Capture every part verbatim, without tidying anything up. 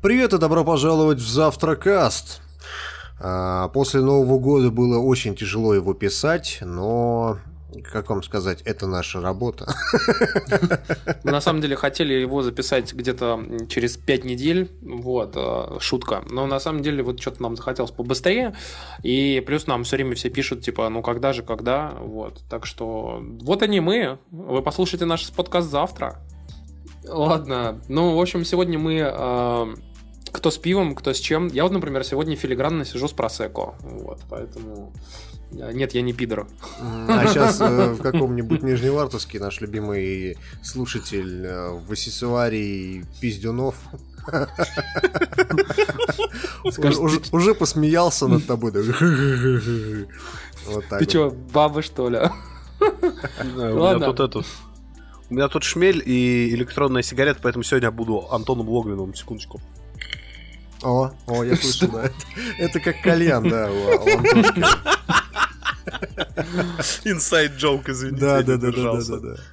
Привет и добро пожаловать в Завтракаст. После Нового года было очень тяжело его писать, но, как вам сказать, это наша работа. Мы на самом деле хотели его записать где-то через пять недель, вот, шутка. Но на самом деле вот что-то нам захотелось побыстрее, и плюс нам все время все пишут, типа, ну когда же, когда, вот. Так что вот они мы, вы послушайте наш подкаст завтра. Ладно, ну, в общем, сегодня мы... Кто с пивом, кто с чем. Я вот, например, сегодня филигранно сижу с просекко. Вот, поэтому... Нет, я не пидор. А сейчас в каком-нибудь Нижневартовске наш любимый слушатель Васисуарий Пиздюнов уже посмеялся над тобой. Ты что, баба, что ли? У меня тут это... У меня тут шмель и электронная сигарета, поэтому сегодня я буду Антоном Логвиновым. Секундочку. О, о, я слышу, да. Это, это как кальян, да, у, у Антошки. Inside joke, извините. Да, да, да, да, да, да.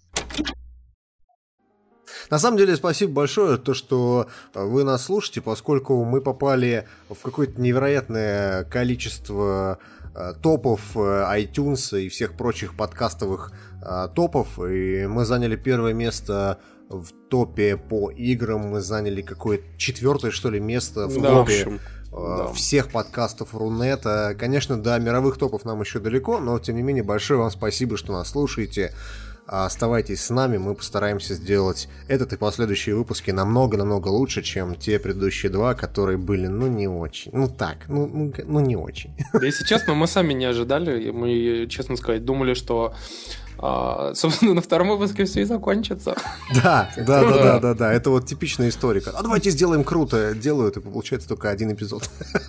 На самом деле, спасибо большое, то, что вы нас слушаете, поскольку мы попали в какое-то невероятное количество топов iTunes и всех прочих подкастовых топов, и мы заняли первое место в топе по играм, мы заняли какое-то четвертое, что ли, место в да, топе в общем, э, да. всех подкастов Рунета. Конечно, до мировых топов нам еще далеко, но, тем не менее, большое вам спасибо, что нас слушаете. Оставайтесь с нами, мы постараемся сделать этот и последующие выпуски намного-намного лучше, чем те предыдущие два, которые были, ну, не очень. Ну, так, ну, ну, ну не очень. Да, если честно, мы сами не ожидали. Мы, честно сказать, думали, что А, собственно, на втором выпуске все и закончится. Да, да, да, да, да, да. Это вот типичная историка. А давайте сделаем круто. Делают, и получается только один эпизод.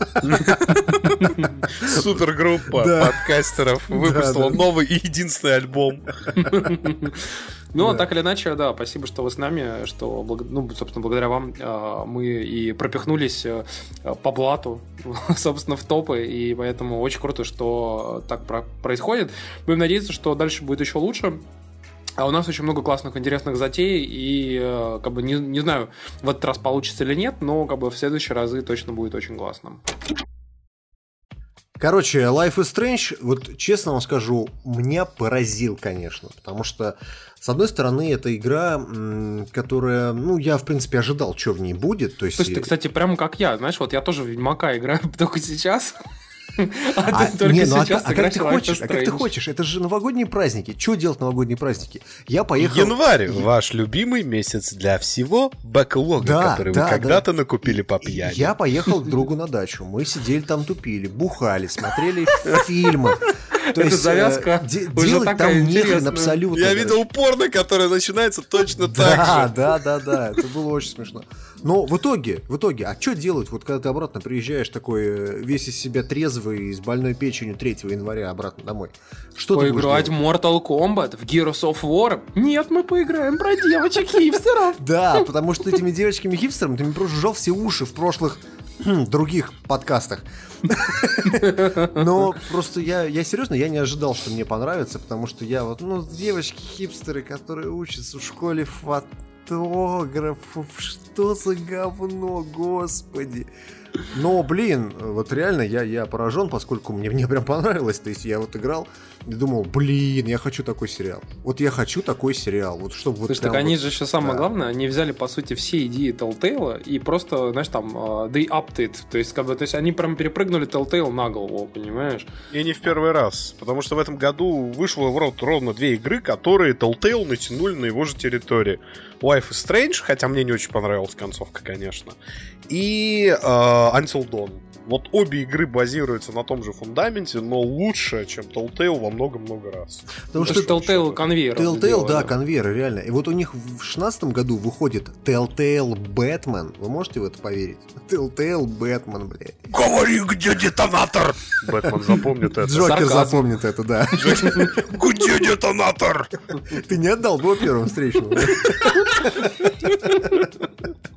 Супергруппа подкастеров выпустила новый и единственный альбом. Ну, так или иначе, да, спасибо, что вы с нами, что, ну, собственно, благодаря вам мы и пропихнулись по блату, собственно, в топы, и поэтому очень круто, что так происходит. Будем надеяться, что дальше будет еще лучше. А у нас очень много классных, интересных затей, и как бы не, не знаю, в этот раз получится или нет, но как бы в следующие разы точно будет очень классно. Короче, Life is Strange, вот честно вам скажу, меня поразил, конечно, потому что, с одной стороны, это игра, которая, ну, я, в принципе, ожидал, что в ней будет. То есть... Слушай, ты, кстати, прямо как я, знаешь, вот я тоже в Ведьмака играю только сейчас. А, а ты только не, ну, сейчас а, а как ты хочешь? А как ты хочешь? Это же новогодние праздники. Что делать в новогодние праздники? Я поехал. Январь, ваш любимый месяц для всего бэклога, да, который да, вы когда-то да. накупили по пьяни. Я поехал к другу на дачу. Мы сидели там, тупили, бухали, смотрели фильмы. То есть завязка де- делать там нехрен абсолютно. Я видел порно, которое начинается точно так же. Да, да, да, да. Это было очень смешно. Но в итоге, в итоге, а что делать, вот когда ты обратно приезжаешь такой весь из себя трезвый, с больной печенью третьего января обратно домой? Что ты будешь делать? Поиграть в Mortal Kombat, в Gears of War? Нет, мы поиграем про девочек-хипстеров. Да, потому что этими девочками-хипстерами ты мне просто жал все уши в прошлых других подкастах. Но просто я, я серьезно, я не ожидал, что мне понравится, потому что я вот, ну, девочки-хипстеры, которые учатся в школе фотографов, что за говно, господи. Но, блин, вот реально я, я поражен, поскольку мне, мне прям понравилось. То есть я вот играл и думал, блин, я хочу такой сериал. Вот я хочу такой сериал. Вот чтобы вот. Слушай, так они вот... же еще самое да. главное, они взяли, по сути, все идеи Telltale и просто, знаешь, там, uh, they upped it. То есть, как бы, то есть они прям перепрыгнули Telltale на голову, понимаешь? И не в первый раз. Потому что в этом году вышло в рот ровно две игры, которые Telltale натянули на его же территории. Life is Strange, хотя мне не очень понравилась концовка, конечно. И uh, Until Dawn. Вот обе игры базируются на том же фундаменте, но лучше, чем Telltale во много-много раз. Потому что Telltale конвейер. Telltale, да, конвейер, реально. И вот у них в шестнадцатом году выходит Telltale Batman. Вы можете в это поверить? Telltale Batman, блядь. Говори, где детонатор? Бэтмен запомнит это. Джокер запомнит это, да. Где детонатор? Ты не отдал бы первому встречному.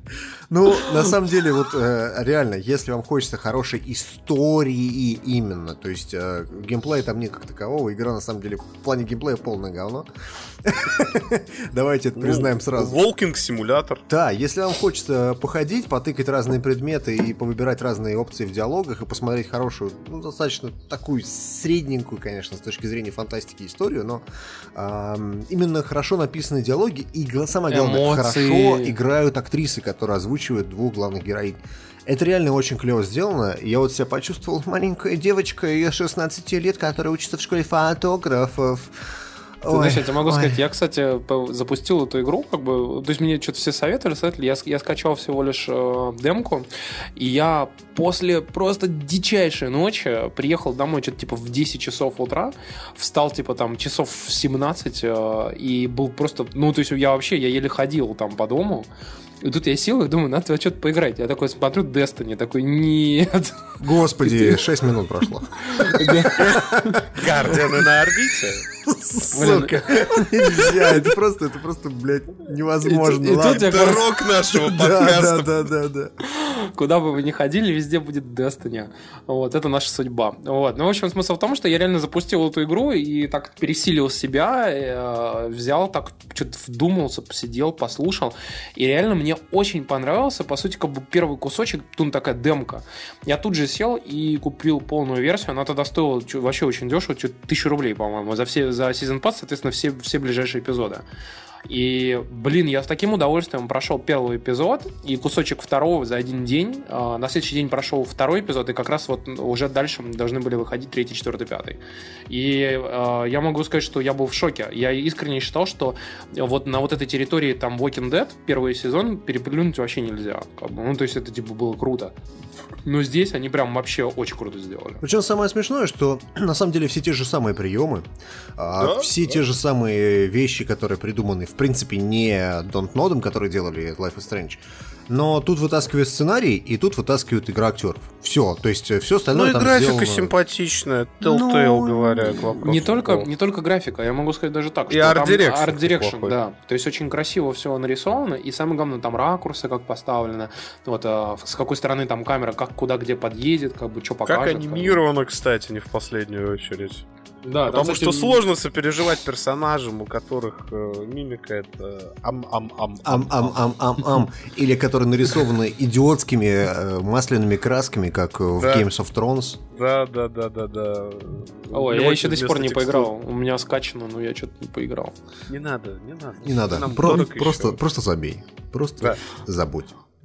Ну, на самом деле, вот э, реально, если вам хочется хорошей истории именно, то есть э, геймплея там нет как такового, игра на самом деле в плане геймплея полное говно. Давайте это признаем сразу. Волкинг-симулятор. Да, если вам хочется походить, потыкать разные предметы и повыбирать разные опции в диалогах и посмотреть хорошую, ну, достаточно такую средненькую, конечно, с точки зрения фантастики историю, но эм, именно хорошо написанные диалоги и, самое главное, эмоции. Хорошо играют актрисы, которые озвучивают двух главных героинь. Это реально очень клево сделано. Я вот себя почувствовал маленькая девочка, ее шестнадцати лет, которая учится в школе фотографов. Ты знаешь, я тебе могу ой. сказать, я, кстати, запустил эту игру, как бы, то есть мне что-то все советовали, советовали, я, я скачал всего лишь э, демку, и я после просто дичайшей ночи приехал домой что-то типа в десять часов утра, встал типа там часов в семнадцать, э, и был просто, ну, то есть я вообще, я еле ходил там по дому. И тут я сел и думаю, надо что-то поиграть. Я такой смотрю Destiny, такой, нет. Господи, шесть минут прошло. Гардианы на орбите. Сука, нельзя, это просто, это просто, блядь, невозможно. И, и, и тут я... Это рок нашего подкаста. Да, да, да, да. Куда бы вы ни ходили, везде будет Destiny. Вот, это наша судьба. Вот. Ну, в общем, смысл в том, что я реально запустил эту игру и так пересилил себя, э, взял, так что-то вдумался, посидел, послушал. И реально мне очень понравился, по сути, как бы первый кусочек, тут такая демка. Я тут же сел и купил полную версию. Она тогда стоила вообще очень дешево, что-то тысячу рублей, по-моему, за все за Season Pass, соответственно, все, все ближайшие эпизоды. И, блин, я с таким удовольствием прошел первый эпизод и кусочек второго за один день. На следующий день прошел второй эпизод, и как раз вот уже дальше должны были выходить третий, четвертый, пятый. И э, я могу сказать, что я был в шоке. Я искренне считал, что вот на вот этой территории там Walking Dead первый сезон переплюнуть вообще нельзя. Как бы. Ну, то есть это типа было круто. Но здесь они прям вообще очень круто сделали. Причем самое смешное, что на самом деле все те же самые приемы, да? все да. те же самые вещи, которые придуманы, в принципе, не Dontnod'ом, которые делали Life is Strange, но тут вытаскивают сценарий, и тут вытаскивают игра актеров. Все, то есть все остальное ну, там графика сделано... симпатичная, Telltale, ну, говорят. Не только, не только графика, я могу сказать даже так, и что арт-дирекшн, там арт-дирекшн, да. То есть очень красиво все нарисовано, и самое главное, там ракурсы как поставлены, вот, а, с какой стороны там камера, как куда где подъедет, как бы что покажет. Как анимировано, как... кстати, не в последнюю очередь. Да, потому там, что кстати... сложно сопереживать персонажам, у которых э, мимика это ам-ам-ам. Ам-ам-ам-ам-ам. Или которые нарисованы идиотскими э, масляными красками, как в да. Games of Thrones. Да, да, да, да, да. Ой, я еще до сих пор не текстур. поиграл. У меня скачано, но я что-то не поиграл. Не надо, не надо. Не надо. Про- просто, просто забей. Просто да. забудь.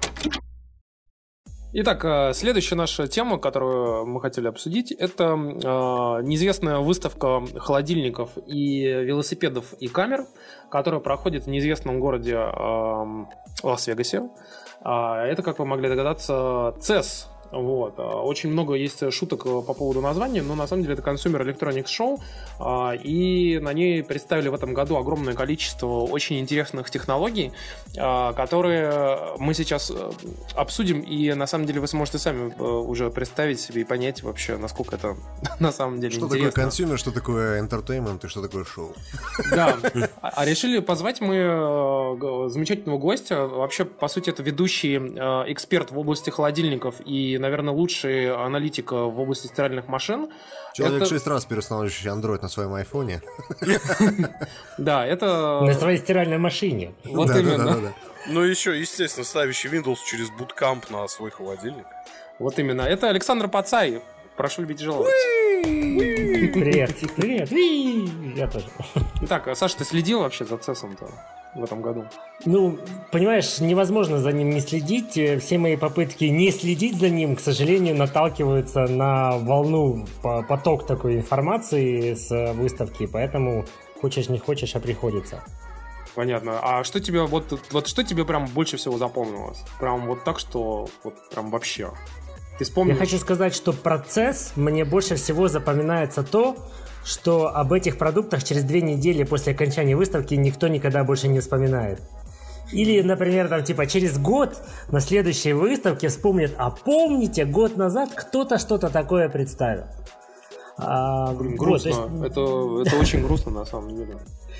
Итак, следующая наша тема, которую мы хотели обсудить, это э, неизвестная выставка холодильников и велосипедов и камер, которая проходит в неизвестном городе э, Лас-Вегасе. Э, это, как вы могли догадаться, цес. Вот. Очень много есть шуток по поводу названия, но на самом деле это Consumer Electronics Show, и на ней представили в этом году огромное количество очень интересных технологий, которые мы сейчас обсудим, и на самом деле вы сможете сами уже представить себе и понять вообще, насколько это на самом деле что интересно. Что такое consumer, что такое entertainment и что такое шоу. Да, а решили позвать мы замечательного гостя, вообще, по сути, это ведущий эксперт в области холодильников и, наверное, лучший аналитик в области стиральных машин. Человек это... шесть раз переустанавливающий Android на своем айфоне. Да, это... На своей стиральной машине. Вот именно. Ну, еще, естественно, ставящий Windows через Bootcamp на свой холодильник. Вот именно. Это Александр Пацай. Прошу любить и жаловать. Привет, привет. Я тоже. Так, Саша, ты следил вообще за цесом-то в этом году? Ну, понимаешь, невозможно за ним не следить. Все мои попытки не следить за ним, к сожалению, наталкиваются на волну, поток такой информации с выставки, поэтому хочешь не хочешь, а приходится. Понятно. А что тебе вот, вот что тебе прям больше всего запомнилось? Прям вот так, что вот прям вообще. Ты вспомнил? Я хочу сказать, что процесс мне больше всего запоминается то, что об этих продуктах через две недели после окончания выставки никто никогда больше не вспоминает. Или, например, там типа через год на следующей выставке вспомнят, а помните, год назад кто-то что-то такое представил. А, Блин, грустно. Вот, есть... это, это очень грустно на самом деле.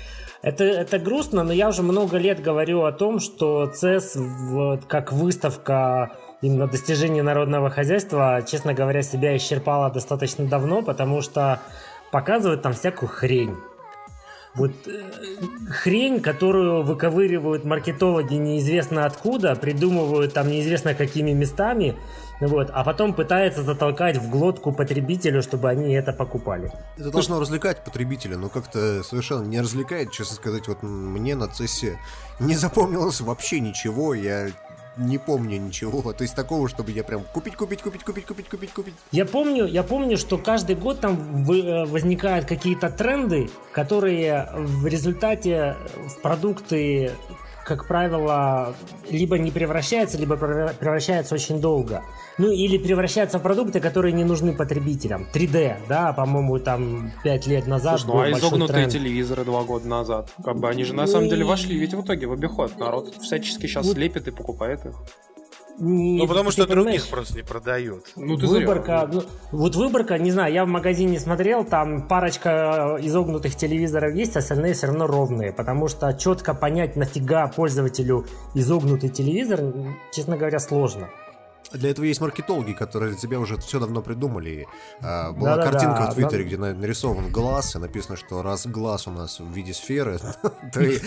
Это, это грустно, но я уже много лет говорю о том, что цэс вот, как выставка именно достижений народного хозяйства, честно говоря, себя исчерпала достаточно давно, потому что показывают там всякую хрень. Вот э, хрень, которую выковыривают маркетологи неизвестно откуда, придумывают там неизвестно какими местами, вот, а потом пытаются затолкать в глотку потребителю, чтобы они это покупали. Это должно развлекать потребителя, но как-то совершенно не развлекает, честно сказать. Вот мне на цессе не запомнилось вообще ничего, я не помню ничего. То есть такого, чтобы я прям купить, купить, купить, купить, купить, купить, купить. Я помню, я помню, что каждый год там возникают какие-то тренды, которые в результате в продукты, как правило, либо не превращаются, либо превращаются очень долго. Ну, или превращаются в продукты, которые не нужны потребителям. три дэ, да, по-моему, там пять лет назад. Слушай, ну, а изогнутые тренд. Телевизоры два года назад, как бы они же на ну, самом деле вошли ведь в итоге в обиход. Народ всячески сейчас вот. Лепит и покупает их. Не, ну, потому что других просто не продают. Ну, ты выборка, ну, вот выборка, не знаю, я в магазине смотрел, там парочка изогнутых телевизоров есть, остальные все равно ровные, потому что четко понять, нафига пользователю изогнутый телевизор, честно говоря, сложно. Для этого есть маркетологи, которые для тебя уже все давно придумали. А, была да, картинка да, да, в Твиттере, да. где нарисован глаз, и написано, что раз глаз у нас в виде сферы, то и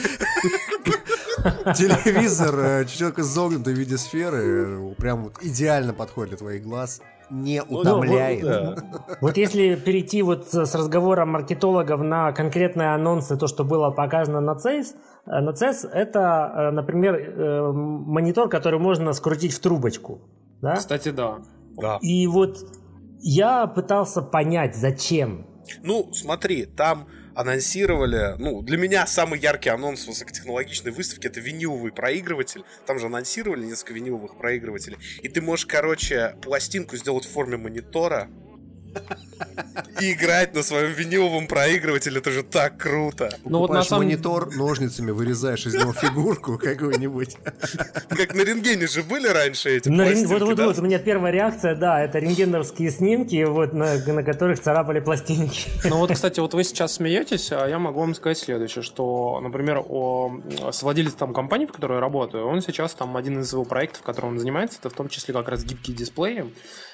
телевизор, человек изогнутый в виде сферы, прям идеально подходит для твоих глаз. Не утомляет. Ну, вот, да. Вот если перейти вот с разговора маркетологов на конкретные анонсы, то, что было показано на цэс, на цэс, это, например, монитор, который можно скрутить в трубочку. Да? Кстати, да. да. И вот я пытался понять, зачем. Ну, смотри, там анонсировали, ну, для меня самый яркий анонс высокотехнологичной выставки — это виниловый проигрыватель. Там же анонсировали несколько виниловых проигрывателей. И ты можешь, короче, пластинку сделать в форме монитора и играть на своем виниловом проигрывателе. Это же так круто. Ну вот на самом... монитор, ножницами вырезаешь из него фигурку какую-нибудь. Как на рентгене же были раньше эти на пластинки, Вот, вот, да? вот, у меня первая реакция, да, это рентгеновские снимки, вот, на, на которых царапали пластинки. Ну вот, кстати, вот вы сейчас смеетесь, а я могу вам сказать следующее, что, например, о, с владельцем там компании, в которой я работаю, он сейчас там один из его проектов, которым он занимается, это в том числе как раз гибкие дисплеи.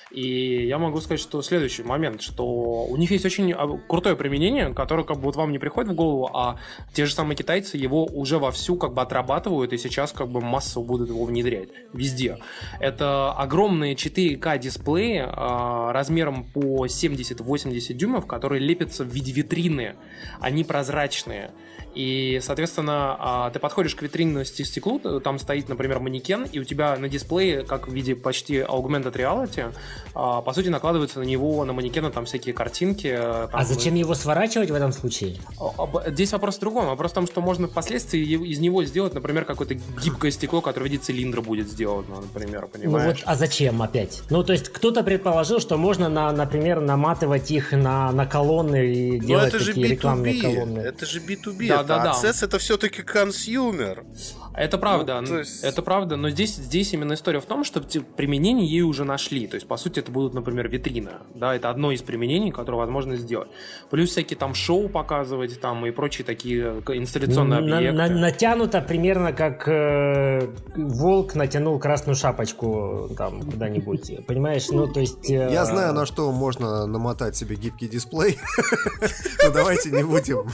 И я могу сказать, что следующий момент, что у них есть очень крутое применение, которое как бы вот вам не приходит в голову, а те же самые китайцы его уже вовсю как бы отрабатывают и сейчас как бы массово будут его внедрять везде. Это огромные четыре ка дисплеи а, размером по семьдесят-восемьдесят дюймов, которые лепятся в виде витрины. Они прозрачные. И, соответственно, ты подходишь к витринному стеклу, там стоит, например, манекен, и у тебя на дисплее, как в виде почти augmented reality, по сути, накладываются на него, на манекена, там всякие картинки. Там, а зачем его сворачивать в этом случае? Здесь вопрос в другом. Вопрос в том, что можно впоследствии из него сделать, например, какое-то гибкое стекло, которое в виде цилиндра будет сделано, например, понимаешь? Ну вот, а зачем опять? Ну, то есть, кто-то предположил, что можно, на, например, наматывать их на, на колонны и Но делать это такие же рекламные колонны. Это же би ту би. Да, да, да. А цэс это все-таки консюмер. Это правда, ну, есть... это правда, но здесь, здесь именно история в том, что применение ей уже нашли. То есть, по сути, это будут, например, витрина. Да, это одно из применений, которое возможно сделать. Плюс всякие там шоу показывать там и прочие такие инсталляционные на, объекты. На, натянуто примерно как э, волк натянул красную шапочку там куда-нибудь. Понимаешь? Ну, то есть... Э, Я знаю, на что можно намотать себе гибкий дисплей. Но давайте не будем.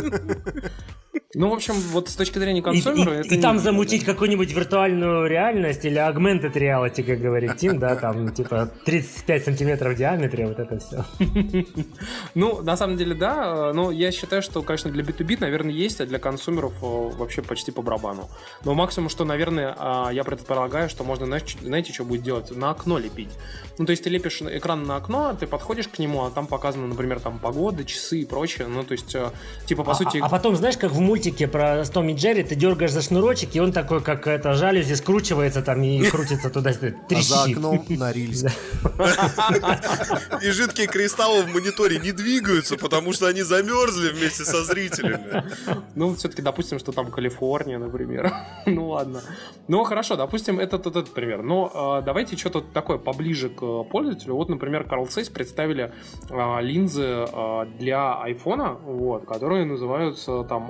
Ну, в общем, вот с точки зрения консумера... И, и, это и не там видно, замутить да. какую-нибудь виртуальную реальность или augmented reality, как говорит Тим, да, там типа тридцать пять сантиметров в диаметре, вот это все. Ну, на самом деле, да, но я считаю, что, конечно, для би ту би, наверное, есть, а для консумеров вообще почти по барабану. Но максимум, что, наверное, я предполагаю, что можно, знаете, что будет делать? На окно лепить. Ну, то есть ты лепишь экран на окно, ты подходишь к нему, а там показано, например, там погода, часы и прочее. Ну, то есть, типа, по а, сути... А потом, знаешь, как в мультике про Том и Джерри, ты дергаешь за шнурочек, и он такой, как это, жалюзи скручивается там и крутится туда-сюда. А за окном на рельсе. И жидкие кристаллы в мониторе не двигаются, потому что они замерзли вместе со зрителями. Ну, все-таки допустим, что там Калифорния, например. Ну, ладно. Ну, хорошо, допустим, этот, этот пример. Но э, давайте что-то такое поближе к пользователю. Вот, например, Carl Zeiss представили э, линзы э, для айфона, вот, которые называются там Exo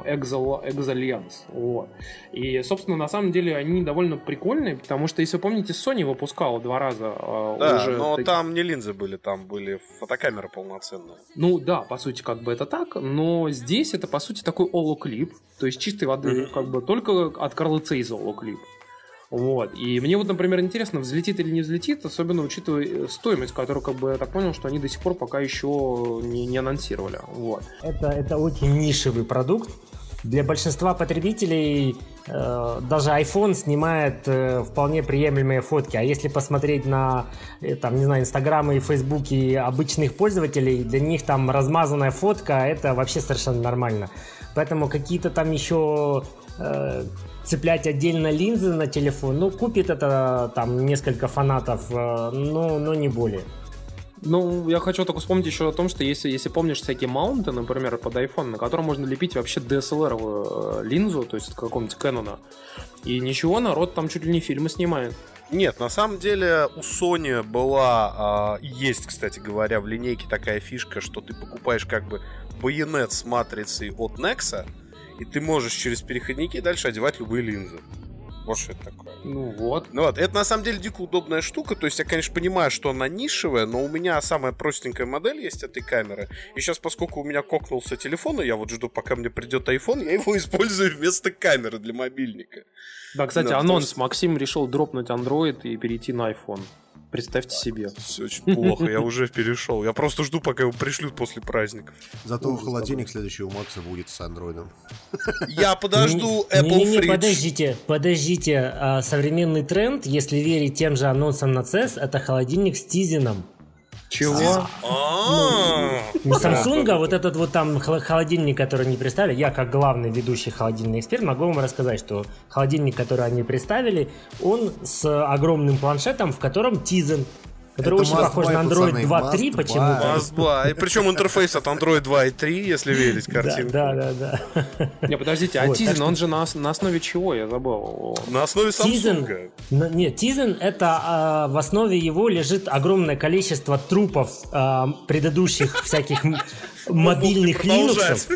Exo, ExoLens. Вот. И, собственно, на самом деле они довольно прикольные, потому что, если вы помните, Sony выпускала два раза э, да, уже... но таки... там не линзы были, там были фотокамеры полноценные. Ну да, по сути, как бы это так, но здесь это, по сути, такой олоклип, то есть чистой воды, mm-hmm. как бы только от Карла Цейза олоклип. Вот. И мне вот, например, интересно, взлетит или не взлетит, особенно учитывая стоимость, которую, как бы, я так понял, что они до сих пор пока еще не, не анонсировали. Вот. Это, это очень нишевый продукт. Для большинства потребителей э, даже iPhone снимает э, вполне приемлемые фотки. А если посмотреть на, э, там, не знаю, Инстаграмы и Фейсбуки обычных пользователей, для них там размазанная фотка – это вообще совершенно нормально. Поэтому какие-то там еще... Э, цеплять отдельно линзы на телефон, ну, купит это там несколько фанатов, но, но не более. Ну, я хочу только вспомнить еще о том, что если, если помнишь всякие маунты, например, под iPhone, на котором можно лепить вообще ди эс эл ар-овую линзу, то есть какого-нибудь Canon, и ничего, народ там чуть ли не фильмы снимает. Нет, на самом деле у Sony была, э, есть, кстати говоря, в линейке такая фишка, что ты покупаешь как бы байонет с матрицей от Nexa, и ты можешь через переходники дальше одевать любые линзы. Вот что это такое. Ну вот. Ну вот. Это на самом деле дико удобная штука. То есть я, конечно, понимаю, что она нишевая, но у меня самая простенькая модель есть этой камеры. И сейчас, поскольку у меня кокнулся телефон, и я вот жду, пока мне придет iPhone, я его использую вместо камеры для мобильника. Да, кстати, да, анонс. что... Максим решил дропнуть Android и перейти на iPhone. Представьте себе. Все очень плохо, я уже перешел. Я просто жду, пока его пришлют после праздников. Зато Ужас, холодильник следующий у Макса будет с андроидом. Я подожду Apple не, не, Fridge. Подождите, подождите. А, современный тренд, если верить тем же анонсам на си и эс, это холодильник с тизином. Чего? Не Samsung, а вот этот вот там холодильник, который они представили. Я, как главный ведущий холодильный эксперт, могу вам рассказать, что холодильник, который они представили, он с огромным планшетом, в котором Tizen, который это очень похож на Android два три почему-то. И причем интерфейс от Android два и три, если верить картинке. Да, да, да. Не, подождите, а Tizen, он же на основе чего, я забыл? На основе Samsung. Нет, Tizen, это в основе его лежит огромное количество трупов предыдущих всяких мобильных линуксов.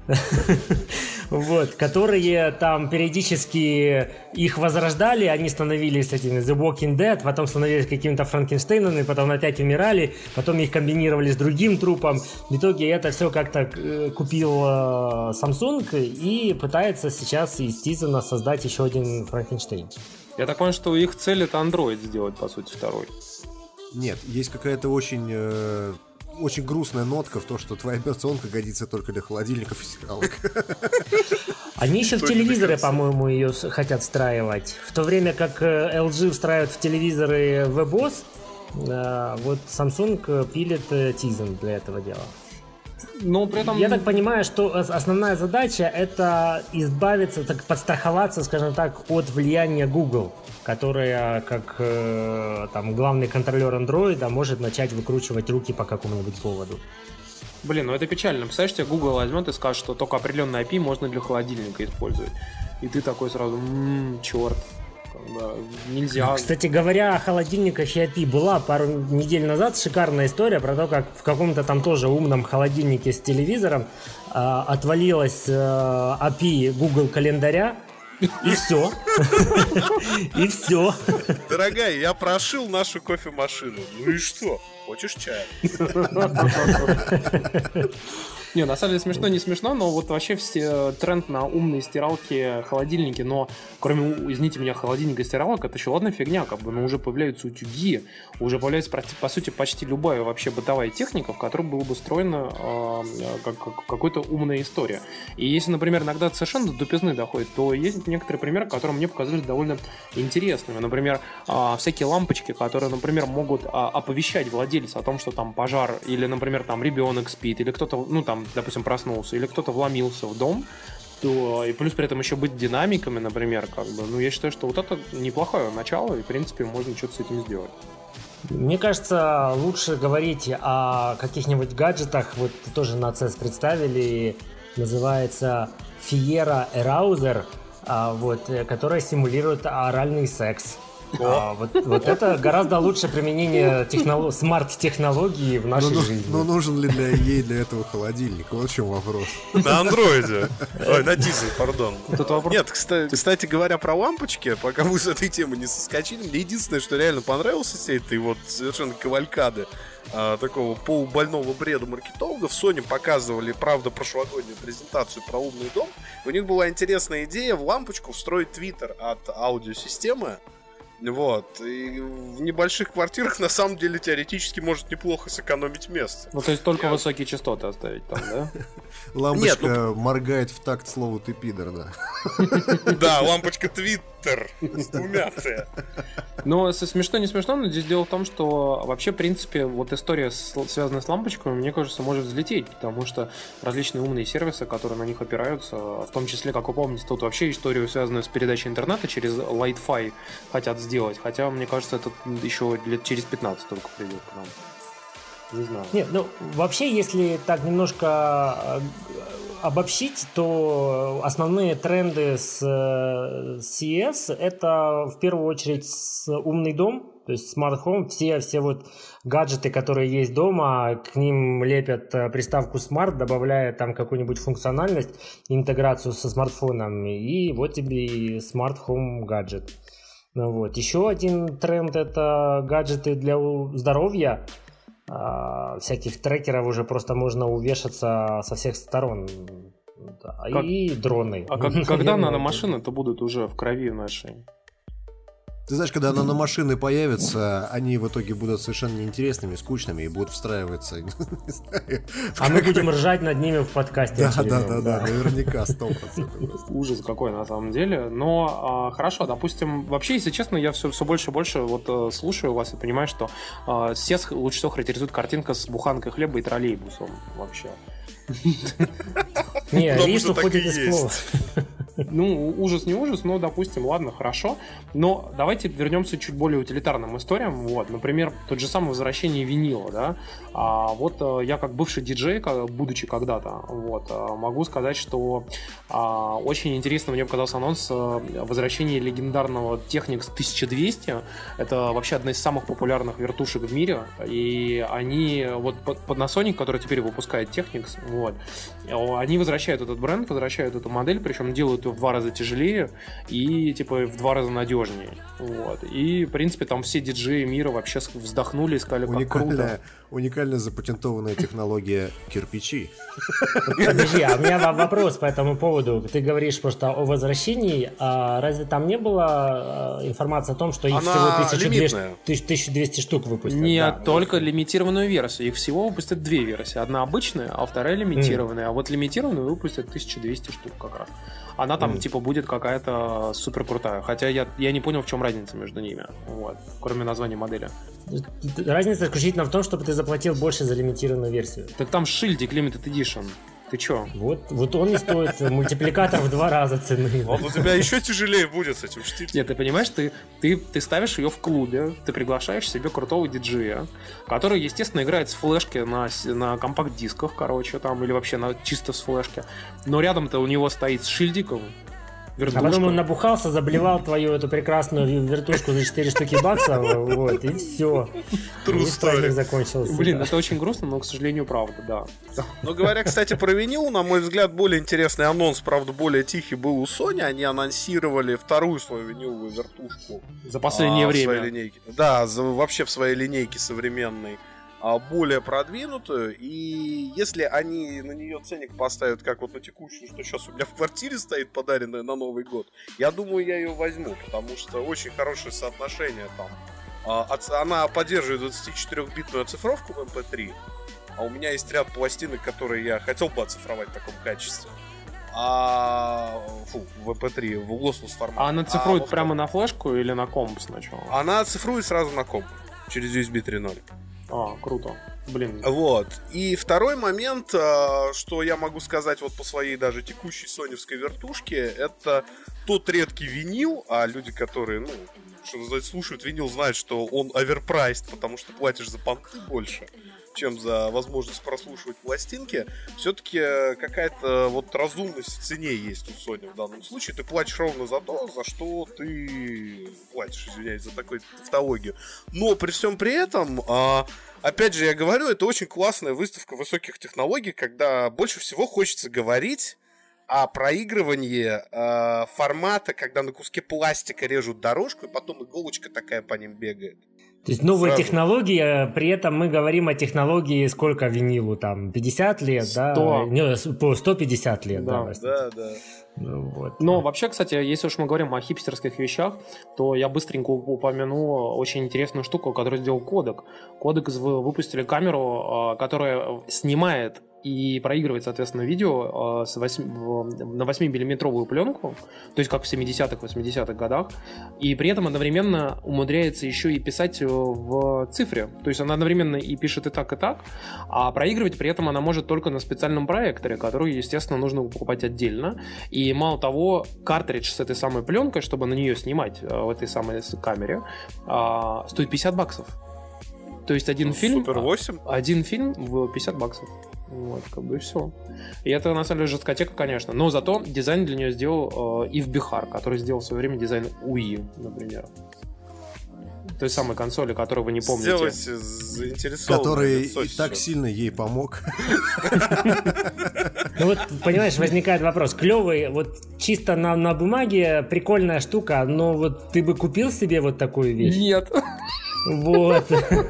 Вот, которые там периодически их возрождали, они становились этими The Walking Dead, потом становились какими-то Франкенштейнами, потом опять умирали, потом их комбинировали с другим трупом. В итоге это все как-то купил Samsung и пытается сейчас из Tizen создать еще один Франкенштейн. Я так понял, что их цель это Android сделать, по сути, второй. Нет, есть какая-то очень... Э... Очень грустная нотка в том, что твоя операционка годится только для холодильников и стиралок. Они еще в телевизоры, по-моему, ее хотят встраивать. В то время как эл джи встраивает в телевизоры веб-о эс, вот Samsung пилит Tizen для этого дела. Но при этом... Я так понимаю, что основная задача это избавиться, так, подстраховаться, скажем так, от влияния Google, которая, как э, там, главный контролер Android, может начать выкручивать руки по какому-нибудь поводу. Блин, ну это печально. Представляешь, тебе Google возьмет и скажет, что только определенный ай пи можно для холодильника использовать. И ты такой сразу, м-м, черт. Да, нельзя. Кстати говоря, о холодильниках и эй пи была пару недель назад шикарная история про то, как в каком-то там тоже умном холодильнике с телевизором э, отвалилась э, эй пи Google календаря. И все. И все. Дорогая, я прошил нашу кофемашину. Ну и что? Хочешь чая? Не, на самом деле смешно, не смешно, но вот вообще все тренд на умные стиралки, холодильники, но кроме, извините меня, холодильника и стиралок, это еще ладно фигня, как бы, но уже появляются утюги, уже появляется, по сути, почти любая вообще бытовая техника, в которой была бы встроена э, как, как, какая-то умная история. И если, например, иногда совершенно до тупизны доходит, то есть некоторые примеры, которые мне показались довольно интересными. Например, э, всякие лампочки, которые, например, могут э, оповещать владельца о том, что там пожар, или, например, там ребенок спит, или кто-то, ну, там, допустим, проснулся, или кто-то вломился в дом, то и плюс при этом еще быть динамиками, например, как бы, ну, я считаю, что вот это неплохое начало, и, в принципе, можно что-то с этим сделать. Мне кажется, лучше говорить о каких-нибудь гаджетах, вот тоже на си и эс представили, называется Fiera Arouser, вот, которая симулирует оральный секс. А, вот, вот это гораздо лучше применение технолог... смарт-технологий в нашей но, жизни. Но нужен ли для ей для этого холодильник? Вот в чем вопрос. На андроиде. Ой, на дизель, пардон. Нет, кстати, кстати говоря, про лампочки, пока мы с этой темы не соскочили, мне единственное, что реально понравилось всей этой вот совершенно кавалькады а, такого полубольного бреда маркетологов. Sony показывали, правда, прошлогоднюю презентацию про умный дом. У них была интересная идея в лампочку встроить твиттер от аудиосистемы. Вот. И в небольших квартирах на самом деле теоретически может неплохо сэкономить место. Ну, то есть только Я... высокие частоты оставить там, да? Лампочка Нет, ну... моргает в такт слову «ты пидор», да. Да, лампочка Твиттер с двумя «т». Но смешно, не смешно, но здесь дело в том, что вообще, в принципе, вот история, связанная с лампочками, мне кажется, может взлететь, потому что различные умные сервисы, которые на них опираются, в том числе, как вы помните, тут вообще историю, связанную с передачей интернета через Light-Fi хотят сделать. сделать. Хотя, мне кажется, это еще лет через пятнадцать только придет к нам. Не знаю. Нет, ну, вообще, если так немножко обобщить, то основные тренды с си и эс это в первую очередь умный дом, то есть Smart Home, все, все вот гаджеты, которые есть дома, к ним лепят приставку Smart, добавляя там какую-нибудь функциональность, интеграцию со смартфоном, и вот тебе и Smart Home гаджет. Вот. Еще один тренд — это гаджеты для здоровья. А, всяких трекеров уже просто можно увешаться со всех сторон. Как... И дроны. А как, когда наномашины-то будут уже в крови нашей? Ты знаешь, когда наномашины появятся, они в итоге будут совершенно неинтересными, скучными и будут встраиваться. А мы будем ржать над ними в подкасте. Да, да, да, да, наверняка, сто процентов. Ужас какой на самом деле. Но а, хорошо, допустим, вообще, если честно, я все, все больше и больше вот слушаю вас и понимаю, что а, сейчас лучше всего характеризует картинка с буханкой хлеба и троллейбусом вообще. Не, рис уходит из плова. Ну, ужас не ужас, но, допустим, ладно, хорошо. Но давайте вернемся чуть более утилитарным историям. Вот, например, тот же самый возвращение винила, да. А вот я как бывший диджей, будучи когда-то, вот, могу сказать, что а, очень интересно мне показался анонс возвращения легендарного Technics тысяча двести. Это вообще одна из самых популярных вертушек в мире. И они, вот под Panasonic, который теперь выпускает Technics, вот, они возвращают этот бренд, возвращают эту модель, причем делают в два раза тяжелее и типа в два раза надежнее. Вот. И, в принципе, там все диджеи мира вообще вздохнули и сказали, как уникальная, круто. Уникальная запатентованная технология кирпичи. Подожди, а у меня вопрос по этому поводу. Ты говоришь просто о возвращении, а разве там не было информации о том, что их Она всего тысяча двести штук выпустят? Нет, да, только вот. Лимитированную версию. Их всего выпустят две версии. Одна обычная, а вторая лимитированная. Mm. А вот лимитированную выпустят тысяча двести штук как раз. Она там, mm. типа, будет какая-то супер крутая. Хотя я, я не понял, в чем разница между ними. Вот. Кроме названия модели. Разница исключительно в том, чтобы ты заплатил больше за лимитированную версию. Так там шильдик Limited Edition. Ты чё? Вот, вот он и стоит мультипликатор в два раза цены. Он у тебя еще тяжелее будет с этим штилем. Нет, ты понимаешь, ты, ты, ты ставишь ее в клубе, ты приглашаешь себе крутого диджея, который, естественно, играет с флешки на, на компакт-дисках, короче, там, или вообще на, чисто с флешки. Но рядом-то у него стоит с шильдиком вертушка. А потом он набухался, заблевал твою эту прекрасную вертушку за четыре штуки баксов, вот, и все. True story. Закончился. Блин, это очень грустно, но, к сожалению, правда, да. Но говоря, кстати, про винил, на мой взгляд, более интересный анонс, правда, более тихий был у Sony. Они анонсировали вторую свою виниловую вертушку. За последнее а, время. В своей линейке. Да, за, вообще в своей линейке современной. Более продвинутую, и если они на нее ценник поставят, как вот на текущую, что сейчас у меня в квартире стоит, подаренная на Новый год, я думаю, я ее возьму, потому что очень хорошее соотношение там. Она поддерживает двадцатичетырёхбитную оцифровку в эм пэ три, а у меня есть ряд пластинок, которые я хотел бы оцифровать в таком качестве. А, фу, в эм пэ три, в lossless формате. А она цифрует а, прямо на флешку или на комп сначала? Она цифрует сразу на комп, через ю эс би три ноль. А, круто. Блин. Вот. И второй момент, что я могу сказать вот по своей даже текущей соневской вертушке, это тот редкий винил, а люди, которые, ну, что называется, слушают винил, знают, что он оверпрайсд, потому что платишь за понты больше, чем за возможность прослушивать пластинки, все-таки какая-то вот разумность в цене есть у Sony в данном случае. Ты платишь ровно за то, за что ты платишь, извиняюсь за такую тавтологию. Но при всем при этом, опять же, я говорю, это очень классная выставка высоких технологий, когда больше всего хочется говорить о проигрывании э, формата, когда на куске пластика режут дорожку, и потом иголочка такая по ним бегает. То есть новые Сразу. технологии, при этом мы говорим о технологии сколько винилу, там, пятьдесят лет, сто. да? Не, по сто пятьдесят лет, да. Да, да, да. Ну, вот. Но вообще, кстати, если уж мы говорим о хипстерских вещах, то я быстренько упомяну очень интересную штуку, которую сделал Kodak. Kodak выпустили камеру, которая снимает и проигрывает, соответственно, видео с восьми, на восьмимиллиметровую пленку, то есть как в семидесятых, восьмидесятых годах, и при этом одновременно умудряется еще и писать в цифре. То есть она одновременно и пишет и так, и так, а проигрывать при этом она может только на специальном проекторе, который, естественно, нужно покупать отдельно. И мало того, картридж с этой самой пленкой, чтобы на нее снимать в этой самой камере, стоит пятьдесят баксов. То есть один фильм... Супер восемь? Один фильм в пятьдесят баксов. Вот, как бы и все. И это, на самом деле, жесткотека, конечно. Но зато дизайн для нее сделал э, Ив Бихар, который сделал в свое время дизайн Уи, например. Той самой консоли, которую вы не помните. Сделать заинтересованное Который лицо и так сейчас. сильно ей помог. Ну вот, понимаешь, возникает вопрос. Клевый, вот чисто на, на бумаге прикольная штука, но вот ты бы купил себе вот такую вещь? Нет. Вот.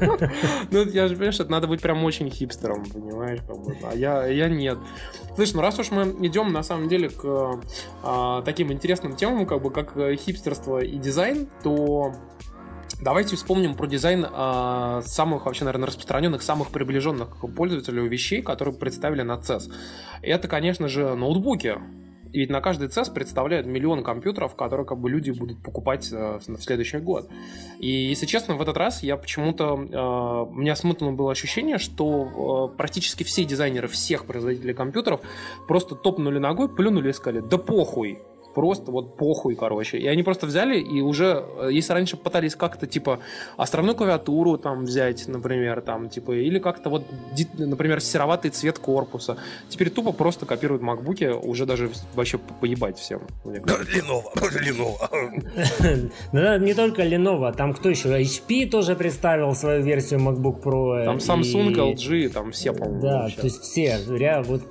Ну, я же, понимаешь, это надо быть прям очень хипстером, понимаешь, как бы. А я, я нет. Слышь, ну раз уж мы идем, на самом деле, к а, таким интересным темам, как бы, как хипстерство и дизайн, то давайте вспомним про дизайн а, самых, вообще, наверное, распространенных, самых приближенных к пользователю вещей, которые представили на цес. Это, конечно же, ноутбуки. И ведь на каждый цес представляют миллион компьютеров, которые как бы люди будут покупать э, в следующий год. И, если честно, в этот раз я почему-то... Э, у меня смутно было ощущение, что э, практически все дизайнеры всех производителей компьютеров просто топнули ногой, плюнули и сказали: да похуй. Просто вот похуй, короче. И они просто взяли и уже, если раньше пытались как-то, типа, островную клавиатуру там взять, например, там, типа, или как-то вот, например, сероватый цвет корпуса, теперь тупо просто копируют макбуки, уже даже вообще поебать всем. Lenovo, Lenovo. Да, не только Lenovo, там кто еще? эйч пи тоже представил свою версию MacBook Pro. Там Samsung, эл джи, там все, по-моему. Да, то есть все. Вот,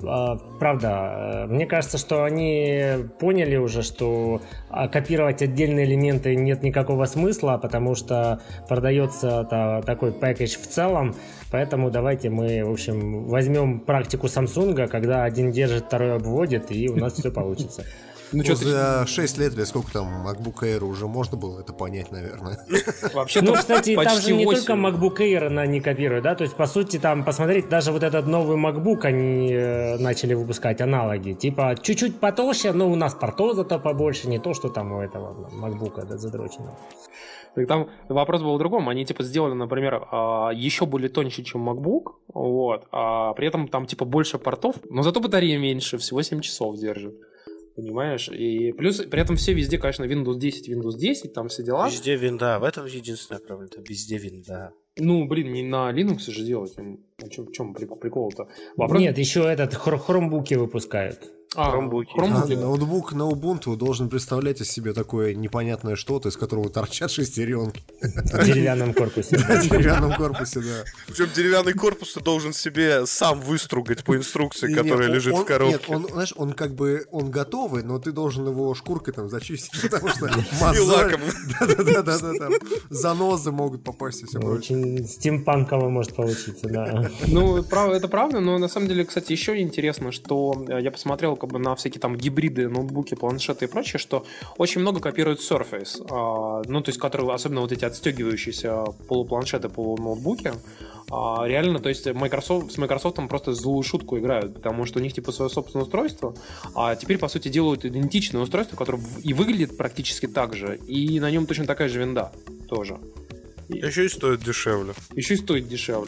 правда, мне кажется, что они поняли уже, уже, что копировать отдельные элементы нет никакого смысла, потому что продается та, такой пэкэдж в целом, поэтому давайте мы, в общем, возьмем практику Samsung, когда один держит, второй обводит, и у нас все получится. Ну, ну за шесть лет или сколько там MacBook Air уже можно было это понять, наверное. Вообще, ну, кстати, там же не только MacBook Air она не копирует, да, то есть, по сути, там, посмотреть, даже вот этот новый MacBook они э, начали выпускать аналоги, типа, чуть-чуть потолще, но у нас портов зато побольше, не то, что там у этого MacBook да, задрочено. Так там вопрос был в другом. Они типа сделали, например, еще более тоньше, чем MacBook, вот, а при этом там типа больше портов, но зато батарея меньше, всего семь часов держит. Понимаешь? И плюс при этом все везде, конечно, Windows десять, Windows десять, там все дела. Везде винда. В этом единственная проблема. Везде винда. Ну, блин, не на Linux же делать. В чем, в чем прикол-то? Вопрос... Нет, еще этот хромбуки выпускают. А, хромбуки. хромбуки. А, ноутбук на Ubuntu должен представлять из себя такое непонятное что-то, из которого торчат шестеренки. В деревянном корпусе. В деревянном корпусе, да. Причем деревянный корпус ты должен себе сам выстругать по инструкции, которая лежит в коробке. Нет, он, знаешь, он как бы, он готовый, но ты должен его шкуркой там зачистить, потому что И мозоль... лаком. Да-да-да, занозы могут попасть и все прочее. Очень стимпанково может получиться, да. Ну, это правда, но на самом деле, кстати, еще интересно, что я посмотрел как бы на всякие там гибриды, ноутбуки, планшеты и прочее, что очень много копируют Surface, а, ну, то есть, которые, особенно вот эти отстегивающиеся полупланшеты, полуноутбуки, а, реально, то есть, Microsoft, с Microsoft просто злую шутку играют, потому что у них, типа, свое собственное устройство, а теперь, по сути, делают идентичное устройство, которое и выглядит практически так же, и на нем точно такая же винда тоже. Еще и стоит дешевле. Еще и стоит дешевле.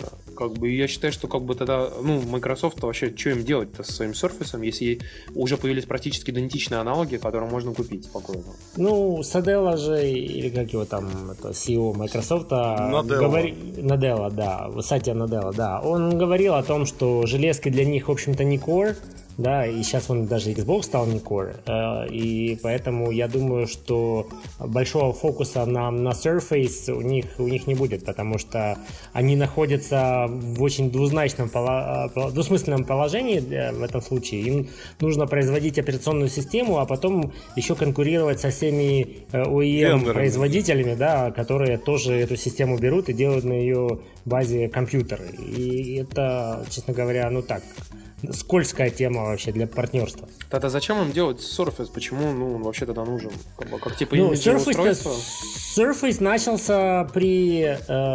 как бы, я считаю, что как бы тогда, ну, Microsoft вообще, что им делать-то со своим Surface, если уже появились практически идентичные аналоги, которые можно купить спокойно? Ну, Саделла же, или как его там, это си и о Microsoft, Наделла. говори... Наделла, да, Сатья Наделла, да, он говорил о том, что железки для них, в общем-то, не core, да, и сейчас он даже Xbox стал не core, и поэтому я думаю, что большого фокуса на, на Surface у них, у них не будет, потому что они находятся в очень двузначном, двусмысленном положении в этом случае. Им нужно производить операционную систему, а потом еще конкурировать со всеми о и эм-производителями, да, которые тоже эту систему берут и делают на ее базе компьютеры. И это, честно говоря, ну так... скользкая тема вообще для партнерства. Тогда зачем им делать Surface? Почему ну, он вообще тогда нужен? Как, как типа ну, имиджевое устройство? Surface начался при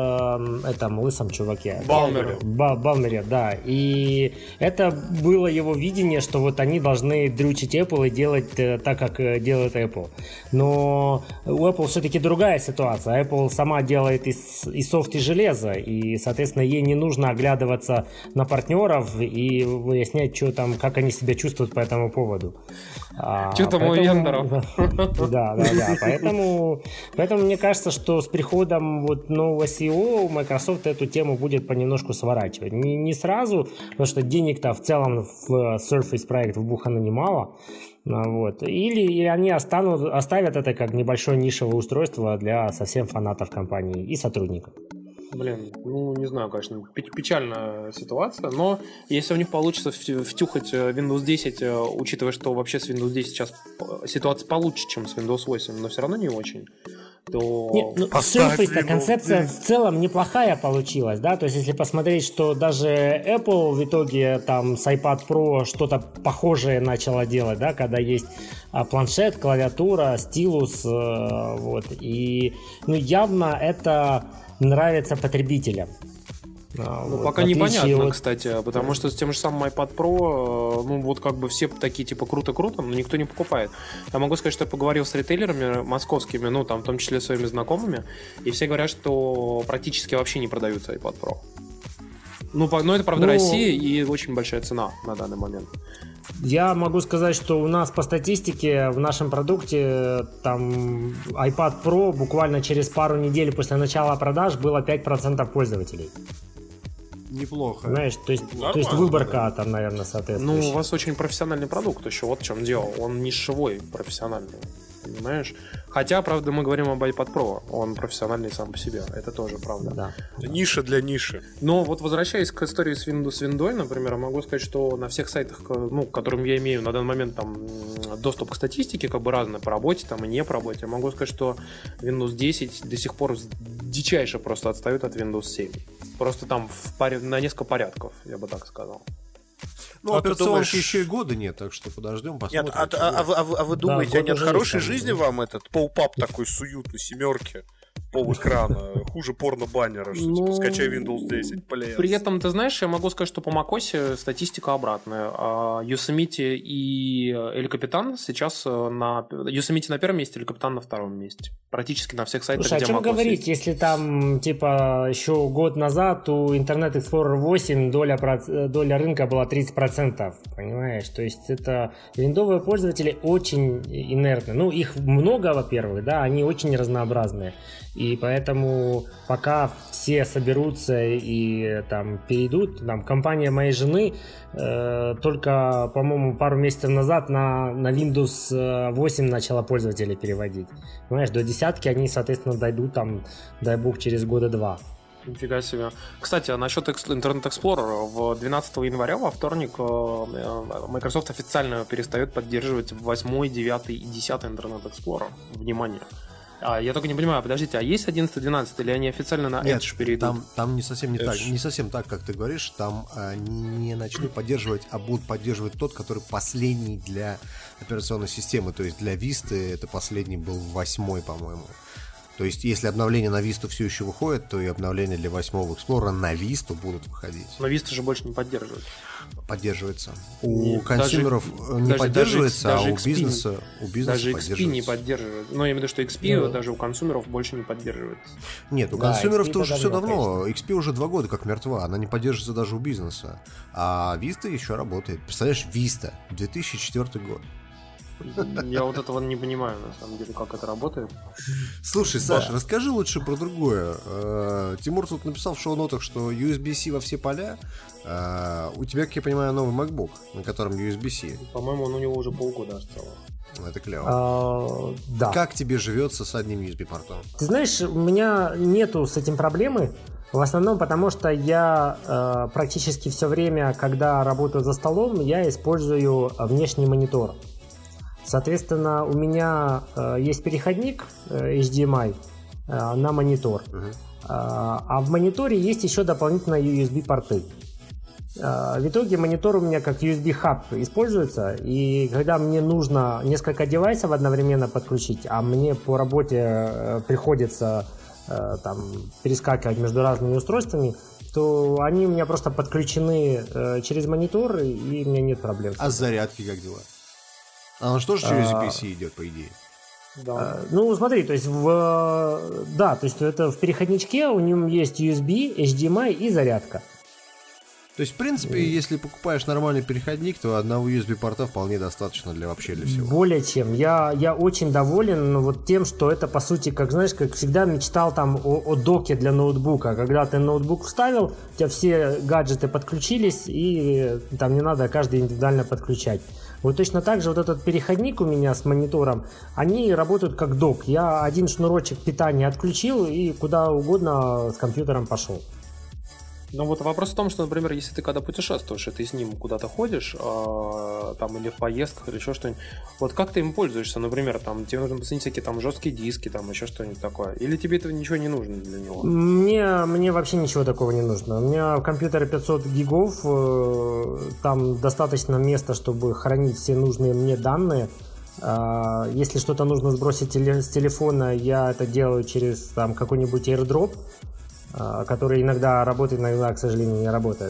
э, этом лысом чуваке. Балмере. Балмере, да. И это было его видение, что вот они должны дрючить Apple и делать э, так, как делает Apple. Но у Apple все-таки другая ситуация. Apple сама делает и, и софт, и железо. И, соответственно, ей не нужно оглядываться на партнеров и выяснять, что там, как они себя чувствуют по этому поводу. Что там у вендоров? Да, да, да. Поэтому, поэтому мне кажется, что с приходом вот нового си и о Microsoft эту тему будет понемножку сворачивать. Не, не сразу, потому что денег-то в целом в Surface проект вбухано немало. Вот. Или, или они останут, оставят это как небольшое нишевое устройство для совсем фанатов компании и сотрудников. Блин, ну не знаю, конечно, печальная ситуация, но если у них получится втюхать Windows десять, учитывая, что вообще с Windows десять сейчас ситуация получше, чем с Windows восемь, но все равно не очень, то... Нет, ну, Surface-то концепция в целом неплохая получилась, да, то есть если посмотреть, что даже Apple в итоге там с iPad Pro что-то похожее начала делать, да, когда есть планшет, клавиатура, стилус, вот, и ну, явно это нравится потребителям. Ну, вот, пока непонятно, от... кстати, потому что с тем же самым iPad Pro, ну, вот как бы все такие, типа, круто-круто, но никто не покупает. Я могу сказать, что я поговорил с ритейлерами московскими, ну, там, в том числе своими знакомыми, и все говорят, что практически вообще не продаются iPad Pro. Ну, ну это, правда, ну... Россия и очень большая цена на данный момент. Я могу сказать, что у нас по статистике в нашем продукте там iPad Pro буквально через пару недель после начала продаж было пять процентов пользователей. Неплохо. Знаешь, то есть, то есть выборка там, наверное, соответствующая. Ну, у вас очень профессиональный продукт еще, вот в чем дело. Он нишевой, профессиональный, понимаешь? Хотя, правда, мы говорим об iPad Pro, он профессиональный сам по себе, это тоже правда. Да. Ниша для ниши. Но вот возвращаясь к истории с Windows Windows, например, могу сказать, что на всех сайтах, ну, к которым я имею на данный момент там доступ к статистике, как бы разные по работе там и не по работе, я могу сказать, что Windows десять до сих пор дичайше просто отстает от Windows семь. Просто там в паре, на несколько порядков, я бы так сказал. Ну, а операционки думаешь... еще и года нет, так что подождем, посмотрим. Нет, а, а, а, а, а вы думаете, да, они от хорошей жизни там, вам этот поупап такой суют на семерке? Пол экрана, хуже порно-баннера, что типа скачай Windows десять, блин. При этом, ты знаешь, я могу сказать, что по macOS статистика обратная. Yosemite и El Capitan сейчас на... Yosemite на первом месте, El Capitan на втором месте. Практически на всех сайтах, Слушай, где о чем macOS говорить, есть. если там, типа, еще год назад у Internet Explorer восемь доля, доля рынка была тридцать процентов, понимаешь? То есть это виндовые пользователи очень инертны. Ну, их много, во-первых, да, они очень разнообразные. И поэтому пока все соберутся и там перейдут, там компания моей жены э, только, по-моему, пару месяцев назад на, на Windows восемь начала пользователей переводить. Понимаешь, до десятки они, соответственно, дойдут там, дай бог, через года два. Нифига себе. Кстати, насчет Internet Explorer. В двенадцатого января, во вторник, Microsoft официально перестает поддерживать восьмой, девятый и десятый Internet Explorer. Внимание. А, я только не понимаю, подождите, а есть одиннадцатый, двенадцатый, или они официально на Нет, Edge перейдут? Там, там не совсем не так, не совсем так, как ты говоришь. Там а, не начнут поддерживать, а будут поддерживать тот, который последний для операционной системы. То есть для Vista это последний был восьмой, по-моему. То есть, если обновления на Vista все еще выходят, то и обновления для восьмого Explorer на Vista будут выходить. Но Vista же больше не поддерживает. Поддерживается. У Нет, консюмеров даже, не даже, поддерживается, даже, а у даже бизнеса, у бизнеса даже икс пи не поддерживает. Но я имею в виду, что икс пи yeah. даже у консюмеров больше не поддерживается. Нет, у да, консюмеров-то уже все давно. Конечно. икс пи уже два года как мертва. Она не поддерживается даже у бизнеса. А Vista еще работает. Представляешь, Vista, две тысячи четвёртый год. Я вот этого не понимаю, на самом деле, как это работает. Слушай, Саша, да. расскажи лучше про другое. Тимур тут написал в шоу-нотах, что ю эс би-C во все поля. У тебя, как я понимаю, новый MacBook, на котором ю эс би-C. По-моему, он у него уже полгода аж целого. Это клево. А, да. Как тебе живется с одним ю эс би-портом? Ты знаешь, у меня нету с этим проблемы. В основном потому, что я э, практически все время, когда работаю за столом, я использую внешний монитор. Соответственно, у меня э, есть переходник э, эйч ди эм ай э, на монитор, uh-huh. э, а в мониторе есть еще дополнительно ю эс би-порты. Э, в итоге монитор у меня как ю эс би-хаб используется, и когда мне нужно несколько девайсов одновременно подключить, а мне по работе э, приходится э, там, перескакивать между разными устройствами, то они у меня просто подключены э, через монитор, и у меня нет проблем. А с зарядки как дела? А он что же через ю эс би-C идет, по идее? Да. Ну, смотри, то есть в... Да, то есть это в переходничке у него есть ю эс би, эйч ди эм ай и зарядка. То есть, в принципе, mm. если покупаешь нормальный переходник, то одного ю эс би-порта вполне достаточно для вообще для всего. Более чем. Я, я очень доволен вот тем, что это, по сути, как, знаешь, как всегда мечтал там о, о доке для ноутбука. Когда ты ноутбук вставил, у тебя все гаджеты подключились, и там не надо каждый индивидуально подключать. Вот точно так же вот этот переходник у меня с монитором, они работают как док. Я один шнурочек питания отключил и куда угодно с компьютером пошел. Ну вот вопрос в том, что, например, если ты когда путешествуешь, и ты с ним куда-то ходишь, э, там или в поездках, или еще что-нибудь, вот как ты им пользуешься, например, там тебе нужно посмотреть всякие там жесткие диски, там еще что-нибудь такое, или тебе этого ничего не нужно для него? Мне, мне вообще ничего такого не нужно. У меня в компьютере пятьсот гигов, э, там достаточно места, чтобы хранить все нужные мне данные. Э, если что-то нужно сбросить теле- с телефона, я это делаю через там какой-нибудь AirDrop, который иногда работает, иногда, к сожалению, не работает.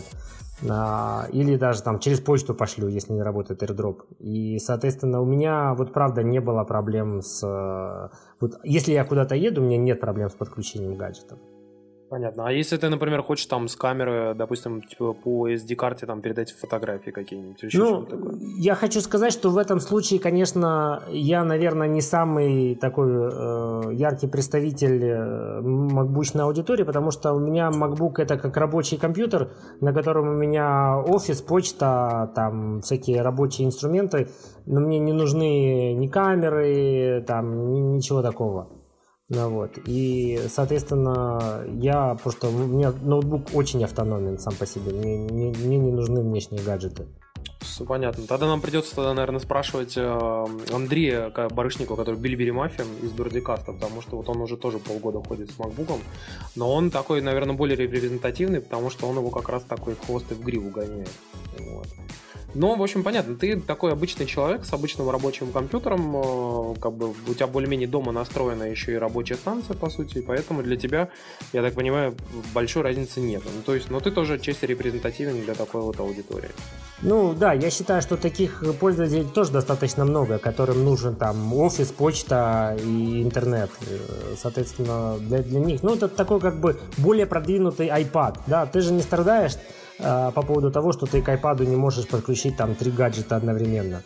Или даже там через почту пошлю, если не работает AirDrop. И, соответственно, у меня вот правда не было проблем с... Вот, если я куда-то еду, у меня нет проблем с подключением гаджетов. Понятно. А если ты, например, хочешь там с камеры, допустим, типа по эс ди-карте там передать фотографии какие-нибудь? Или ну, такое? Я хочу сказать, что в этом случае, конечно, я, наверное, не самый такой э, яркий представитель э, макбучной аудитории, потому что у меня MacBook это как рабочий компьютер, на котором у меня офис, почта, там всякие рабочие инструменты, но мне не нужны ни камеры, там ни, ничего такого. Ну, вот. И, соответственно, я просто... У меня ноутбук очень автономен сам по себе. Мне, мне, мне не нужны внешние гаджеты. Все понятно. Тогда нам придется, тогда, наверное, спрашивать Андрея Барышникова, который Билибери Мафия из Бердикаста, потому что вот он уже тоже полгода ходит с макбуком. Но он такой, наверное, более репрезентативный, потому что он его как раз такой в хвост и в гриву гоняет. Вот. Ну, в общем, понятно, ты такой обычный человек с обычным рабочим компьютером, как бы у тебя более-менее дома настроена еще и рабочая станция, по сути, поэтому для тебя, я так понимаю, большой разницы нет. Ну, то есть, но ты тоже чисто репрезентативен для такой вот аудитории. Ну, да, я считаю, что таких пользователей тоже достаточно много, которым нужен там офис, почта и интернет. Соответственно, для, для них, ну, это такой как бы более продвинутый iPad, да, ты же не страдаешь по поводу того, что ты к iPad не можешь подключить там три гаджета одновременно.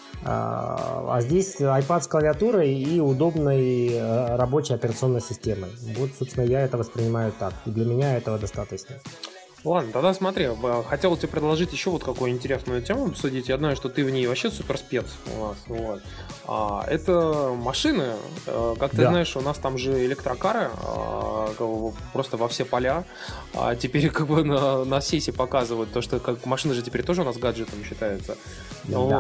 А здесь iPad с клавиатурой и удобной рабочей операционной системой. Вот, собственно, я это воспринимаю так. И для меня этого достаточно. Ладно, тогда смотри, хотел тебе предложить еще вот какую интересную тему обсудить. Я знаю, что ты в ней вообще супер спец у нас. Вот. А, это машины. Как ты да. знаешь, у нас там же электрокары просто во все поля. А теперь как бы на, на сессии показывают то, что как, машина же теперь тоже у нас гаджетом считается. Да.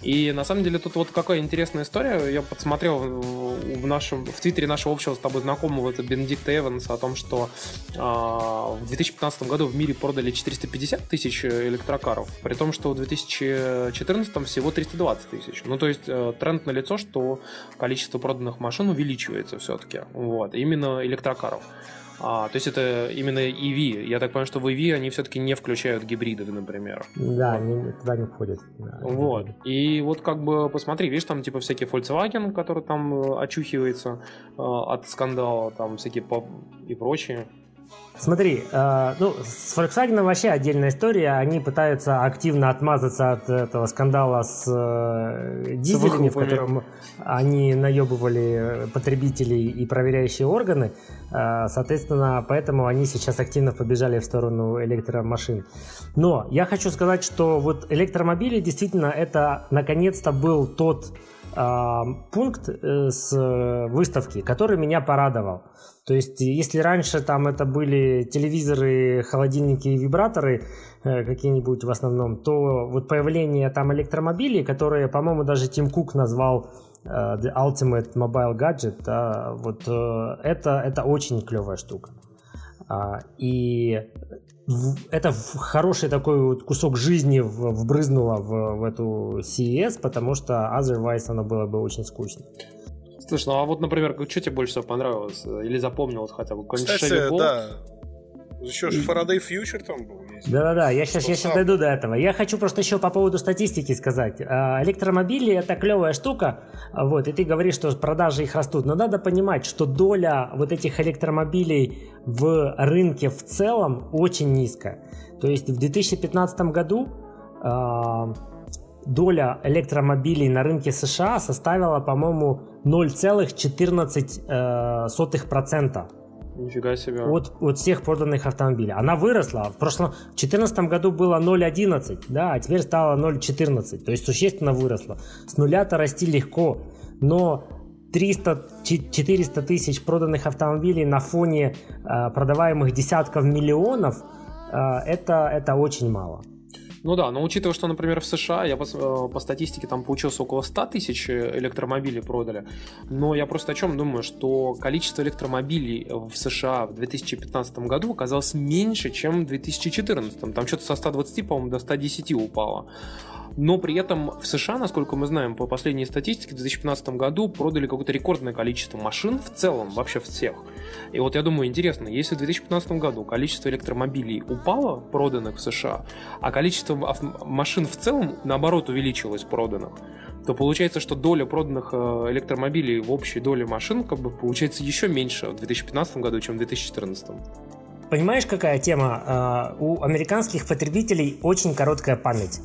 И на самом деле тут вот какая интересная история. Я подсмотрел в нашем, в твиттере нашего общего с тобой знакомого, это Бенедикта Эванса, о том, что а, в две тысячи пятнадцатом году в мире продали четыреста пятьдесят тысяч электрокаров, при том, что в две тысячи четырнадцатом всего триста двадцать тысяч. Ну, то есть тренд налицо, что количество проданных машин увеличивается все-таки. Вот, именно электрокаров. А, то есть это именно и ви. Я так понимаю, что в и ви они все-таки не включают гибридов, например. Да, они туда не входят. Да, вот. И вот как бы посмотри, видишь, там типа всякие Volkswagen, который там очухивается э, от скандала, там всякие поп- и прочие. Смотри, э, ну, с Volkswagen вообще отдельная история. Они пытаются активно отмазаться от этого скандала с э, дизелями, в котором они наебывали потребителей и проверяющие органы. Э, соответственно, поэтому они сейчас активно побежали в сторону электромашин. Но я хочу сказать, что вот электромобили действительно это наконец-то был тот э, пункт э, с выставки, который меня порадовал. То есть, если раньше там это были телевизоры, холодильники и вибраторы э, какие-нибудь в основном, то вот появление там электромобилей, которые, по-моему, даже Тим Кук назвал э, The Ultimate Mobile Gadget, да, вот э, это, это очень клевая штука. А, и это хороший такой вот кусок жизни вбрызнуло в, в эту си и эс, потому что otherwise оно было бы очень скучно. Слушай, ну а вот, например, что тебе больше всего понравилось? Или запомнилось хотя бы? Кстати, да. Еще же Faraday Future там был. Да-да-да, я сейчас, я сейчас дойду до этого. Я хочу просто еще по поводу статистики сказать. Электромобили — это клевая штука, вот, и ты говоришь, что продажи их растут. Но надо понимать, что доля вот этих электромобилей в рынке в целом очень низкая. То есть в две тысячи пятнадцатом году доля электромобилей на рынке США составила, по-моему, ноль целых четырнадцать сотых процента. Нифига себе. От, от всех проданных автомобилей. Она выросла. В прошлом, в две тысячи четырнадцатом году было ноль целых одиннадцать, да, а теперь стало ноль целых четырнадцать. То есть существенно выросла. С нуля-то расти легко, но триста-четыреста тысяч проданных автомобилей на фоне э, продаваемых десятков миллионов, э, это, это очень мало. Ну да, но учитывая, что, например, в США, я по, по статистике там получился около сто тысяч электромобилей продали, но я просто о чем думаю, что количество электромобилей в США в две тысячи пятнадцатом году оказалось меньше, чем в две тысячи четырнадцатом. Там что-то со ста двадцати, по-моему, до ста десяти упало. Но при этом в США, насколько мы знаем, по последней статистике, в две тысячи пятнадцатом году продали какое-то рекордное количество машин в целом, вообще всех. И вот я думаю, интересно, если в две тысячи пятнадцатом году количество электромобилей упало, проданных в США, а количество машин в целом, наоборот, увеличилось проданных, то получается, что доля проданных электромобилей в общей доле машин как бы получается еще меньше в две тысячи пятнадцатом году, чем в две тысячи четырнадцатом. Понимаешь, какая тема? У американских потребителей очень короткая память.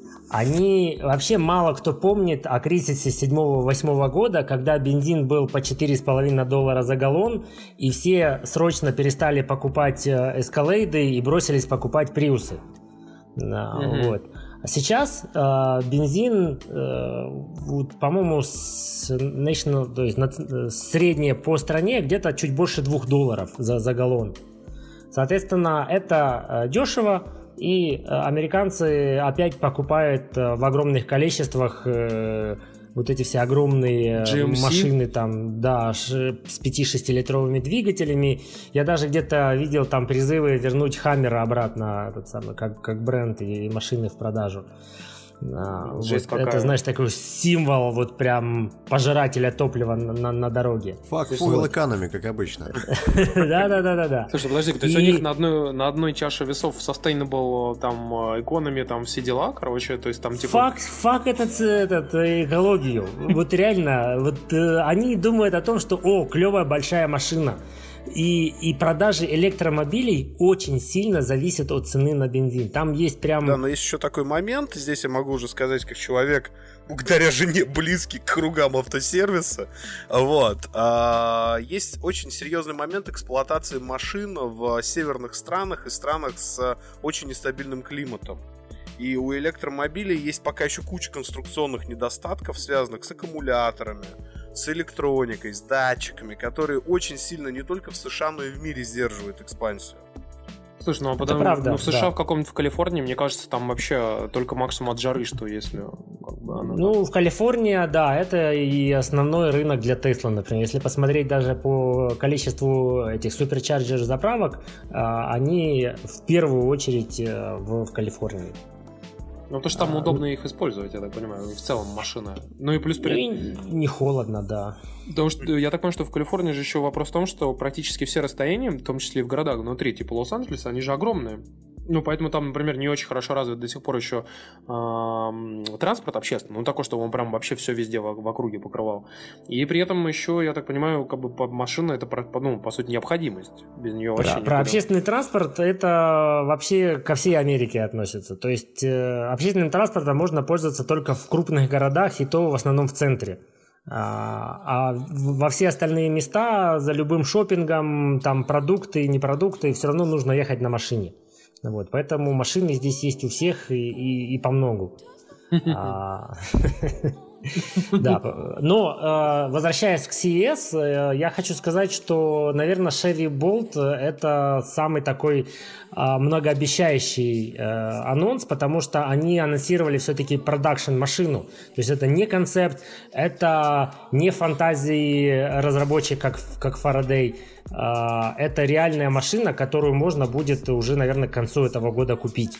Они вообще мало кто помнит о кризисе седьмого-восьмого года, когда бензин был по четыре с половиной доллара за галлон, и все срочно перестали покупать эскалейды и бросились покупать приусы. Mm-hmm. Вот. А сейчас э, бензин, э, вот, по-моему, с national, то есть на, среднее по стране где-то чуть больше двух долларов за, за галлон. Соответственно, это э, дешево. И э, американцы опять покупают э, в огромных количествах э, вот эти все огромные джи эм си? Машины там, да, ш, с пяти-шестилитровыми двигателями. Я даже где-то видел там призывы вернуть Хаммера обратно, этот самый, как, как бренд и машины в продажу. А, вот это, знаешь, такой символ вот прям пожирателя топлива на, на, на дороге. Fuck fuel economy, как обычно. Да-да-да-да. Слушай, подожди, то есть у них на одной, на одной чаше весов sustainable там economy, там все дела, короче, то есть там типа... Fuck, fuck этот, этот, экологию. Вот реально, вот они думают о том, что, о, клевая большая машина. И, и продажи электромобилей очень сильно зависят от цены на бензин. Там есть прям... Да, но есть еще такой момент, здесь я могу уже сказать, как человек, благодаря жене, близкий к кругам автосервиса, вот, а, есть очень серьезный момент эксплуатации машин в северных странах и странах с очень нестабильным климатом. И у электромобилей есть пока еще куча конструкционных недостатков, связанных с аккумуляторами, с электроникой, с датчиками, которые очень сильно не только в США, но и в мире сдерживают экспансию. Слушай, ну а потом ну, в США, да. В каком-нибудь в Калифорнии, мне кажется, там вообще только максимум от жары, что если... Как бы... Ну, в Калифорнии, да, это и основной рынок для Tesla, например. Если посмотреть даже по количеству этих суперчарджер заправок, они в первую очередь в, в Калифорнии. Ну, то, что там а, удобно их использовать, я так понимаю, в целом машина. Ну и плюс... И не холодно, да. Потому что я так понимаю, что в Калифорнии же еще вопрос в том, что практически все расстояния, в том числе и в городах внутри, типа Лос-Анджелеса, они же огромные. Ну, поэтому там, например, не очень хорошо развит до сих пор еще э, транспорт общественный. Ну, такой, чтобы он прям вообще все везде в, в округе покрывал. И при этом еще, я так понимаю, как бы машина это, ну, по сути, необходимость. Без нее вообще про, про общественный транспорт это вообще ко всей Америке относится. То есть э, общественным транспортом можно пользоваться только в крупных городах, и то в основном в центре. А, а во все остальные места за любым шопингом, там продукты, не продукты, все равно нужно ехать на машине. Вот, поэтому машины здесь есть у всех и, и, и по многу. Да, но возвращаясь к си и эс, я хочу сказать, что, наверное, Chevy Bolt это самый такой многообещающий анонс, потому что они анонсировали все-таки продакшн машину. То есть это не концепт, это не фантазии разработчика, как, как Faraday. Это реальная машина, которую можно будет уже, наверное, к концу этого года купить.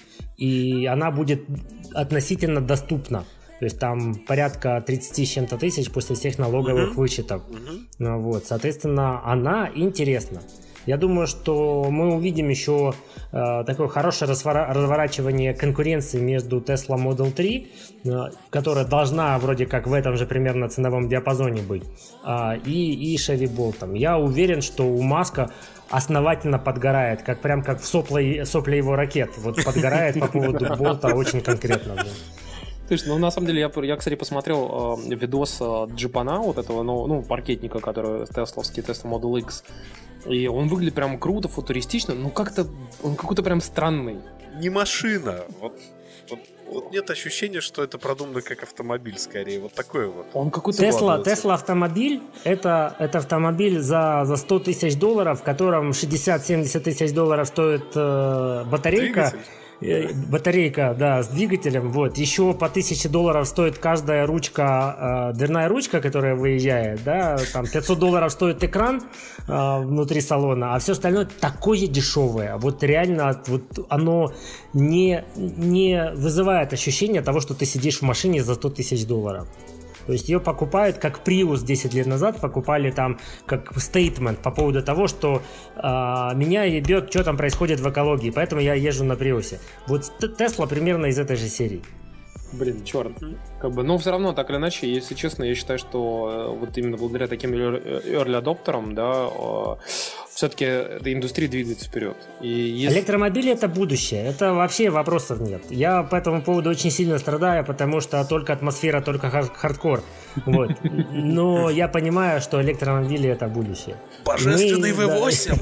И она будет относительно доступна. То есть там порядка тридцать с чем-то тысяч после всех налоговых uh-huh. вычетов. Uh-huh. Ну, вот, соответственно, она интересна. Я думаю, что мы увидим еще э, такое хорошее развора- разворачивание конкуренции между Tesla Model три, э, которая должна вроде как в этом же примерно ценовом диапазоне быть, э, и, и Chevy Bolt. Я уверен, что у Маска основательно подгорает, как прям как в сопле, сопле его ракет. Вот подгорает по поводу Болта очень конкретно. Слушай, ну на самом деле я, я кстати, посмотрел э, видос э, джипана, вот этого, ну, ну паркетника, который тесловский, Tesla Model X. И он выглядит прям круто, футуристично, но как-то он какой-то прям странный. Не машина. Вот, вот, вот нет ощущения, что это продумано как автомобиль, скорее. Вот такой вот. Он какой-то Tesla, Tesla автомобиль это, это автомобиль за, за сто тысяч долларов, в котором шестьдесят-семьдесят тысяч долларов стоит э, батарейка. Двигатель? Батарейка, да, с двигателем. Вот. Еще по тысяче долларов стоит каждая ручка, э, дверная ручка, которая выезжает, да, там пятьсот долларов стоит экран э, внутри салона, а все остальное такое дешевое. Вот реально вот оно не, не вызывает ощущения того, что ты сидишь в машине за сто тысяч долларов. То есть ее покупают как Prius десять лет назад, покупали там как стейтмент по поводу того, что э, меня ебет, что там происходит в экологии, поэтому я езжу на Prius. Вот Tesla примерно из этой же серии. Блин, черт. Как бы, но все равно, так или иначе, если честно, я считаю, что вот именно благодаря таким early адоптерам, да, все-таки эта индустрия двигается вперед. И если... Электромобили — это будущее. Это вообще вопросов нет. Я по этому поводу очень сильно страдаю, потому что только атмосфера, только хардкор. Вот. Но я понимаю, что электромобили — это будущее. Божественный ви восемь!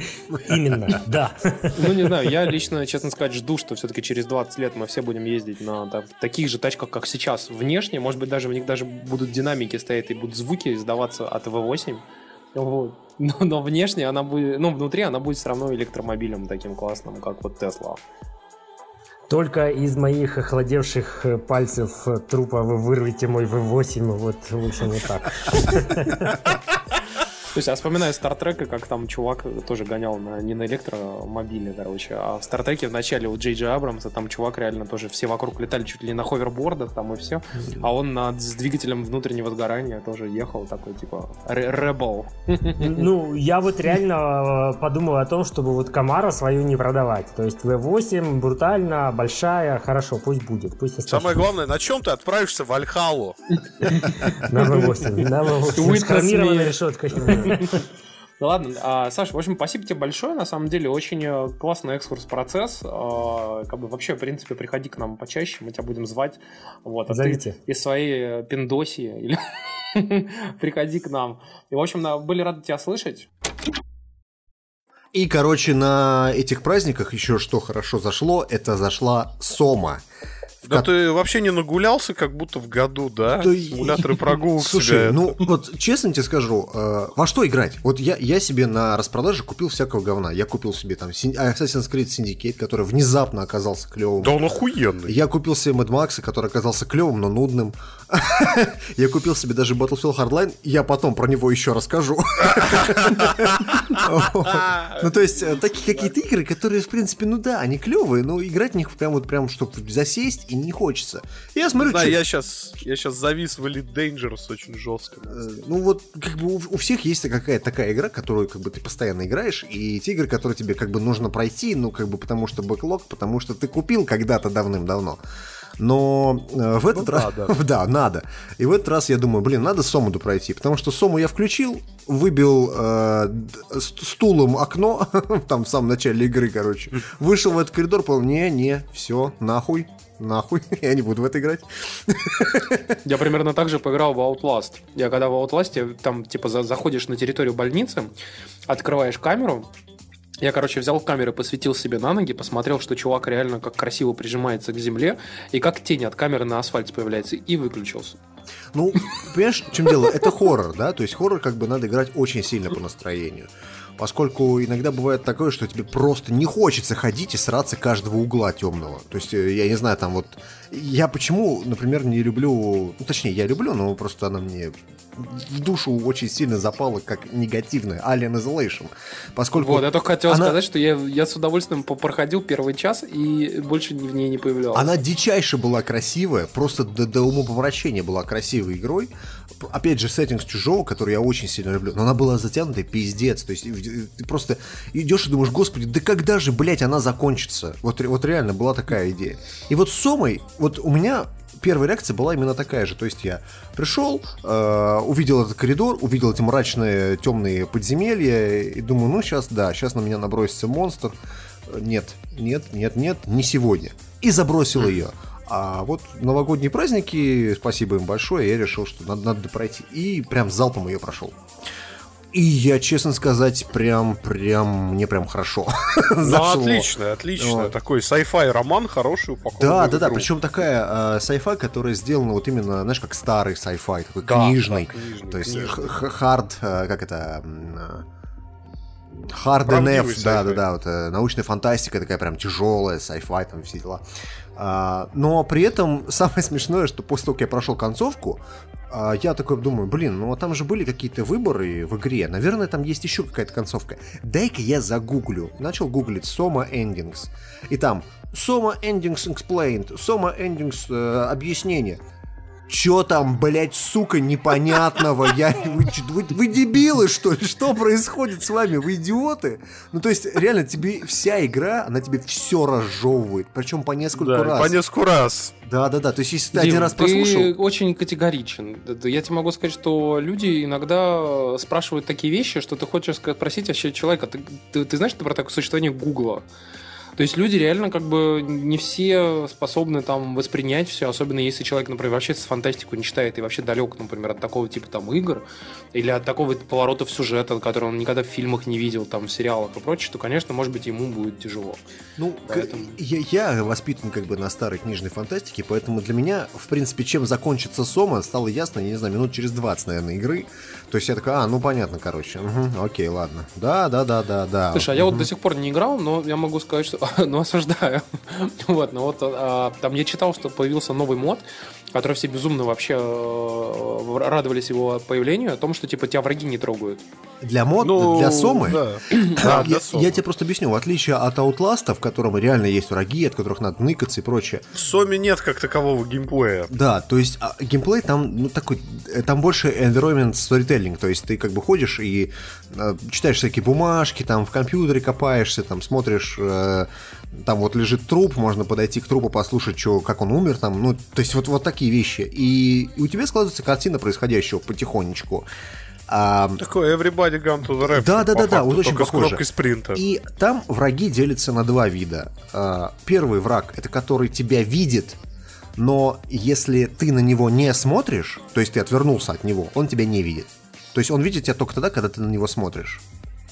Именно, да. Ну, не знаю, я лично, честно сказать, жду, что все-таки через двадцать лет мы все будем ездить на таких же тачках, как сейчас, внешне. Может быть, даже в них даже будут динамики стоять и будут звуки издаваться от ви восемь. Вот. Но, но внешне она будет, ну, внутри она будет все равно электромобилем таким классным, как вот Tesla. Только из моих охладевших пальцев трупа вы вырвете мой ви восемь, вот, в общем, вот так. То есть я вспоминаю Стартрека, как там чувак тоже гонял на, не на электромобиле, короче, а в Стартреке в начале у Джей Джей Абрамса там чувак реально тоже все вокруг летали чуть ли не на ховербордах там и все, а он над, с двигателем внутреннего сгорания тоже ехал такой типа Rebel. Ну, я вот реально подумал о том, чтобы вот Камаро свою не продавать. То есть ви восемь брутально, большая, хорошо, пусть будет. Пусть самое главное, на чем ты отправишься в Вальхаллу? На ви восемь, на ви восемь, с хромированной решеткой. Ну ладно, а, Саша, в общем, спасибо тебе большое, на самом деле, очень классный экскурс-процесс, а, как бы вообще, в принципе, приходи к нам почаще, мы тебя будем звать, вот, а зовите. Ты из своей пиндосии или приходи к нам, и, в общем, были рады тебя слышать. И, короче, на этих праздниках еще что хорошо зашло, это зашла Сома. Да как... ты вообще не нагулялся, как будто в году, да? да Симуляторы и... прогулок. Слушай, ну это... вот честно тебе скажу, э, во что играть? Вот я, я себе на распродаже купил всякого говна. Я купил себе там Assassin's Creed Syndicate, который внезапно оказался клевым. Да он охуенный. Я купил себе Mad Max, который оказался клевым, но нудным. Я купил себе даже Battlefield Hardline, я потом про него еще расскажу. Ну, то есть, такие какие-то игры, которые, в принципе, ну да, они клевые, но играть в них прям вот прям, чтобы засесть, и не хочется. Я смотрю, да, я сейчас, я сейчас завис в Elite Dangerous очень жестко. Ну, вот, как бы у всех есть какая-то такая игра, которую, как бы, ты постоянно играешь, и те игры, которые тебе, как бы, нужно пройти, ну, как бы, потому что бэклог, потому что ты купил когда-то давным-давно. Но э, в этот ну, раз... Да, да, надо. И в этот раз я думаю, блин, надо Сому-то пройти. Потому что Сому я включил, выбил э, стулом окно, там в самом начале игры, короче. Вышел в этот коридор, понял, не-не, все, нахуй, нахуй, я не буду в это играть. Я примерно так же поиграл в Outlast. Я когда в Outlast, там, типа, заходишь на территорию больницы, открываешь камеру. Я, короче, взял камеру, посветил себе на ноги, посмотрел, что чувак реально как красиво прижимается к земле, и как тень от камеры на асфальте появляется, и выключился. Ну, понимаешь, в чем дело? Это хоррор, да? То есть хоррор как бы надо играть очень сильно по настроению. Поскольку иногда бывает такое, что тебе просто не хочется ходить и сраться каждого угла темного. То есть, я не знаю, там вот... Я почему, например, не люблю... Ну, точнее, я люблю, но просто она мне в душу очень сильно запала как негативная. Alien Isolation. Поскольку... Вот, я только хотел она... сказать, что я, я с удовольствием проходил первый час и больше в ней не появлялся. Она дичайше была красивая, просто до, до умопомрачения была красивой игрой. Опять же, сеттинг Чужого, который я очень сильно люблю, но она была затянутая пиздец. То есть ты просто идешь и думаешь, господи, да когда же, блядь, она закончится? Вот, вот реально была такая идея. И вот с Сомой, вот у меня первая реакция была именно такая же. То есть я пришел, э, увидел этот коридор, увидел эти мрачные темные подземелья и думаю, ну сейчас, да, сейчас на меня набросится монстр. Нет, нет, нет, нет, не сегодня. И забросил ее. А вот новогодние праздники, спасибо им большое, я решил, что надо, надо пройти. И прям залпом ее прошел. И я, честно сказать, прям, прям, мне прям хорошо. Ну, отлично, отлично. Вот. Такой sci-fi роман, хороший упакован. Да, да, да, причем такая э, sci-fi, которая сделана вот именно, знаешь, как старый sci-fi, такой да, книжный. Да, книжный. То есть хард, э, как это... Э, Hard эн эф, да, да, да, вот, э, научная фантастика такая прям тяжелая, sci-fi, там все дела. А, но при этом самое смешное, что после того, как я прошел концовку, а, я такой думаю, блин, ну там же были какие-то выборы в игре, наверное, там есть еще какая-то концовка. Дай-ка я загуглю. Начал гуглить Soma Endings. И там Soma Endings Explained, Soma Endings э, объяснение. Чё там, блять, сука, непонятного? Я... Вы, вы, вы дебилы, что ли? Что происходит с вами? Вы идиоты? Ну, то есть, реально, тебе вся игра, она тебе все разжевывает. Причем по нескольку да, раз. по нескольку раз. Да-да-да, то есть, если ты Дим, один раз прослушал... ты очень категоричен. Я тебе могу сказать, что люди иногда спрашивают такие вещи, что ты хочешь спросить вообще человека. Ты, ты, ты знаешь, что про такое существование Гугла? То есть люди реально как бы не все способны там воспринять все, особенно если человек, например, вообще с фантастику не читает и вообще далек, например, от такого типа там игр или от такого поворотов сюжета, который он никогда в фильмах не видел, там в сериалах и прочее, то, конечно, может быть, ему будет тяжело. Ну, поэтому... я, я воспитан как бы на старой книжной фантастике, поэтому для меня, в принципе, чем закончится Сома, стало ясно, я не знаю, минут через двадцать, наверное, игры. То есть я такой, а, ну понятно, короче, угу, окей, ладно. Да, да, да, да, да. Слушай, а я вот до сих пор не играл, но я могу сказать, что ну, осуждаю. Вот, ну вот а, там я читал, что появился новый мод, который все безумно вообще э, радовались его появлению, о том, что типа тебя враги не трогают. Для мод, ну, для Сомы? Да. Да, я, я тебе просто объясню, в отличие от Outlast, в котором реально есть враги, от которых надо ныкаться и прочее. В Соме нет как такового геймплея. Да, то есть а, геймплей там, ну, такой, там больше environment storytelling, то есть ты как бы ходишь и э, читаешь всякие бумажки, там в компьютере копаешься, там смотришь, э, там вот лежит труп, можно подойти к трупу, послушать, что, как он умер, там, ну, то есть вот, вот такие вещи. И, и у тебя складывается картина происходящего потихонечку. А... Такой everybody gone to the rapture. Да, да, да, да, вот очень похоже. Спринта. И там враги делятся на два вида. А, первый враг — это который тебя видит, но если ты на него не смотришь, то есть ты отвернулся от него, он тебя не видит. То есть он видит тебя только тогда, когда ты на него смотришь.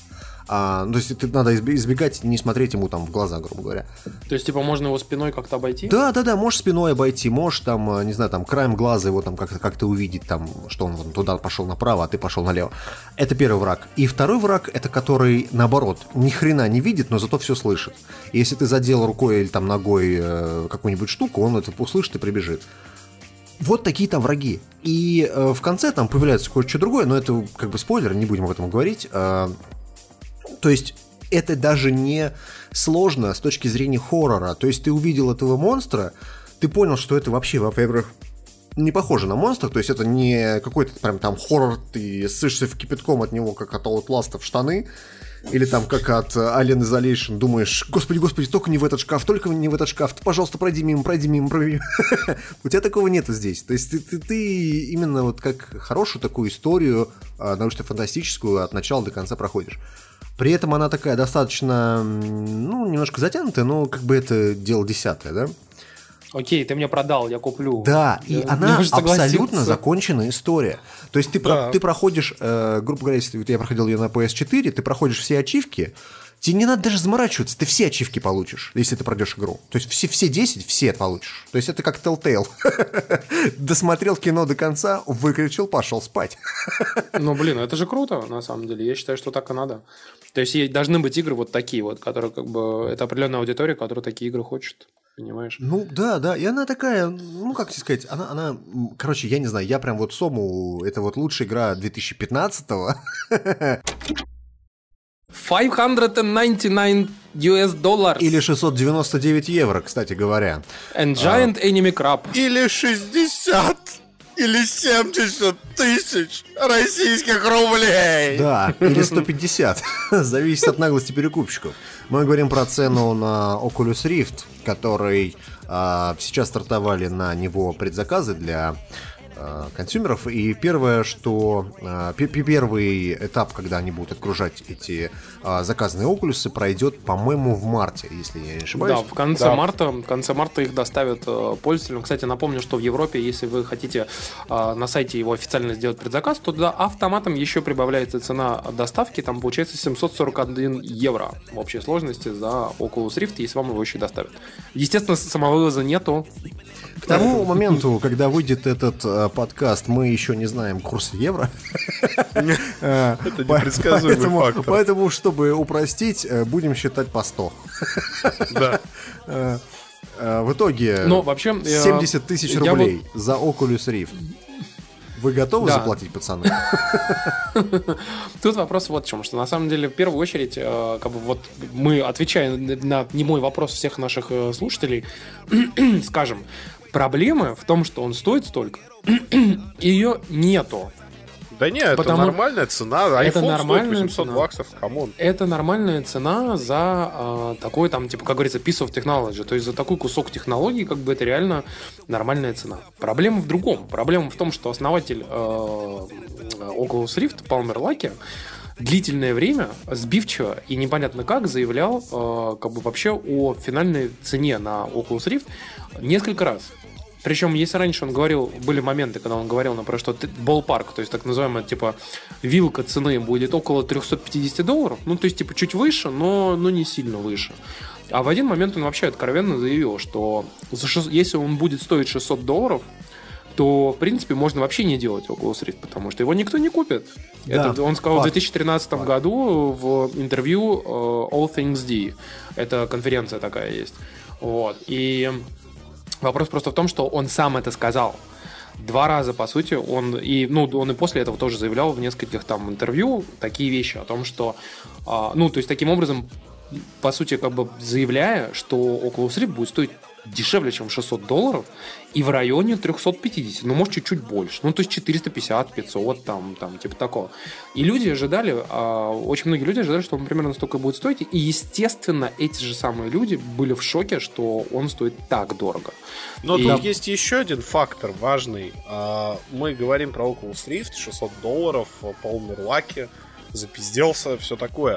А, то есть, ты надо избегать, не смотреть ему там в глаза, грубо говоря. То есть, типа, можно его спиной как-то обойти? Да, да, да, можешь спиной обойти, можешь там, не знаю, там, краем глаза его там как-то, как-то увидеть, там, что он вон, туда пошел направо, а ты пошел налево. Это первый враг. И второй враг, это который, наоборот, ни хрена не видит, но зато все слышит. И если ты задел рукой или там ногой э, какую-нибудь штуку, он это услышит и прибежит. Вот такие там враги. И э, в конце там появляется кое-что другое, но это как бы спойлер, не будем об этом говорить. Э, то есть это даже не сложно с точки зрения хоррора. То есть ты увидел этого монстра, ты понял, что это вообще, во-первых, не похоже на монстра, то есть это не какой-то прям там хоррор, ты ссышься в кипятком от него, как от Outlast в штаны, или там как от Alien Isolation, думаешь, господи, господи, только не в этот шкаф, только не в этот шкаф, пожалуйста, пройди мимо, пройди мимо, пройди мимо. У тебя такого нету здесь. То есть ты, ты, ты именно вот как хорошую такую историю, научно-фантастическую, от начала до конца проходишь. При этом она такая достаточно, ну, немножко затянутая, но как бы это дело десятое, да? Окей, ты мне продал, я куплю. Да, я, и она абсолютно согласиться. законченная история. То есть ты, да. про, ты проходишь, э, грубо говоря, если я проходил ее на пи эс четыре, ты проходишь все ачивки, тебе не надо даже заморачиваться, ты все ачивки получишь, если ты пройдешь игру. То есть все, все десять, все получишь. То есть это как Telltale. Досмотрел кино до конца, выключил, пошел спать. Ну, блин, это же круто, на самом деле. Я считаю, что так и надо. То есть должны быть игры вот такие вот, которые как бы... Это определенная аудитория, которая такие игры хочет. Понимаешь? Ну, да, да. И она такая, ну, как тебе сказать, она, она... Короче, я не знаю, я прям вот Сому... Это вот лучшая игра две тысячи пятнадцатого. пятьсот девяносто девять ю эс долларов. Или шестьсот девяносто девять евро, кстати говоря. And Giant а... Enemy Crab. Или шестьдесят, или семьдесят тысяч российских рублей. Да, или сто пятьдесят. Зависит от наглости перекупщиков. Мы говорим про цену на Oculus Rift, который а, сейчас стартовали на него предзаказы для а, консюмеров. И первое, что а, п- первый этап, когда они будут отгружать эти а, заказанные Oculus, пройдет, по-моему, в марте, если я не ошибаюсь. Да, в конце, да. марта, в конце марта их доставят э, пользователям. Кстати, напомню, что в Европе, если вы хотите э, на сайте его официально сделать предзаказ, то туда автоматом еще прибавляется цена доставки. Там получается семьсот сорок один евро в общей сложности за Oculus Rift, если вам его еще доставят. Естественно, самовывоза нету. К тому моменту, когда выйдет этот э, подкаст, мы еще не знаем курс евро. Это непредсказуемый фактор. Поэтому, чтобы упростить, будем считать по сто. Да. В итоге семьдесят тысяч рублей за Oculus Rift. Вы готовы да. заплатить, пацаны? Тут вопрос вот в чем, что на самом деле в первую очередь, как бы вот мы, отвечая на немой вопрос всех наших слушателей, скажем, проблема в том, что он стоит столько, ее нету. Да нет, Потому... это нормальная цена. iPhone это нормальная стоит восемьсот цена. баксов, камон. Это нормальная цена за э, такой там, типа, как говорится, piece of technology. То есть за такой кусок технологий, как бы это реально нормальная цена. Проблема в другом. Проблема в том, что основатель э, Oculus Rift, Палмер Лаки, длительное время сбивчиво и непонятно как заявлял э, как бы вообще о финальной цене на Oculus Rift несколько раз. Причем, если раньше он говорил, были моменты, когда он говорил, например, что ballpark, то есть так называемая, типа, вилка цены будет около триста пятьдесят долларов, ну, то есть, типа, чуть выше, но, но не сильно выше. А в один момент он вообще откровенно заявил, что за шест... если он будет стоить шестьсот долларов, то, в принципе, можно вообще не делать Oculus Rift, потому что его никто не купит. Да, это он сказал факт. В две тысячи тринадцатом факт. году в интервью uh, All Things D. Это конференция такая есть. Вот. И вопрос просто в том, что он сам это сказал. Два раза, по сути, он и, ну, он и после этого тоже заявлял в нескольких там интервью такие вещи о том, что, uh, ну, то есть, таким образом, по сути, как бы заявляя, что Oculus Rift будет стоить дешевле, чем шестьсот долларов, и в районе триста пятьдесят, ну, может, чуть-чуть больше. Ну, то есть четыреста пятьдесят, пятьсот, там, там, типа такого. И люди ожидали, а, очень многие люди ожидали, что он примерно столько будет стоить, и, естественно, эти же самые люди были в шоке, что он стоит так дорого. Но и... тут есть еще один фактор важный. Мы говорим про Oculus Rift, шестьсот долларов, Палмер Лаки, запизделся, все такое.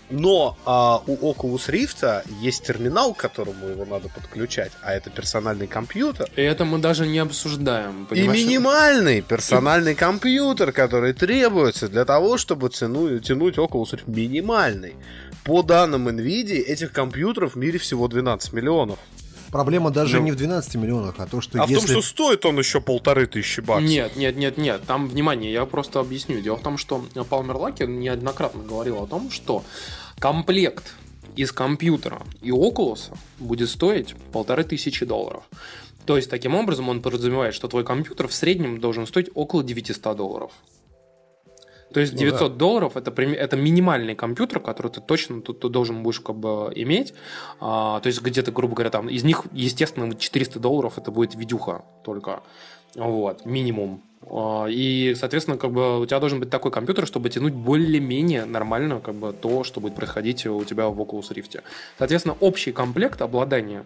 Но а, у Oculus Rift есть терминал, к которому его надо подключать, а это персональный компьютер. И это мы даже не обсуждаем. Понимаешь? И минимальный персональный компьютер, который требуется для того, чтобы цену, тянуть Oculus Rift. Минимальный. По данным NVIDIA, этих компьютеров в мире всего двенадцать миллионов. Проблема даже ну, не в двенадцати миллионах, а то, что а если... в том, что стоит он еще полторы тысячи баксов. Нет, нет, нет, нет. Там, внимание, я просто объясню. Дело в том, что Палмер Лаки неоднократно говорил о том, что комплект из компьютера и Oculus будет стоить полторы тысячи долларов. То есть, таким образом, он подразумевает, что твой компьютер в среднем должен стоить около девятьсот долларов. То есть девятьсот ну, да. долларов это, это минимальный компьютер, который ты точно тут ты должен будешь как бы иметь. А, то есть где-то, грубо говоря, там из них, естественно, четыреста долларов это будет видюха только. Вот, минимум. И, соответственно, как бы у тебя должен быть такой компьютер, чтобы тянуть более-менее нормально как бы, то, что будет происходить у тебя в Oculus Rift. Соответственно, общий комплект обладания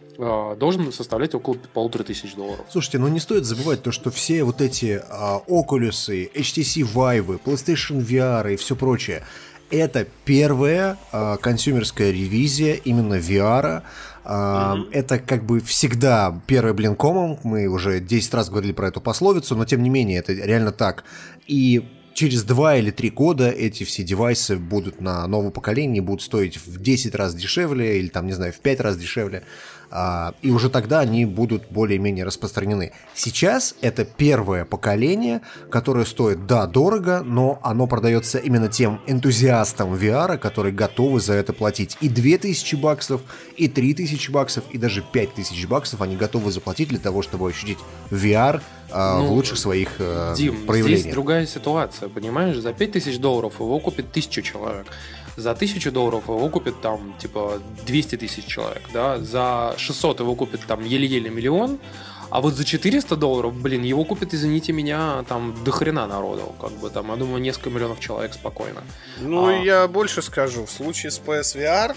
э, должен составлять около полутора тысяч долларов. Слушайте, ну не стоит забывать то, что все вот эти э, Oculus, эйч ти си Vive, PlayStation ви ар и все прочее, это первая э, консюмерская ревизия именно ви ар. Uh, mm-hmm. Это как бы всегда первый блин комом. Мы уже десять раз говорили про эту пословицу, но тем не менее это реально так. И через два или три года эти все девайсы будут на новом поколении, будут стоить в десять раз дешевле или там, не знаю, в пять раз дешевле. Uh, и уже тогда они будут более-менее распространены. Сейчас это первое поколение, которое стоит, да, дорого, но оно продается именно тем энтузиастам ви ар, которые готовы за это платить. И две тысячи баксов, и три тысячи баксов, и даже пять тысяч баксов они готовы заплатить для того, чтобы ощутить ви ар uh, ну, в лучших своих uh, Дим, проявлениях. Здесь другая ситуация, понимаешь? За пять тысяч долларов его купит тысяча человек. За тысячу долларов его купит там, типа, двести тысяч человек, да, за шестьсот его купит там еле-еле миллион, а вот за четыреста долларов, блин, его купит, извините меня, там до хрена народу, как бы там, я думаю, несколько миллионов человек спокойно. Ну, а... я больше скажу, в случае с пи эс ви ар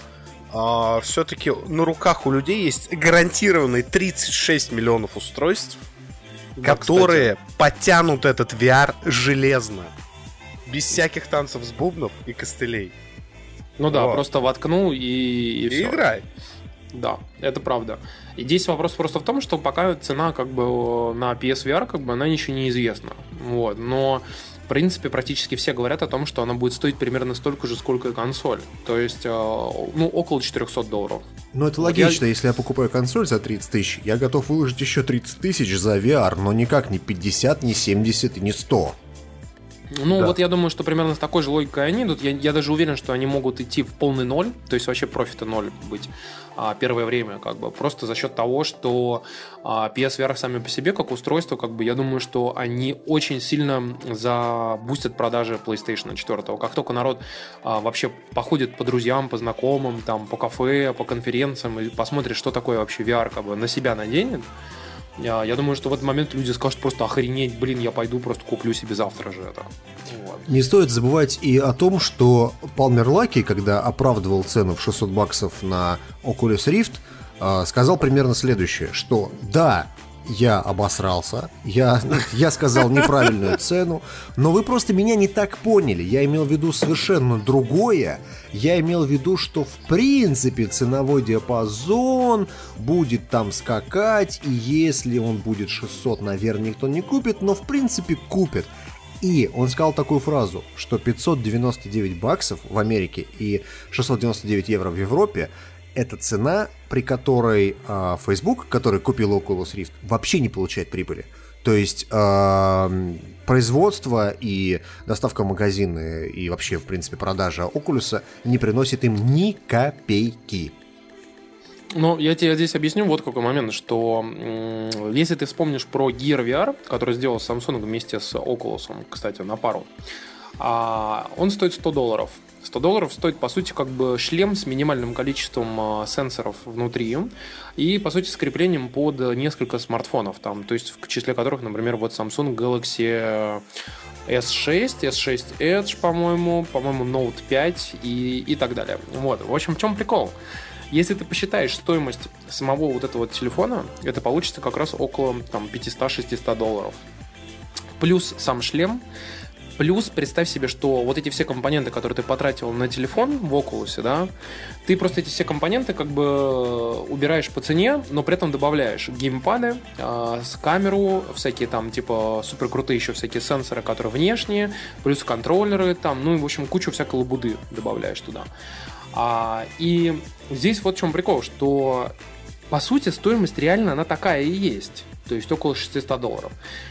а, все-таки на руках у людей есть гарантированные тридцать шесть миллионов устройств, да, которые кстати. Потянут этот ви ар железно, без всяких танцев с бубнов и костылей. Ну да, вот. Просто воткнул и, и, и все. Играй. Да, это правда. И здесь вопрос просто в том, что пока цена как бы на пи эс ви ар как бы она еще неизвестна. Вот. Но в принципе практически все говорят о том, что она будет стоить примерно столько же, сколько и консоль. То есть, ну, около четыреста долларов. Ну, это логично, я... если я покупаю консоль за тридцать тысяч, я готов выложить еще тридцать тысяч за ви ар, но никак не пятьдесят, не семьдесят и не сто. Ну, да. Вот я думаю, что примерно с такой же логикой они идут. Я, я даже уверен, что они могут идти в полный ноль, то есть вообще профита ноль быть а, первое время, как бы, просто за счет того, что а, пи эс ви ар сами по себе, как устройство, как бы, я думаю, что они очень сильно забустят продажи PlayStation четыре. Как только народ а, вообще походит по друзьям, по знакомым, там, по кафе, по конференциям и посмотрит, что такое вообще ви ар, как бы, на себя наденет, Я, я думаю, что в этот момент люди скажут просто охренеть, блин, я пойду просто куплю себе завтра же это. Вот. Не стоит забывать и о том, что Палмер Лаки, когда оправдывал цену в шестьсот баксов на Oculus Rift, сказал примерно следующее, что да, я обосрался, я, я сказал неправильную цену, но вы просто меня не так поняли. Я имел в виду совершенно другое. Я имел в виду, что в принципе ценовой диапазон будет там скакать, и если он будет шестьсот, наверное, никто не купит, но в принципе купит. И он сказал такую фразу, что пятьсот девяносто девять баксов в Америке и шестьсот девяносто девять евро в Европе это цена, при которой э, Facebook, который купил Oculus Rift, вообще не получает прибыли. То есть э, производство и доставка в магазины и вообще, в принципе, продажа Oculus не приносит им ни копейки. Ну, я тебе здесь объясню вот какой момент, что м- если ты вспомнишь про Gear ви ар, который сделал Samsung вместе с Oculus, кстати, на пару, а, он стоит сто долларов. сто долларов стоит, по сути, как бы шлем с минимальным количеством а, сенсоров внутри и, по сути, с креплением под несколько смартфонов, там, то есть в числе которых, например, вот Samsung Galaxy эс шесть, эс шесть Edge, по-моему, по-моему, Note пять и, и так далее. Вот. В общем, в чем прикол? Если ты посчитаешь стоимость самого вот этого телефона, это получится как раз около там, пятьсот-шестьсот долларов. Плюс сам шлем, Плюс представь себе, что вот эти все компоненты, которые ты потратил на телефон в Oculus, да, ты просто эти все компоненты как бы убираешь по цене, но при этом добавляешь геймпады, э, с камеру, всякие там типа супер крутые еще всякие сенсоры, которые внешние, плюс контроллеры там, ну и в общем кучу всякой лабуды добавляешь туда. А, и здесь вот в чем прикол, что по сути стоимость реально она такая и есть. То есть около шестьсот долларов.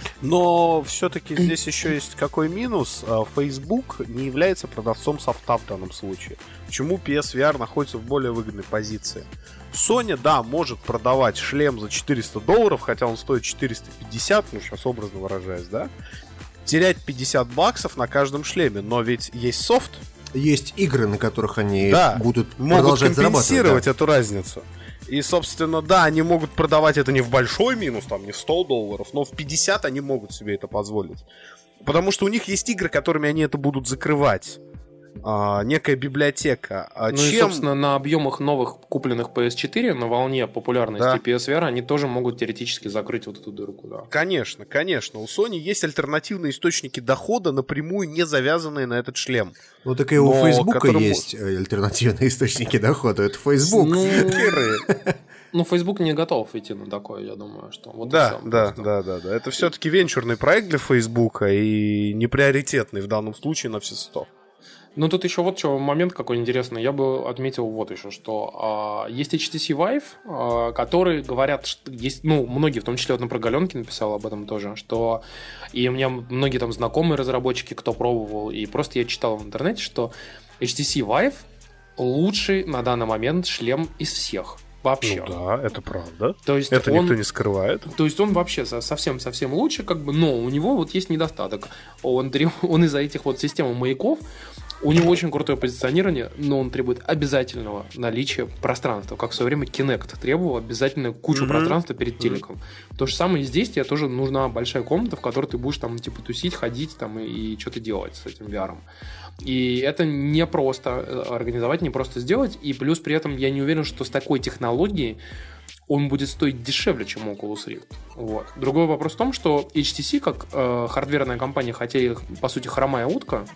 Но все-таки здесь еще есть какой минус. Facebook не является продавцом софта в данном случае. Почему пи эс ви ар находится в более выгодной позиции? Sony, да, может продавать шлем за четыреста долларов, хотя он стоит четыреста пятьдесят, ну сейчас образно выражаясь, да? Терять пятьдесят баксов на каждом шлеме, но ведь есть софт. Есть игры, на которых они да, будут могут продолжать компенсировать да. эту разницу. И, собственно, да, они могут продавать это не в большой минус, там, не в сто долларов, но в пятьдесят они могут себе это позволить. Потому что у них есть игры, которыми они это будут закрывать. А, некая библиотека. А ну чем... и, собственно, на объемах новых купленных пи эс четыре, на волне популярности да. пи эс ви ар, они тоже могут теоретически закрыть вот эту дырку. Да. Конечно, конечно. У Sony есть альтернативные источники дохода, напрямую не завязанные на этот шлем. Ну так и у Но Фейсбука которым... есть альтернативные источники дохода. Это Facebook. Ну, ну, Facebook не готов идти на такое, я думаю, что... Вот да, да, да, да, да. Это все-таки венчурный проект для Фейсбука и не приоритетный в данном случае на все сто. Ну, тут еще вот что момент какой интересный. Я бы отметил вот еще, что а, есть эйч ти си Vive, а, которые говорят, что есть, ну, многие, в том числе, вот, например, Галенкин написал об этом тоже, что и у меня многие там знакомые разработчики, кто пробовал, и просто я читал в интернете, что эйч ти си Vive лучший на данный момент шлем из всех. Вообще. Ну да, это правда. То есть это он, никто не скрывает. То есть он вообще совсем-совсем лучше, как бы, но у него вот есть недостаток. Он, он из-за этих вот систем маяков, у него очень крутое позиционирование, но он требует обязательного наличия пространства, как в свое время Kinect требовал обязательно кучу mm-hmm. пространства перед телеком. Mm-hmm. То же самое и здесь, тебе тоже нужна большая комната, в которой ты будешь там типа тусить, ходить там и, и что-то делать с этим ви ар. И это не просто организовать, не просто сделать, и плюс при этом я не уверен, что с такой технологией он будет стоить дешевле, чем Oculus Rift. Вот. Другой вопрос в том, что эйч ти си, как э, хардверная компания, хотя и, по сути, хромая утка,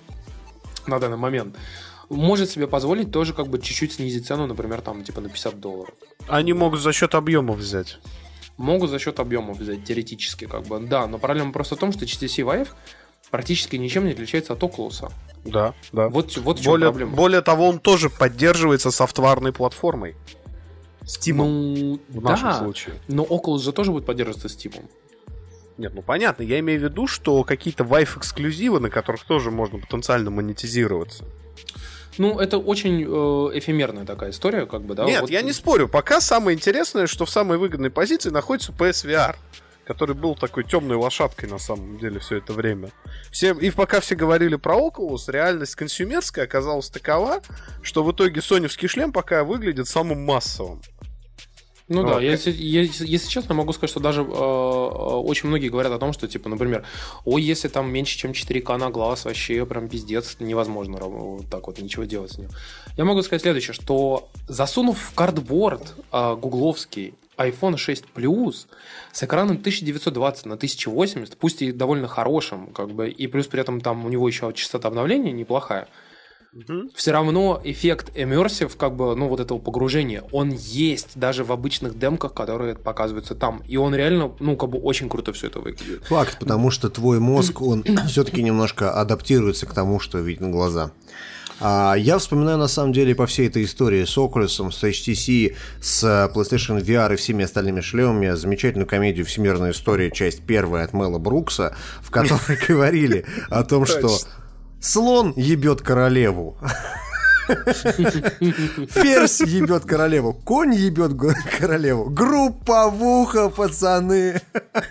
на данный момент, может себе позволить тоже как бы чуть-чуть снизить цену, например, там типа на пятьдесят долларов. Они могут за счет объемов взять. Могут за счет объемов взять, теоретически, как бы, да, но проблема просто в том, что эйч ти си Vive практически ничем не отличается от Oculus. Да, да. Вот, вот в чем более, проблема. Более того, он тоже поддерживается софтварной платформой. Steam. Ну, в да, нашем случае. Но Oculus же тоже будет поддерживаться Steam. Нет, ну понятно, я имею в виду, что какие-то Vive-эксклюзивы, на которых тоже можно потенциально монетизироваться. Ну, это очень э, эфемерная такая история, как бы, да. Нет, вот... я не спорю. Пока самое интересное, что в самой выгодной позиции находится пи эс ви ар, который был такой темной лошадкой на самом деле все это время. Все, и пока все говорили про Oculus, реальность консюмерская оказалась такова, что в итоге соневский шлем пока выглядит самым массовым. Ну вот. да, если, если, если честно, могу сказать, что даже э, очень многие говорят о том, что, типа, например, ой, если там меньше, чем четыре ка на глаз, вообще прям пиздец, невозможно вот так вот ничего делать с ним. Я могу сказать следующее, что засунув в картборд э, гугловский айфон шесть плюс с экраном тысяча девятьсот двадцать на тысяча восемьдесят, пусть и довольно хорошим, как бы, и плюс при этом там у него еще частота обновления неплохая, Uh-huh. все равно эффект immersive, как бы, ну, вот этого погружения, он есть даже в обычных демках, которые показываются там. И он реально, ну, как бы очень круто все это выглядит. Факт, потому что твой мозг, он все-таки немножко адаптируется к тому, что видно глаза. А я вспоминаю, на самом деле, по всей этой истории с Oculus, с эйч ти си, с PlayStation ви ар и всеми остальными шлемами замечательную комедию «Всемирная история», часть первая от Мэла Брукса, в которой говорили о том, что слон ебет королеву. Ферзь ебет королеву. Конь ебет королеву. Групповуха, пацаны.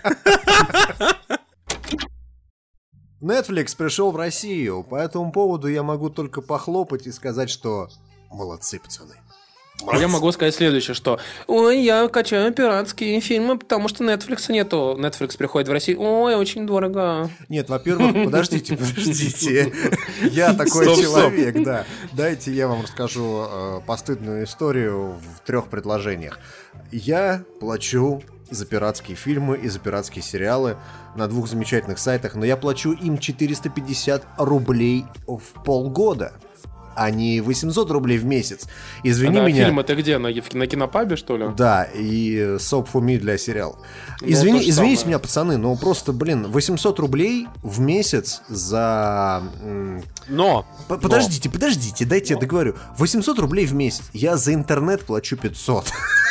Netflix пришел в Россию. По этому поводу я могу только похлопать и сказать, что молодцы, пацаны. Я могу сказать следующее, что ой, я качаю пиратские фильмы, потому что Netflix нету. Netflix приходит в Россию, ой, очень дорого. Нет, во-первых, подождите, подождите. Я такой стоп, человек, стоп. да. Дайте я вам расскажу э, постыдную историю в трех предложениях. Я плачу за пиратские фильмы и за пиратские сериалы на двух замечательных сайтах, но я плачу им четыреста пятьдесят рублей в полгода, а не восемьсот рублей в месяц. Извини а меня. Фильм это где? На, на Кинопабе, что ли? Да, и Soap for Me для сериала. Извини, ну, извините самое. меня, пацаны, но просто, блин, восемьсот рублей в месяц за... Но! П- подождите, но. подождите, дайте но. я договорю. восемьсот рублей в месяц. Я за интернет плачу пятьсот.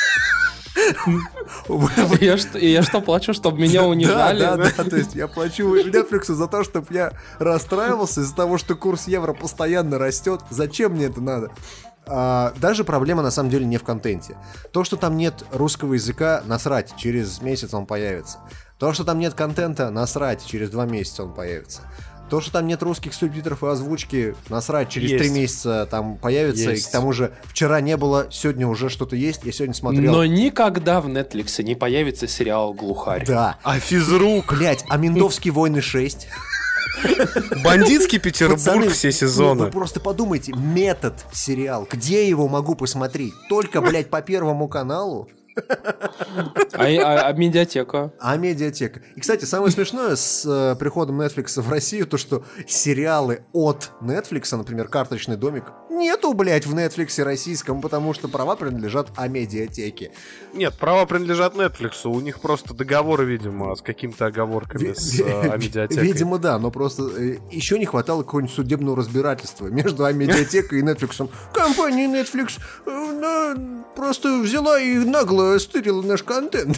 Я что, я что плачу, чтобы меня унижали? Да, да, да, то есть я плачу Netflix за то, чтобы я расстраивался из-за того, что курс евро постоянно растет. Зачем мне это надо? А, даже проблема на самом деле не в контенте. То, что там нет русского языка, насрать, через месяц он появится. То, что там нет контента, насрать, через два месяца он появится. То, что там нет русских субтитров и озвучки, насрать, через три месяца там появится. Есть. И к тому же вчера не было, сегодня уже что-то есть, я сегодня смотрел. Но никогда в Netflix не появится сериал «Глухарь». Да. А физрук? Блять, а «Ментовские войны шесть»? Бандитский Петербург Пацаны, все Вы, сезоны. вы просто подумайте, метод сериал, где я его могу посмотреть? Только, блядь, по Первому каналу? А, а, а медиатека? А медиатека. И, кстати, самое смешное с э, приходом Netflix в Россию, то, что сериалы от Netflix, например, «Карточный домик», нету, блядь, в Netflix российском, потому что права принадлежат Амедиатеке. Нет, права принадлежат Netflix. У них просто договоры, видимо, с какими-то оговорками с э, Амедиатекой. Видимо, да, но просто э, еще не хватало какого-нибудь судебного разбирательства между Амедиатекой и Netflix. Компания Netflix э, на, просто взяла и нагло стырила наш контент.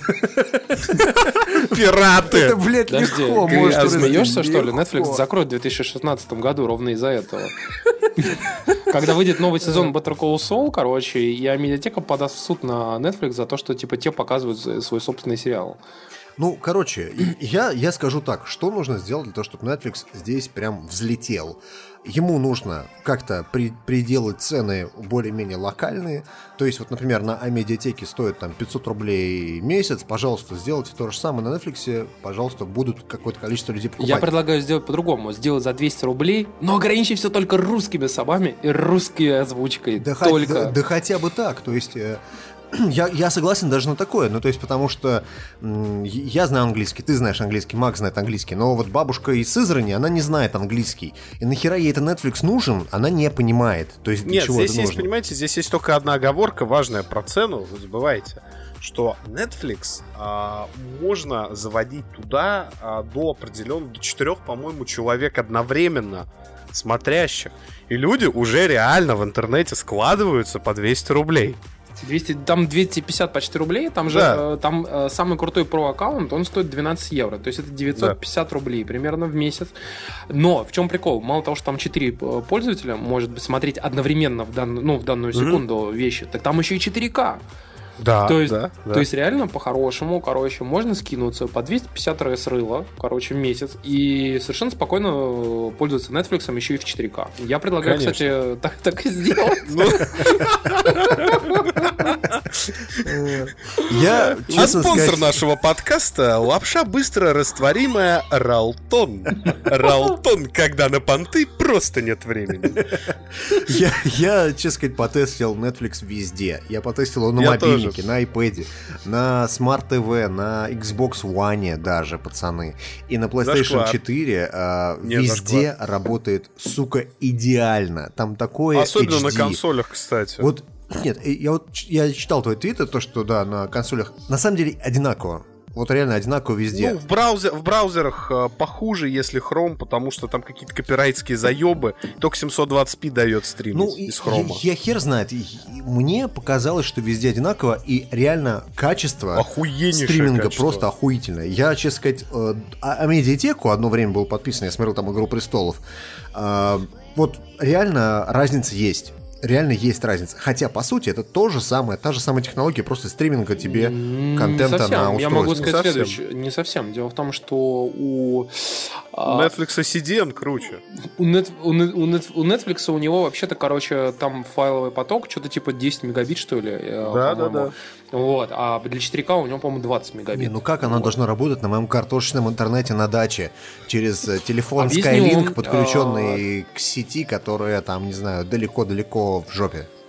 Пираты! Это, блядь, Подожди, легко. ты может а разделить. смеешься, что ли? Легко. Netflix закроет в две тысячи шестнадцатом году ровно из-за этого. Когда выйдет новый сезон Better Call Saul, короче, и Амедиатека подаст в суд на Netflix за то, что типа те показывают свой собственный сериал. Ну, короче, я, я скажу так, что нужно сделать для того, чтобы Netflix здесь прям взлетел. Ему нужно как-то при, приделать цены более-менее локальные. То есть, вот, например, на Амедиатеке стоит там пятьсот рублей в месяц. Пожалуйста, сделайте то же самое на Netflix. Пожалуйста, будут какое-то количество людей покупать. Я предлагаю сделать по-другому. Сделать за двести рублей, но ограничить все только русскими собами и русской озвучкой. Да, только. Хоть, да, да хотя бы так. То есть... Я, я согласен даже на такое, ну то есть потому что м, я знаю английский, ты знаешь английский, Макс знает английский, но вот бабушка из Сызрани, она не знает английский, и нахера ей это Netflix нужен, она не понимает, то есть для Нет, чего здесь это есть, нужно. понимаете, здесь есть только одна оговорка, важная про цену, вы забываете, что Netflix а, можно заводить туда а, до определенного, до четырех, по-моему, человек одновременно смотрящих, и люди уже реально в интернете складываются по двести рублей. двести, там двести пятьдесят почти рублей, там же Да. э, там э, самый крутой про-аккаунт, он стоит двенадцать евро, то есть это девятьсот пятьдесят рублей примерно в месяц. Но в чем прикол? Мало того, что там четыре пользователя может смотреть одновременно в, дан, ну, в данную секунду mm-hmm. вещи, так там еще и четыре ка. Да, то есть, да, да. То есть реально по-хорошему, короче, можно скинуться по двести пятьдесят рс рыла, короче, в месяц и совершенно спокойно пользоваться Netflix еще и в четыре ка. Я предлагаю, Конечно. кстати, так, так и сделать. Я, А честно спонсор сказать, нашего подкаста — лапша быстро растворимая Ралтон. Ралтон, когда на понты просто нет времени. я, я, честно сказать, потестил Netflix везде. Я потестил его на Я мобильнике, тоже. на iPad, на Smart ти ви, на Xbox One даже, пацаны. И на PlayStation Зашквар. четыре э, Не, везде работает, сука, идеально. Там такое Особенно эйч на ди. консолях, кстати. Вот, нет, э, я вот ч- я читал твой твиттер, то, что, да, на консолях на самом деле одинаково. Вот реально одинаково везде. Ну, в, браузер, в браузерах э, похуже, если Chrome, потому что там какие-то копирайтские заебы. Только семьсот двадцать пи дает стримить Ну, и- из Chrome. я, я хер знает. И- и Мне показалось, что везде одинаково, и реально качество Охуеннейшее стриминга качество. просто охуительное. Я, честно сказать, э, а, а медиатеку одно время был подписан, я смотрел там «Игру престолов». А, вот реально разница есть. Реально есть разница. Хотя, по сути, это то же самое, та же самая технология, просто стриминга тебе Не контента совсем. на устройство. Я могу Не сказать совсем. следующее. Не совсем. Дело в том, что у... а, Netflix си ди эн круче. У, Net, у, Net, у, Net, у Netflix у него вообще-то, короче, там файловый поток, что-то типа десять мегабит, что ли. Да, да, да. Вот. А для четыре ка у него, по-моему, двадцать мегабит. Не, ну как оно Вот. должно работать на моем картошечном интернете на даче через э, телефон Объясню. Skylink, подключенный к сети, которая там, не знаю, далеко-далеко в жопе?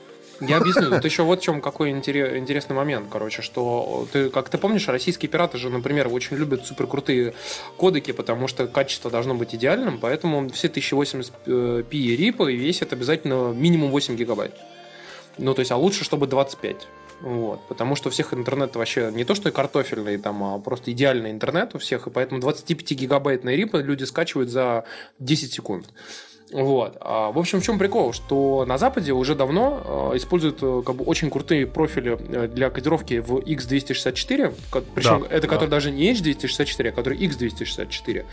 Я объясню. Тут еще вот в чем какой интересный момент, короче, что ты, как ты помнишь, российские пираты же, например, очень любят суперкрутые кодеки, потому что качество должно быть идеальным, поэтому все тысяча восемьдесят пи рипы весят обязательно минимум восемь гигабайт. Ну, то есть, а лучше, чтобы двадцать пять. Вот, потому что у всех интернет вообще не то, что и картофельный, там, а просто идеальный интернет у всех, и поэтому двадцатипятигигабайтные рипы люди скачивают за десять секунд. Вот. А, в общем, в чем прикол? Что на Западе уже давно э, используют э, как бы, очень крутые профили для кодировки в икс двести шестьдесят четыре, причем да, это да. который даже не эйч двести шестьдесят четыре, а который икс двести шестьдесят четыре.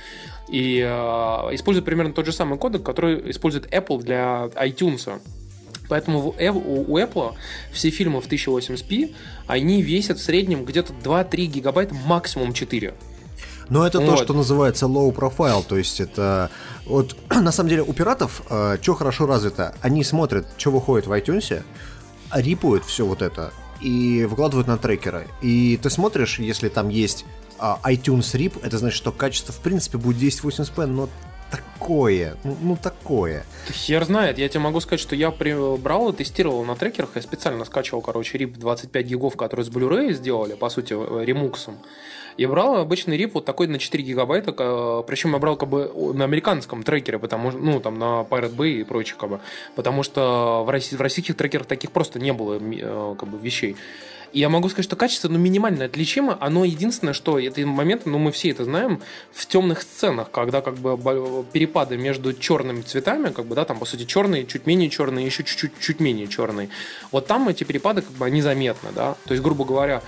И э, используют примерно тот же самый кодек, который использует Apple для iTunes. Поэтому у Apple все фильмы в тысяча восемьдесят пи, они весят в среднем где-то два-три гигабайта, максимум четыре. Но это вот. То, что называется low profile, то есть это... Вот, на самом деле у пиратов э, что хорошо развито, они смотрят, что выходит в iTunes, рипуют все вот это и выкладывают на трекеры. И ты смотришь, если там есть э, iTunes RIP, это значит, что качество в принципе будет тысяча восемьдесят пи, но такое, ну, ну такое. Хер знает, я тебе могу сказать, что я брал и тестировал на трекерах, я специально скачивал, короче, рип двадцать пять гигов, который с Blu-ray сделали, по сути, ремуксом. Я брал обычный рип вот такой на четыре гигабайта, причем я брал как бы на американском трекере, потому что, ну, там на Pirate Bay и прочее, как бы, потому что в, россий, в российских трекерах таких просто не было как бы вещей. И я могу сказать, что качество, ну, минимально отличимо. Оно единственное, что это момент, ну, мы все это знаем, в темных сценах, когда как бы перепады между черными цветами, как бы, да, там, по сути, черный, чуть менее черный, еще чуть-чуть чуть менее черный. Вот там эти перепады, как бы, они заметны, да. То есть, грубо говоря,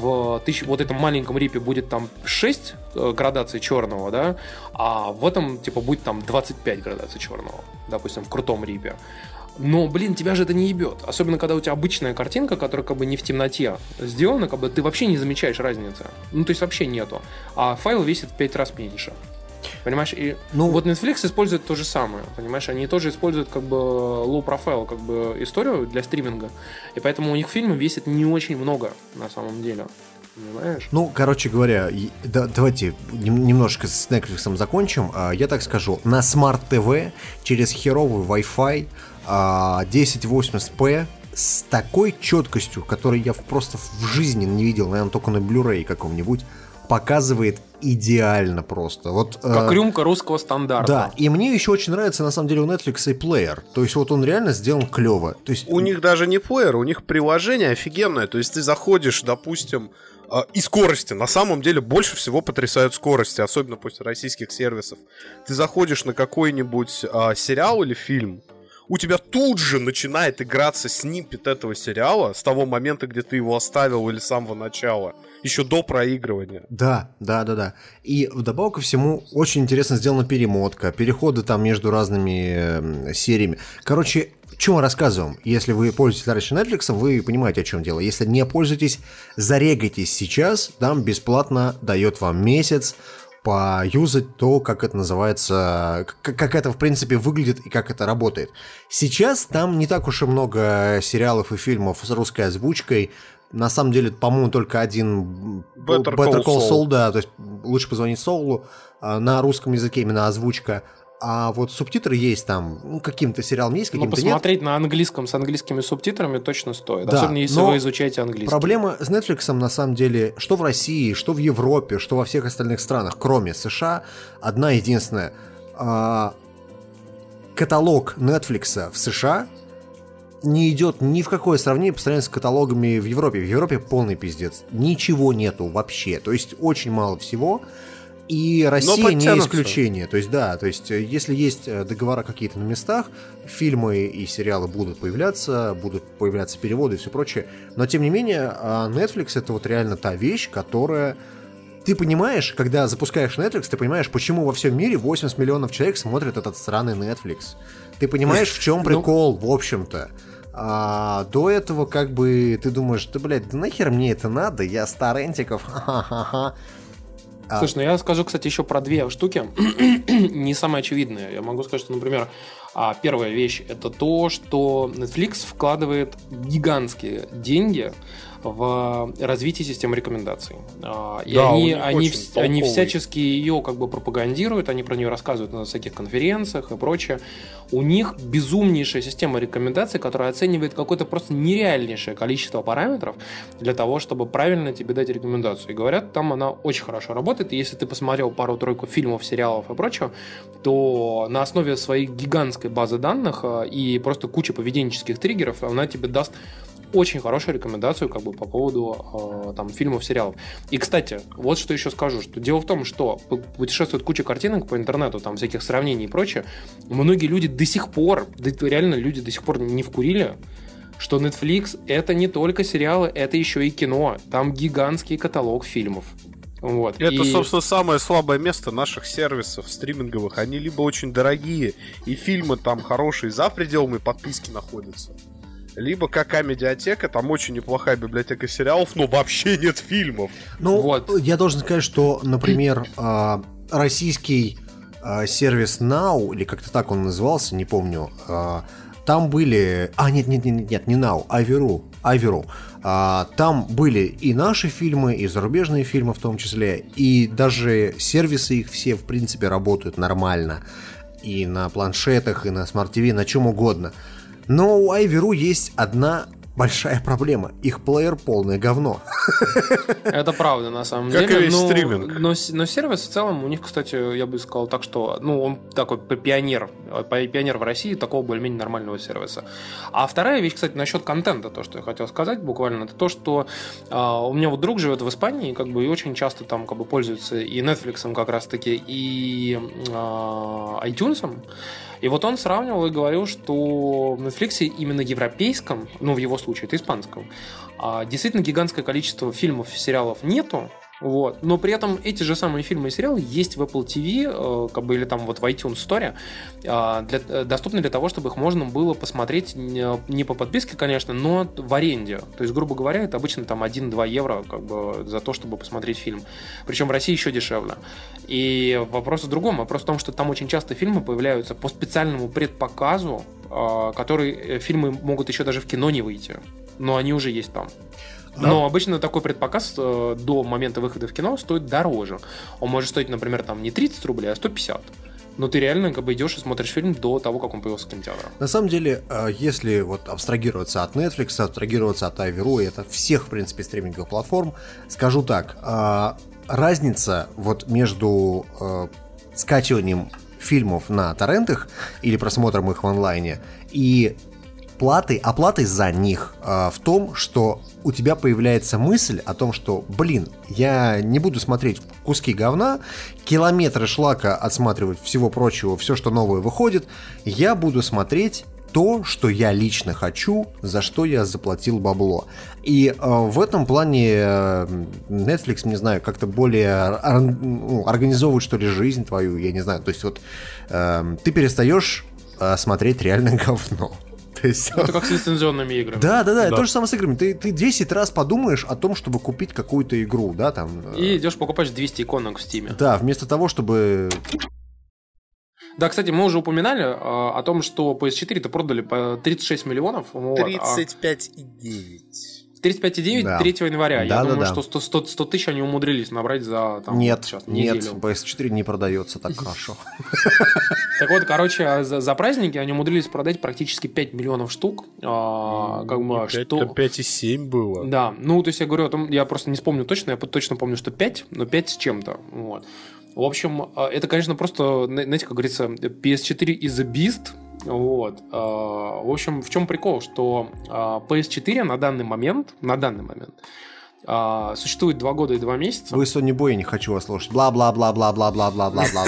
в тысяч... вот этом маленьком рипе будет там шесть градаций черного, да, а в этом, типа, будет там двадцать пять градаций черного, допустим, в крутом рипе. Но, блин, тебя же это не ебет. Особенно, когда у тебя обычная картинка, которая как бы не в темноте сделана, как бы ты вообще не замечаешь разницы. Ну, то есть вообще нету. А файл весит в пять раз меньше. Понимаешь? И ну, вот Netflix использует то же самое. Понимаешь? Они тоже используют как бы low profile как бы историю для стриминга. И поэтому у них фильмы весят не очень много на самом деле. Понимаешь? Ну, короче говоря, да, давайте немножко с Netflix закончим. Я так скажу, на Smart ти ви через херовый Wi-Fi десять восемьдесят пи с такой четкостью, которой я просто в жизни не видел, наверное, только на Blu-ray каком-нибудь, показывает идеально просто. Вот, как э, рюмка русского стандарта. Да, и мне еще очень нравится, на самом деле, у Netflix и плеер. То есть вот он реально сделан клево. То есть... У них даже не плеер, у них приложение офигенное. То есть ты заходишь, допустим, э, и скорости. На самом деле больше всего потрясают скорости, особенно после российских сервисов. Ты заходишь на какой-нибудь э, сериал или фильм, у тебя тут же начинает играться сниппет этого сериала с того момента, где ты его оставил или с самого начала, еще до проигрывания. Да, да, да, да. И вдобавок ко всему очень интересно сделана перемотка, переходы там между разными э, сериями. Короче, что мы рассказываем? Если вы пользуетесь раньше Netflix, вы понимаете, о чем дело. Если не пользуетесь, зарегайтесь сейчас, там бесплатно дает вам месяц поюзать то, как это называется, как, как это, в принципе, выглядит и как это работает. Сейчас там не так уж и много сериалов и фильмов с русской озвучкой. На самом деле, по-моему, только один Better Call, Better Call Saul. Saul, да, то есть лучше позвонить Соулу, на русском языке именно озвучка. А вот субтитры есть там, ну, каким-то сериалом есть, каким-то нет. Но посмотреть на английском с английскими субтитрами точно стоит. Да, особенно если вы изучаете английский. Проблема с Netflix, на самом деле, что в России, что в Европе, что во всех остальных странах, кроме США, одна единственная. Каталог Netflix в США не идет ни в какое сравнение по сравнению с каталогами в Европе. В Европе полный пиздец. Ничего нету вообще. То есть очень мало всего. И Россия не исключение. То есть, да, то есть, если есть договора какие-то на местах, фильмы и сериалы будут появляться, будут появляться переводы и все прочее. Но, тем не менее, Netflix — это вот реально та вещь, которая... Ты понимаешь, когда запускаешь Netflix, ты понимаешь, почему во всем мире восемьдесят миллионов человек смотрят этот сраный Netflix. Ты понимаешь, в чем прикол, в общем-то. А до этого, как бы, ты думаешь, да, блядь, да нахер мне это надо? Я старентиков, ха-ха-ха. Слушай, ну я скажу, кстати, еще про две штуки, не самые очевидные. Я могу сказать, что, например, А первая вещь – это то, что Netflix вкладывает гигантские деньги в развитие системы рекомендаций. И да, они, они, они всячески ее как бы пропагандируют, они про нее рассказывают на всяких конференциях и прочее. У них безумнейшая система рекомендаций, которая оценивает какое-то просто нереальнейшее количество параметров для того, чтобы правильно тебе дать рекомендацию. И говорят, там она очень хорошо работает. И если ты посмотрел пару-тройку фильмов, сериалов и прочего, то на основе своей гигантской базы данных и просто кучи поведенческих триггеров она тебе даст очень хорошую рекомендацию как бы по поводу э, там, фильмов, сериалов. И, кстати, вот что еще скажу, что дело в том, что путешествует куча картинок по интернету, там всяких сравнений и прочее. Многие люди до сих пор, да, реально люди до сих пор не вкурили, что Netflix это не только сериалы, это еще и кино. Там гигантский каталог фильмов. Вот. Это, и... собственно, самое слабое место наших сервисов стриминговых. Они либо очень дорогие, и фильмы там хорошие за пределами подписки находятся, либо какая медиатека, там очень неплохая библиотека сериалов, но вообще нет фильмов. Ну, вот. Я должен сказать, что, например, российский сервис Now, или как-то так он назывался, не помню, там были... А, нет, нет, нет, нет, не Now, Аверу. Аверу. Там были и наши фильмы, и зарубежные фильмы в том числе, и даже сервисы их все, в принципе, работают нормально. И на планшетах, и на смарт-ТВ, на чем угодно. Но у Аверу есть одна большая проблема. Их плеер полное говно. Это правда, на самом как деле. Как и весь но, стриминг. Но, но сервис в целом, у них, кстати, я бы сказал так, что ну, он такой пионер, пионер в России такого более-менее нормального сервиса. А вторая вещь, кстати, насчет контента, то, что я хотел сказать буквально, это то, что а, у меня вот друг живет в Испании, как бы, и очень часто там как бы пользуется и Netflix как раз-таки, и а, iTunes. И вот он сравнивал и говорил, что в Netflix именно европейском, ну в его случае это испанском, действительно гигантское количество фильмов и сериалов нету. Вот. Но при этом эти же самые фильмы и сериалы есть в Apple ти ви, э, как бы, или там вот в iTunes Store, э, для, доступны для того, чтобы их можно было посмотреть не, не по подписке, конечно, но в аренде. То есть, грубо говоря, это обычно там один-два евро как бы, за то, чтобы посмотреть фильм. Причем в России еще дешевле. И вопрос в другом. Вопрос в том, что там очень часто фильмы появляются по специальному предпоказу, э, которые фильмы могут еще даже в кино не выйти, но они уже есть там. Но обычно такой предпоказ э, до момента выхода в кино стоит дороже. Он может стоить, например, там не тридцать рублей, а сто пятьдесят. Но ты реально как бы идешь и смотришь фильм до того, как он появился в кинотеатре. На самом деле, если вот абстрагироваться от Netflix, абстрагироваться от Аверу, это всех, в принципе, стриминговых платформ, скажу так, разница вот между скачиванием фильмов на торрентах или просмотром их в онлайне и платой, оплатой за них э, в том, что у тебя появляется мысль о том, что, блин, я не буду смотреть куски говна, километры шлака отсматривать, всего прочего, все, что новое выходит, я буду смотреть то, что я лично хочу, за что я заплатил бабло. И э, в этом плане Netflix, не знаю, как-то более ор- ну, организовывает, что ли, жизнь твою, я не знаю, то есть вот э, ты перестаешь э, смотреть реальное говно. То есть, это как с лицензионными играми. Да, да, да, да. То же самое с играми. Ты, ты десять раз подумаешь о том, чтобы купить какую-то игру, да, там. И идешь покупаешь двести иконок в Steam. Да, вместо того, чтобы... Да, кстати, мы уже упоминали э, о том, что пи эс четыре-то продали по тридцать шесть миллионов. тридцать пять и девять. тридцать пять и девять да. третьего января. Да, Я да, думаю, да. что сто, сто, сто тысяч они умудрились набрать за там, нет, сейчас, нет, неделю. пи эс четыре не продается так хорошо. Так вот, короче, за, за праздники они умудрились продать практически пять миллионов штук. А, как бы, что... пять и семь было. Да, ну, то есть я говорю о том, я просто не вспомню точно, я точно помню, что пять, но пять с чем-то. Вот. В общем, это, конечно, просто, знаете, как говорится, пи эс четыре is a beast. Вот. В общем, в чем прикол, что пи эс четыре на данный момент, на данный момент существует два года и два месяца. Вы, Sony Boy, не хочу вас слушать. Бла-бла-бла-бла-бла-бла-бла-бла-бла.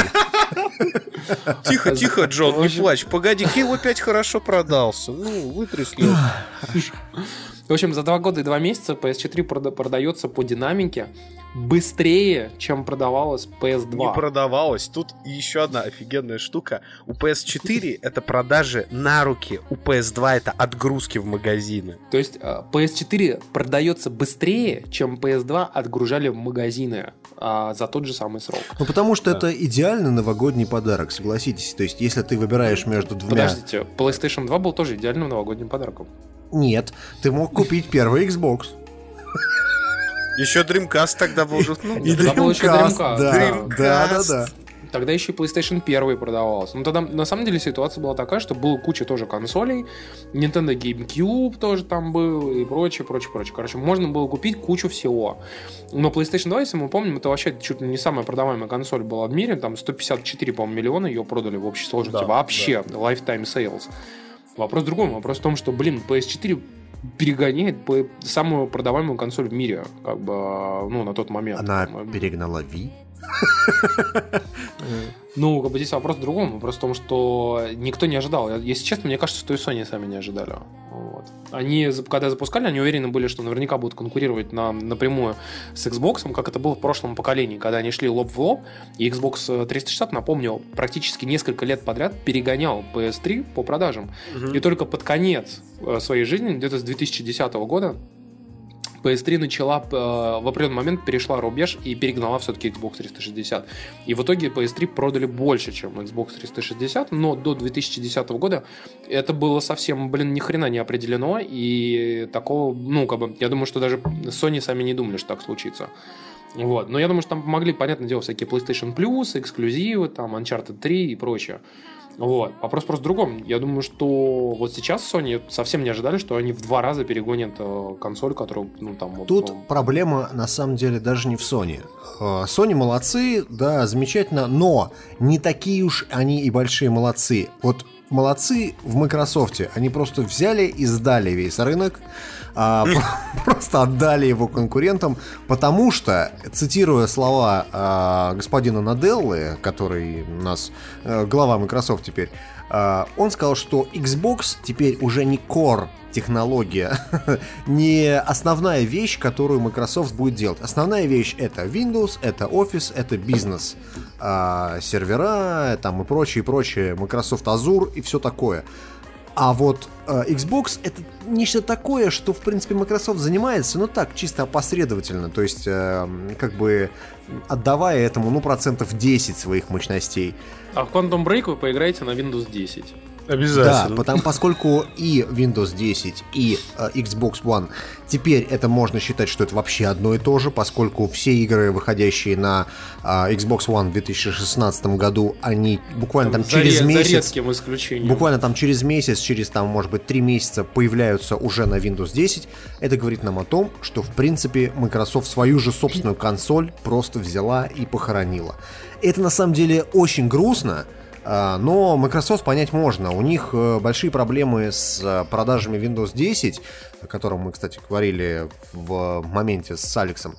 Тихо, тихо, Джон, не плачь. Погоди, Halo пять хорошо продался. Ну, вытри слезы. В общем, за два года и два месяца пи эс четыре прода- продается по динамике быстрее, чем продавалась пи эс два. Не продавалась. Тут еще одна офигенная штука. У пи эс четыре это продажи на руки, у пи эс два это отгрузки в магазины. То есть пи эс четыре продается быстрее, чем пи эс два отгружали в магазины а, за тот же самый срок. Ну, потому что Да. это идеальный новогодний подарок, согласитесь. То есть, если ты выбираешь между двумя... Подождите, PlayStation два был тоже идеальным новогодним подарком. Нет, ты мог купить первый Xbox. Еще Dreamcast тогда был же. Ну, И Тогда был еще Dreamcast, Dreamcast. да, Dreamcast. да, да, да. Тогда еще и PlayStation один продавался. Ну, тогда, на самом деле, ситуация была такая, что было куча тоже консолей. Nintendo GameCube тоже там был и прочее, прочее, прочее. Короче, можно было купить кучу всего. Но PlayStation два, если мы помним, это вообще чуть ли не самая продаваемая консоль была в мире. Там сто пятьдесят четыре, по-моему, миллиона ее продали в общей сложности. Да, Вообще, lifetime sales. Вопрос в другом. Вопрос в том, что, блин, пи эс четыре перегоняет по самую продаваемую консоль в мире, как бы, ну, на тот момент. Она перегнала Wii. Ну, как бы здесь вопрос в другом. Вопрос в том, что никто не ожидал. Если честно, мне кажется, что и Sony сами не ожидали. Вот. Они, когда запускали, они уверены были, что наверняка будут конкурировать на, напрямую с Xbox, как это было в прошлом поколении, когда они шли лоб в лоб, и Xbox триста шестьдесят, напомню, практически несколько лет подряд перегонял пи эс три по продажам. Угу. И только под конец своей жизни, где-то с две тысячи десятого года, пи эс три начала, э, в определенный момент перешла рубеж и перегнала все-таки Xbox триста шестьдесят. И в итоге пи эс три продали больше, чем Xbox триста шестьдесят, но до две тысячи десятого года это было совсем, блин, ни хрена не определено, и такого, ну, как бы, я думаю, что даже Sony сами не думали, что так случится. Вот. Но я думаю, что там помогли, понятное дело, всякие PlayStation Plus, эксклюзивы, там, Uncharted три и прочее. Вот. Вопрос просто в другом. Я думаю, что вот сейчас Sony совсем не ожидали, что они в два раза перегонят э, консоль, которую, ну, там... Вот, Тут ну... проблема, на самом деле, даже не в Sony. Э, Sony молодцы, да, замечательно, но не такие уж они и большие молодцы. Вот молодцы в Microsoft. Они просто взяли и сдали весь рынок, а, просто отдали его конкурентам, потому что, цитируя слова а, господина Наделлы, который у нас а, глава Microsoft теперь, а, он сказал, что Xbox теперь уже не core технология, не основная вещь, которую Microsoft будет делать. Основная вещь — это Windows, это Office, это бизнес, а, сервера, там и прочее, и прочее, Microsoft Azure и все такое. А вот э, Xbox — это нечто такое, что, в принципе, Microsoft занимается, ну так, чисто опосредовательно, то есть, э, как бы отдавая этому, ну, процентов десять своих мощностей. А в Quantum Break вы поиграете на Windows десять. Обязательно. Да, потому, поскольку и Windows десять, и э, Xbox One, теперь это можно считать, что это вообще одно и то же, поскольку все игры, выходящие на э, Xbox One в две тысячи шестнадцатом году, они буквально там, там через за, месяц... За редким исключением. Буквально там через месяц, через там, может быть, три месяца появляются уже на Windows десять. Это говорит нам о том, что, в принципе, Microsoft свою же собственную консоль просто взяла и похоронила. Это, на самом деле, очень грустно, но Microsoft понять можно. У них большие проблемы с продажами Windows десять, о котором мы, кстати, говорили в моменте с Алексом.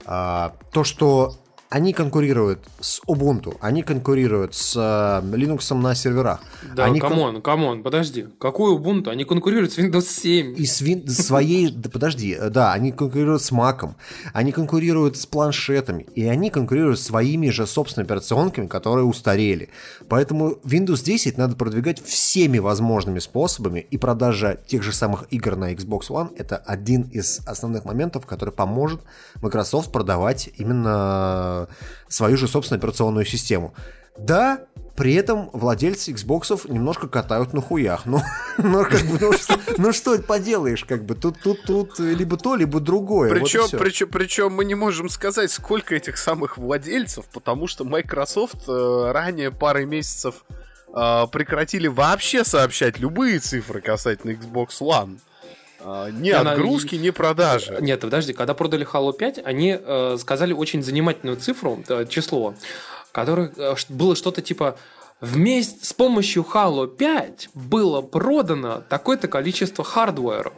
То, что они конкурируют с Ubuntu, они конкурируют с Linux на серверах. Да, они камон, кон... камон, подожди. Какой Ubuntu? Они конкурируют с Windows семь. И с вин... своей... Да подожди, да, они конкурируют с Mac'ом, они конкурируют с планшетами, и они конкурируют своими же собственными операционками, которые устарели. Поэтому Windows десять надо продвигать всеми возможными способами, и продажа тех же самых игр на Xbox One — это один из основных моментов, который поможет Microsoft продавать именно свою же собственную операционную систему. Да, при этом владельцы Xbox'ов немножко катают на хуях. Ну, ну, как бы, ну, что, ну что поделаешь, как бы, тут, тут, тут либо то, либо другое. Причем, вот причем, причем мы не можем сказать, сколько этих самых владельцев, потому что Microsoft э, ранее парой месяцев э, прекратили вообще сообщать любые цифры касательно Xbox One. Ни Она... отгрузки, ни продажи. Нет, подожди, когда продали Halo пять, они э, сказали очень занимательную цифру, э, число, которое э, было что-то типа: вместе с помощью Halo пять было продано такое-то количество хардвера.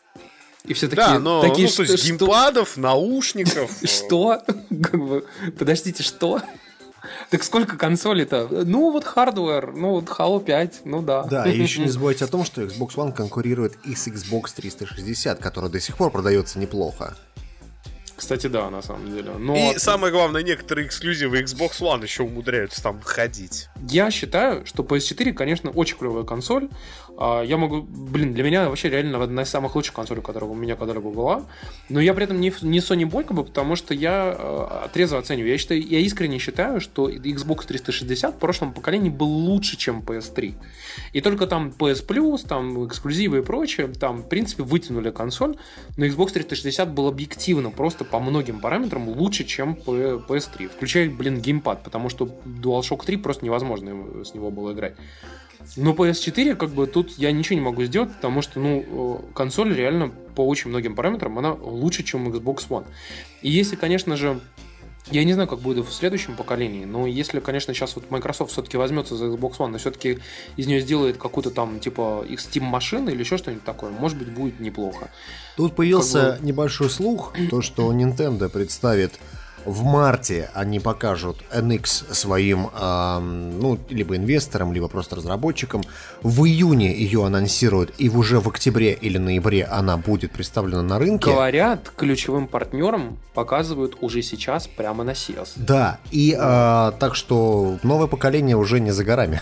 И все такие, да, но, такие ну, то есть что, геймпадов, наушников. Что? Как бы, подождите, что? Так сколько консолей-то? Ну, вот хардвер, ну, вот Halo пять, ну да. Да, и еще не забывайте о том, что Xbox One конкурирует и с Xbox триста шестьдесят, который до сих пор продается неплохо. Кстати, да, на самом деле. Но... И самое главное, некоторые эксклюзивы Xbox One еще умудряются там выходить. Я считаю, что пи эс четыре, конечно, очень клевая консоль. Я могу... Блин, для меня вообще реально одна из самых лучших консолей, которая у меня когда-либо была. Но я при этом не, не Sony Boy, как бы, потому что я э, трезво оцениваю. Я, считаю, я искренне считаю, что Xbox триста шестьдесят в прошлом поколении был лучше, чем пи эс три. И только там пи эс Plus, там эксклюзивы и прочее, там, в принципе, вытянули консоль. Но Xbox триста шестьдесят был объективно просто по многим параметрам лучше, чем пи эс три. Включая, блин, геймпад, потому что DualShock три просто невозможно с него было играть. Но пи эс четыре, как бы, тут я ничего не могу сделать, потому что, ну, консоль реально по очень многим параметрам, она лучше, чем Xbox One. И если, конечно же, я не знаю, как будет в следующем поколении, но если, конечно, сейчас вот Microsoft все-таки возьмется за Xbox One, но все-таки из нее сделает какую-то там, типа, их Steam-машину или еще что-нибудь такое, может быть, будет неплохо. Тут появился Как бы... небольшой слух, то, что Nintendo представит в марте, они покажут эн икс своим, э, ну, либо инвесторам, либо просто разработчикам. В июне ее анонсируют, и уже в октябре или ноябре она будет представлена на рынке. Говорят, ключевым партнерам показывают уже сейчас прямо на си и эс. Да, и э, так что новое поколение уже не за горами.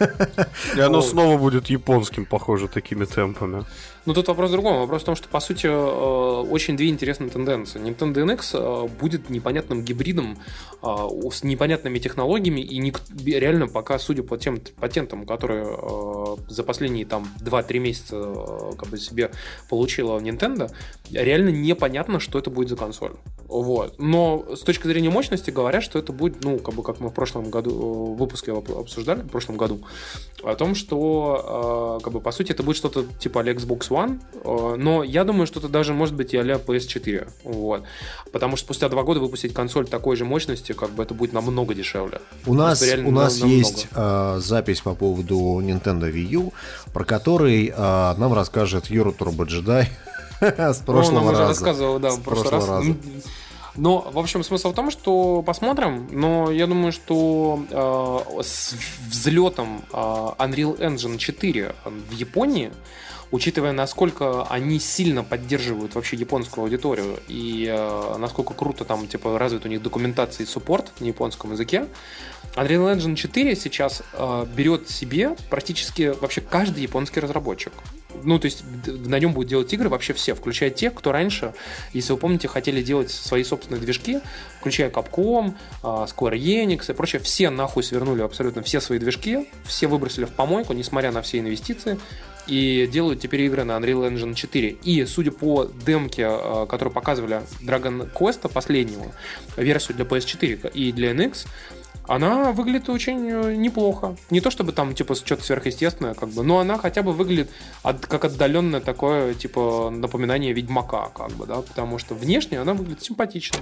И оно снова будет японским, похоже, такими темпами. Ну, тут вопрос в другом. Вопрос в том, что, по сути, очень две интересные тенденции. Nintendo эн икс будет непонятным гибридом с непонятными технологиями, и реально пока, судя по тем патентам, которые за последние там два-три месяца как бы себе получила Nintendo, реально непонятно, что это будет за консоль. Вот. Но с точки зрения мощности говорят, что это будет, ну, как бы как мы в прошлом году в выпуске обсуждали, в прошлом году, о том, что, как бы, по сути, это будет что-то типа а-ля Xbox One, но я думаю, что это даже может быть и а-ля пи эс четыре. Вот. Потому что спустя два года выпустить консоль такой же мощности, как бы это будет намного дешевле. У нас, у нас есть э, запись по поводу Nintendo Wii U, про который э, нам расскажет Юра Турбоджедай с прошлого Он нам раза. уже рассказывал, да, в прошлый раз. Раза. Но, в общем, смысл в том, что посмотрим, но я думаю, что э, с взлетом э, Unreal Engine четыре в Японии, учитывая, насколько они сильно поддерживают вообще японскую аудиторию и э, насколько круто там, типа, развит у них документация и суппорт на японском языке, Unreal Engine четыре сейчас э, берет себе практически вообще каждый японский разработчик. Ну, то есть на нем будут делать игры вообще все, включая тех, кто раньше, если вы помните, хотели делать свои собственные движки, включая Capcom, Square Enix и прочее. Все нахуй свернули абсолютно все свои движки, все выбросили в помойку, несмотря на все инвестиции, и делают теперь игры на Unreal Engine четыре. И, судя по демке, которую показывали Dragon Quest последнего, версию для пи эс четыре и для эн икс, она выглядит очень неплохо. Не то чтобы там типа что-то сверхъестественное, как бы, но она хотя бы выглядит от, как отдаленное такое типа напоминание Ведьмака, как бы, да, потому что внешне она выглядит симпатично.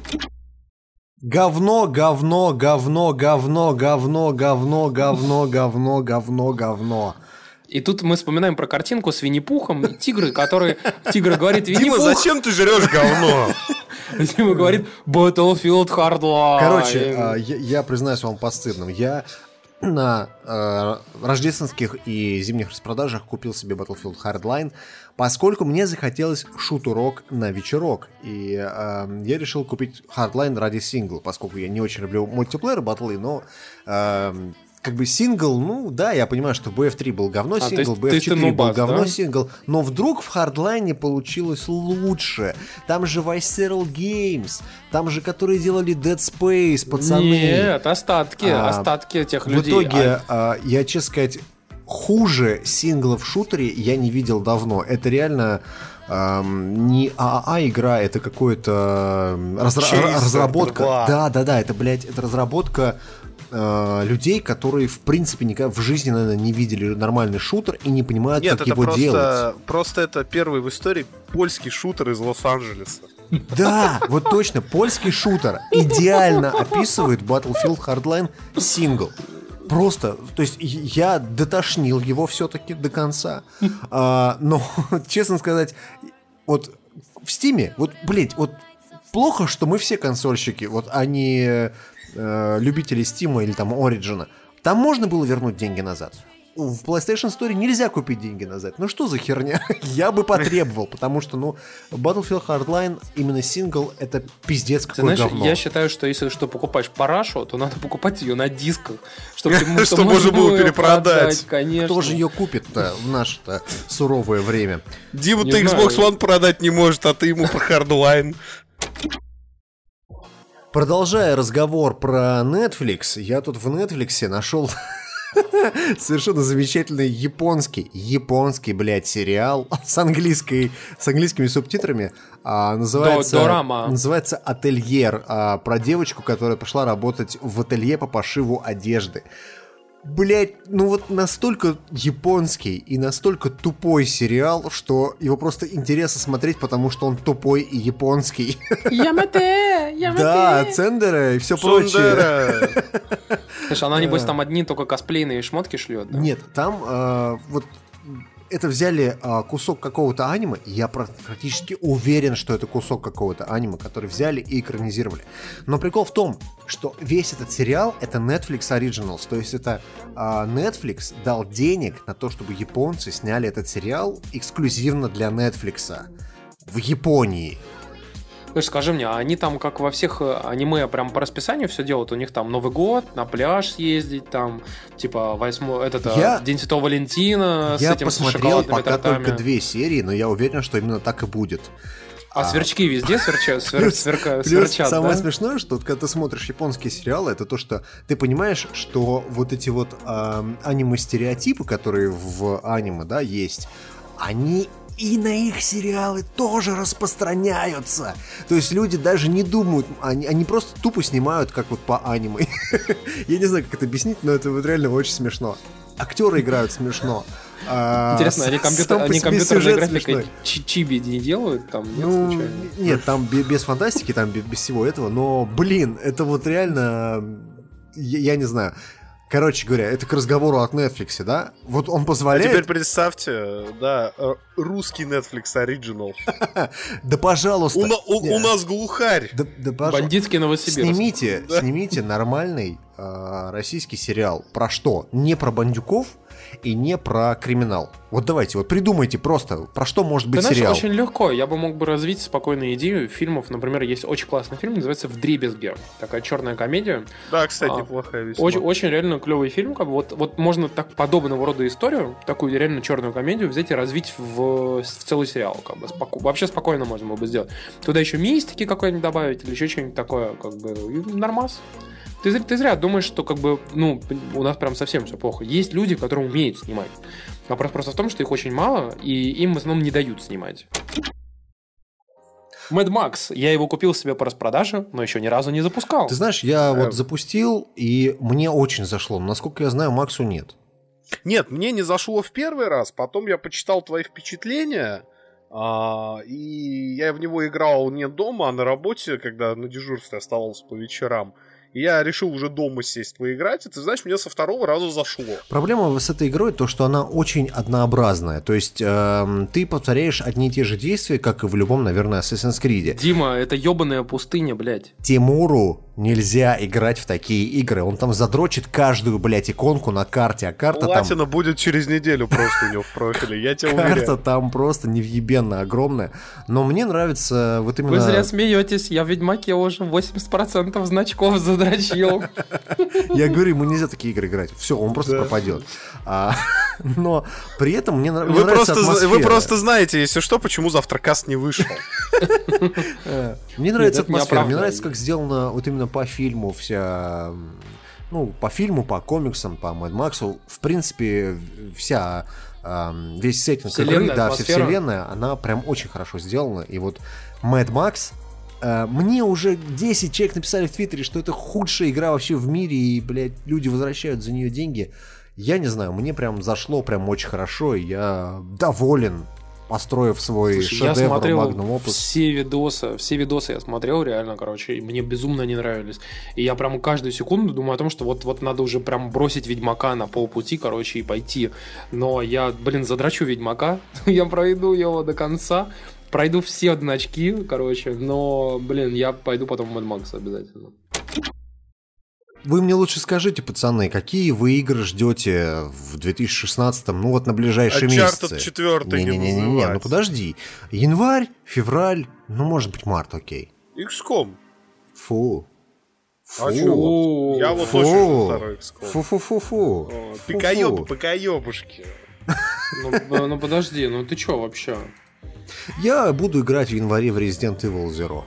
Говно, говно, говно, говно, говно, говно, говно, говно, говно, говно. И тут мы вспоминаем про картинку с Винни-Пухом и тигры, которые... Тигр говорит: Винни-Пух... Дима, зачем ты жрешь говно? Дима говорит: Battlefield Hardline. Короче, я, я признаюсь вам постыдным. Я на э, рождественских и зимних распродажах купил себе Battlefield Hardline, поскольку мне захотелось шутурок на вечерок. И э, я решил купить Hardline ради сингла, поскольку я не очень люблю мультиплеер батлы, но... Э, как бы сингл, ну да, я понимаю, что би эф три был говно а, сингл, би эф четыре был говно да? сингл, но вдруг в Hardline получилось лучше. Там же Visceral Games, там же, которые делали Dead Space, пацаны. Нет, остатки, а, остатки этих людей. В итоге, а... я, честно сказать, хуже сингла в шутере я не видел давно. Это реально... Эм, не ААА игра, это какое-то разра- разработка. Да, да, да, это, блядь, это разработка людей, которые, в принципе, никогда в жизни, наверное, не видели нормальный шутер и не понимают, Нет, как его просто, делать. Просто это первый в истории польский шутер из Лос-Анджелеса. Да, вот точно, польский шутер идеально описывает Battlefield Hardline сингл. Просто, то есть я дотошнил его все-таки до конца. А, но, честно сказать, вот в Стиме, вот, блять, вот плохо, что мы все консольщики, вот они... э, любителей Steam или там Origin, там можно было вернуть деньги назад. В PlayStation Store нельзя купить деньги назад. Ну что за херня? Я бы потребовал, потому что, ну, Battlefield Hardline, именно сингл, это пиздец какое Ты знаешь, говно. я считаю, что если что покупаешь парашу, то надо покупать ее на дисках, чтобы Чтобы можно было перепродать. Конечно. Кто же ее купит-то в наше-то суровое время? Диму Не ты знаю. Xbox One продать не может, а ты ему про Hardline. Продолжая разговор про Netflix, я тут в Netflix нашел совершенно замечательный японский, японский, блядь, сериал с английской, с английскими субтитрами. А, называется, Дорама. называется «Ательер», а, про девочку, которая пошла работать в ателье по пошиву одежды. Блять, ну вот настолько японский и настолько тупой сериал, что его просто интересно смотреть, потому что он тупой и японский. Ямате! Ямате! Да, цендеры и все прочее. Сундера. Слушай, она, небось, там одни только косплейные шмотки шлет, да? Нет, там э, вот это взяли э, кусок какого-то аниме, и я пр- практически уверен, что это кусок какого-то аниме, который взяли и экранизировали. Но прикол в том, что весь этот сериал — это Netflix Originals, то есть это э, Netflix дал денег на то, чтобы японцы сняли этот сериал эксклюзивно для Netflix в Японии. Слушай, скажи мне, а они там, как во всех э, аниме, прям по расписанию все делают? У них там Новый год, на пляж съездить, там, типа, восьмой, этот, э, Я- День Святого Валентина, с Я этим, с посмотрел шоколадными пока тортами. только две серии, но я уверен, что именно так и будет. А, сверчки везде сверчат, свер, Плюс- сверка- Плюс сверчат, самое да? смешное, что вот, когда ты смотришь японские сериалы, это то, что ты понимаешь, что вот эти вот эм, аниме-стереотипы, которые в аниме, да, есть, они и на их сериалы тоже распространяются. То есть люди даже не думают, они, они просто тупо снимают, как вот по аниме. Я не знаю, как это объяснить, но это вот реально очень смешно. Актеры играют смешно. А, Интересно, они, с- компьютер, сам по они себе компьютерной сюжет графикой смешной. чи- чиби не делают? Там, нет, Ну, случайно? нет, там бе- без фантастики, там бе- без всего этого, но, блин, это вот реально, я, я не знаю. Короче говоря, это к разговору от Netflix, да? Вот он А позволяет... теперь представьте, да, э, русский Netflix Original. Да пожалуйста. У, на- у- Не, у нас глухарь. Да, да пожалуйста. Бандитский Новосибирск. Снимите, снимите нормальный э, российский сериал. Про что? Не про бандюков и не про криминал. Вот давайте, вот придумайте просто, про что может быть Ты знаешь, сериал. очень легко. Я бы мог бы развить спокойную идею фильмов. Например, есть очень классный фильм, называется «Вдребезги». Такая черная комедия. Да, кстати, А, неплохая весьма. Очень, очень реально клевый фильм. Как бы вот, вот можно так подобного рода историю, такую реально черную комедию, взять и развить в, в целый сериал. Как бы, споко- вообще спокойно можно было бы сделать. Туда еще мистики какой-нибудь добавить или еще что-нибудь такое. Как бы, и нормас. Ты, зря- ты зря думаешь, что как бы, ну, у нас прям совсем все плохо. Есть люди, которые умеют снимать. Вопрос просто в том, что их очень мало, и им в основном не дают снимать. Mad Max. Я его купил себе по распродаже, но еще ни разу не запускал. Ты знаешь, я Э. вот запустил, и мне очень зашло. Но, насколько я знаю, Максу нет. Нет, мне не зашло в первый раз, потом я почитал твои впечатления, а, и я в него играл не дома, а на работе, когда на дежурстве оставался по вечерам. И я решил уже дома сесть поиграть, и ты знаешь, мне со второго раза зашло. Проблема с этой игрой то, что она очень однообразная. То есть эм, ты повторяешь одни и те же действия, как и в любом, наверное, Assassin's Creed. Дима, это ебаная пустыня, блядь. Тимуру нельзя играть в такие игры. Он там задрочит каждую, блядь, иконку на карте, а карта там... Платина будет через неделю просто у него в профиле, я тебе Карта уверяю. там просто невъебенно огромная. Но мне нравится вот именно... Вы зря смеетесь, я в Ведьмаке уже восемьдесят процентов значков задрочил. Я говорю, ему нельзя такие игры играть. Все, он просто Да. пропадет. А, но при этом мне, нрав- мне Вы нравится просто, атмосфера. вы просто знаете, если что, почему завтра каст не вышел. Э, Мне нравится это не атмосфера, мне оправдание. нравится, как сделано вот именно по фильму вся... Ну, по фильму, по комиксам, по Мэд Максу, в принципе, вся... эм, весь сеттинг игры, Вселенная, да, вся атмосфера. вселенная, она прям очень хорошо сделана. И вот Мэд Макс... э, Мне уже десять человек написали в Твиттере, что это худшая игра вообще в мире, и, блядь, люди возвращают за нее деньги. Я не знаю, мне прям зашло прям очень хорошо, и я доволен, построив свой Слушай, я шедевр смотрел Magnum Opus. все видосы, все видосы я смотрел, реально, короче, и мне безумно не нравились. И я прям каждую секунду думаю о том, что вот, вот надо уже прям бросить Ведьмака на полпути, короче, и пойти. Но я, блин, задрачу Ведьмака, я пройду его до конца, пройду все значки, короче, но, блин, я пойду потом в Mad Max обязательно. Вы мне лучше скажите, пацаны, какие вы игры ждете в две тысячи шестнадцатом, ну вот на ближайшие месяцы? Uncharted четыре не Не-не-не, ну подожди. Январь, февраль, ну может быть март, окей. икс ком. Фу. Фу. А чё? Я вот Фу. очень жду второй икс ком. Фу-фу-фу-фу. Пикаёбы, покаёбушки. Ну, ну подожди, ну ты чё вообще? Я буду играть в январе в Resident Evil Zero.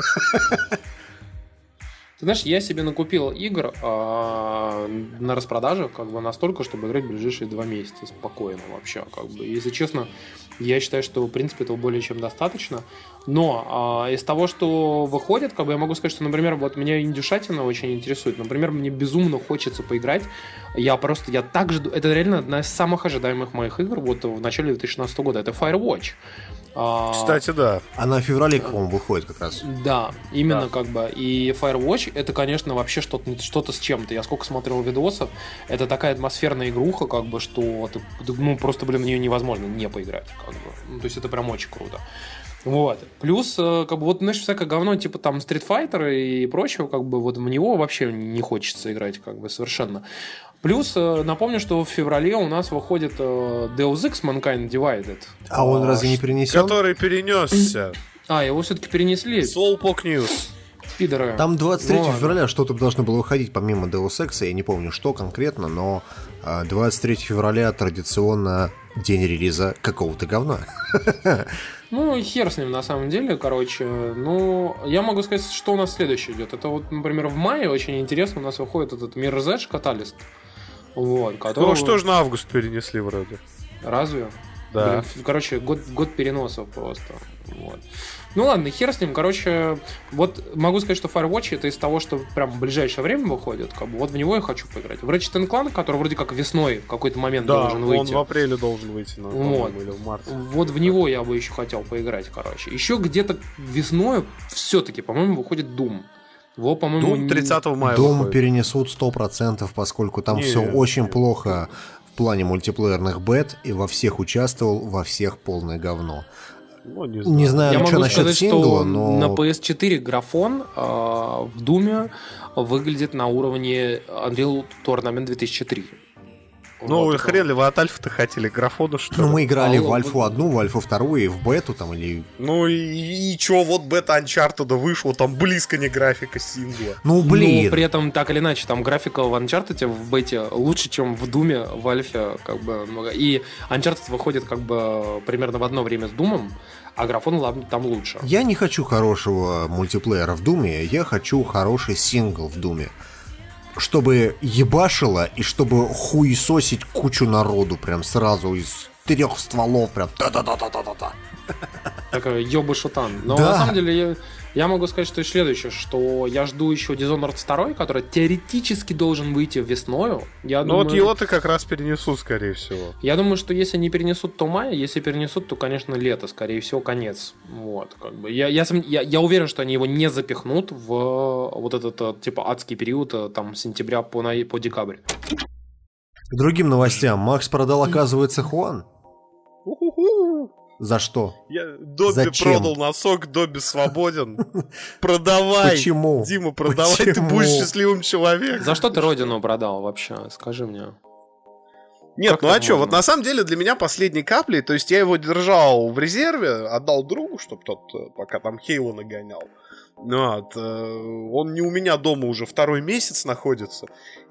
Ты знаешь, я себе накупил игр а, на распродаже, как бы настолько, чтобы играть в ближайшие два месяца спокойно вообще, как бы. Если честно, я считаю, что в принципе этого более чем достаточно. Но а, из того, что выходит, как бы я могу сказать, что, например, вот меня индюшатина очень интересует. Например, мне безумно хочется поиграть. Я просто, я так жду. Это реально одна из самых ожидаемых моих игр вот в начале две тысячи шестнадцатого года. Это Firewatch. Кстати, да. Она в феврале, по-моему, выходит как раз. Да, именно Да. как бы. И Firewatch это, конечно, вообще что-то, что-то с чем-то. Я сколько смотрел видосов, это такая атмосферная игруха, как бы, что ты, ну, просто, блин, в нее невозможно не поиграть. Как бы. Ну, то есть это прям очень круто. Вот. Плюс, как бы, вот, знаешь, всякое говно, типа там Street Fighter и прочего, как бы, вот в него вообще не хочется играть, как бы, совершенно. Плюс, напомню, что в феврале у нас выходит Deus Ex Mankind Divided. А он разве не перенесен? Который перенесся. А, его все-таки перенесли. Slowpoke News. Пидоры. Там двадцать третьего Ну, февраля что-то должно было выходить помимо Deus Ex, я не помню что конкретно, но а, двадцать третьего февраля традиционно день релиза какого-то говна. Ну, и хер с ним, на самом деле, короче. Ну, я могу сказать, что у нас следующее идет. Это вот, например, в мае очень интересно у нас выходит этот Mirror's Edge Catalyst. Вот, который... Ну что ж на август перенесли вроде. Разве? Да. Блин, короче, год, год переносов просто. Вот. Ну ладно, хер с ним. Короче, вот могу сказать, что Firewatch это из того, что прям в ближайшее время выходит. Как бы, вот в него я хочу поиграть. В Ratchet энд Clank, который вроде как весной в какой-то момент Да, должен он выйти. в апреле должен выйти, ну, Вот. или в марте. Вот в него я бы еще хотел поиграть, короче. Еще где-то весной все-таки, по-моему, выходит Doom. Его, по-моему, Doom тридцатого мая Дом выходит. перенесут сто процентов, поскольку там Не, все очень не. плохо в плане мультиплеерных бет, и во всех участвовал, во всех полное говно. Ну, не Не знаю, Я что могу насчет сказать, сингла, что но... на пи эс четыре графон э, в Думе выглядит на уровне Unreal Tournament две тысячи три. Ну, Вот, хрен ли вы от альфа-то хотели? Графона, что Ну, ли? мы играли Алло, в альфу одну, в альфу вторую и в бету там, или... Ну и, и чё, вот бета Uncharted вышла, там близко не графика сингла. Ну, блин. Но при этом, так или иначе, там графика в Uncharted в бете лучше, чем в Думе, в альфе, как бы, много. И Uncharted выходит, как бы, примерно в одно время с Думом, а графон ладно, там лучше. Я не хочу хорошего мультиплеера в Думе, я хочу хороший сингл в Думе. Чтобы ебашило и чтобы хуесосить кучу народу прям сразу из трех стволов прям та-та-та-та-та-та. Такой ёбы шутан. Но Да. на самом деле я, я могу сказать, что следующее, что я жду еще Dishonored два, который теоретически должен выйти весною. Я Ну думаю, вот его-то как раз перенесут, скорее всего. Я думаю, что если не перенесут, то май, если перенесут, то, конечно, лето, скорее всего, конец. Вот, как бы. Я, я, сом- я, я уверен, что они его не запихнут в вот этот, э, типа, адский период, э, там, с сентября по, на- по декабрь. К другим новостям. Макс продал, оказывается, Хуан. У-ху-ху. За что? Я Добби Зачем? продал носок, Добби свободен. Продавай. Почему? Дима, продавай, ты Почему? будешь счастливым человеком. За что ты родину продал вообще? Скажи мне. Нет, Как ну а так что, можно? вот на самом деле для меня последней каплей, то есть я его держал в резерве, отдал другу, чтобы тот э, пока там Хейла нагонял. Ну, вот, э, он не у меня дома уже второй месяц находится.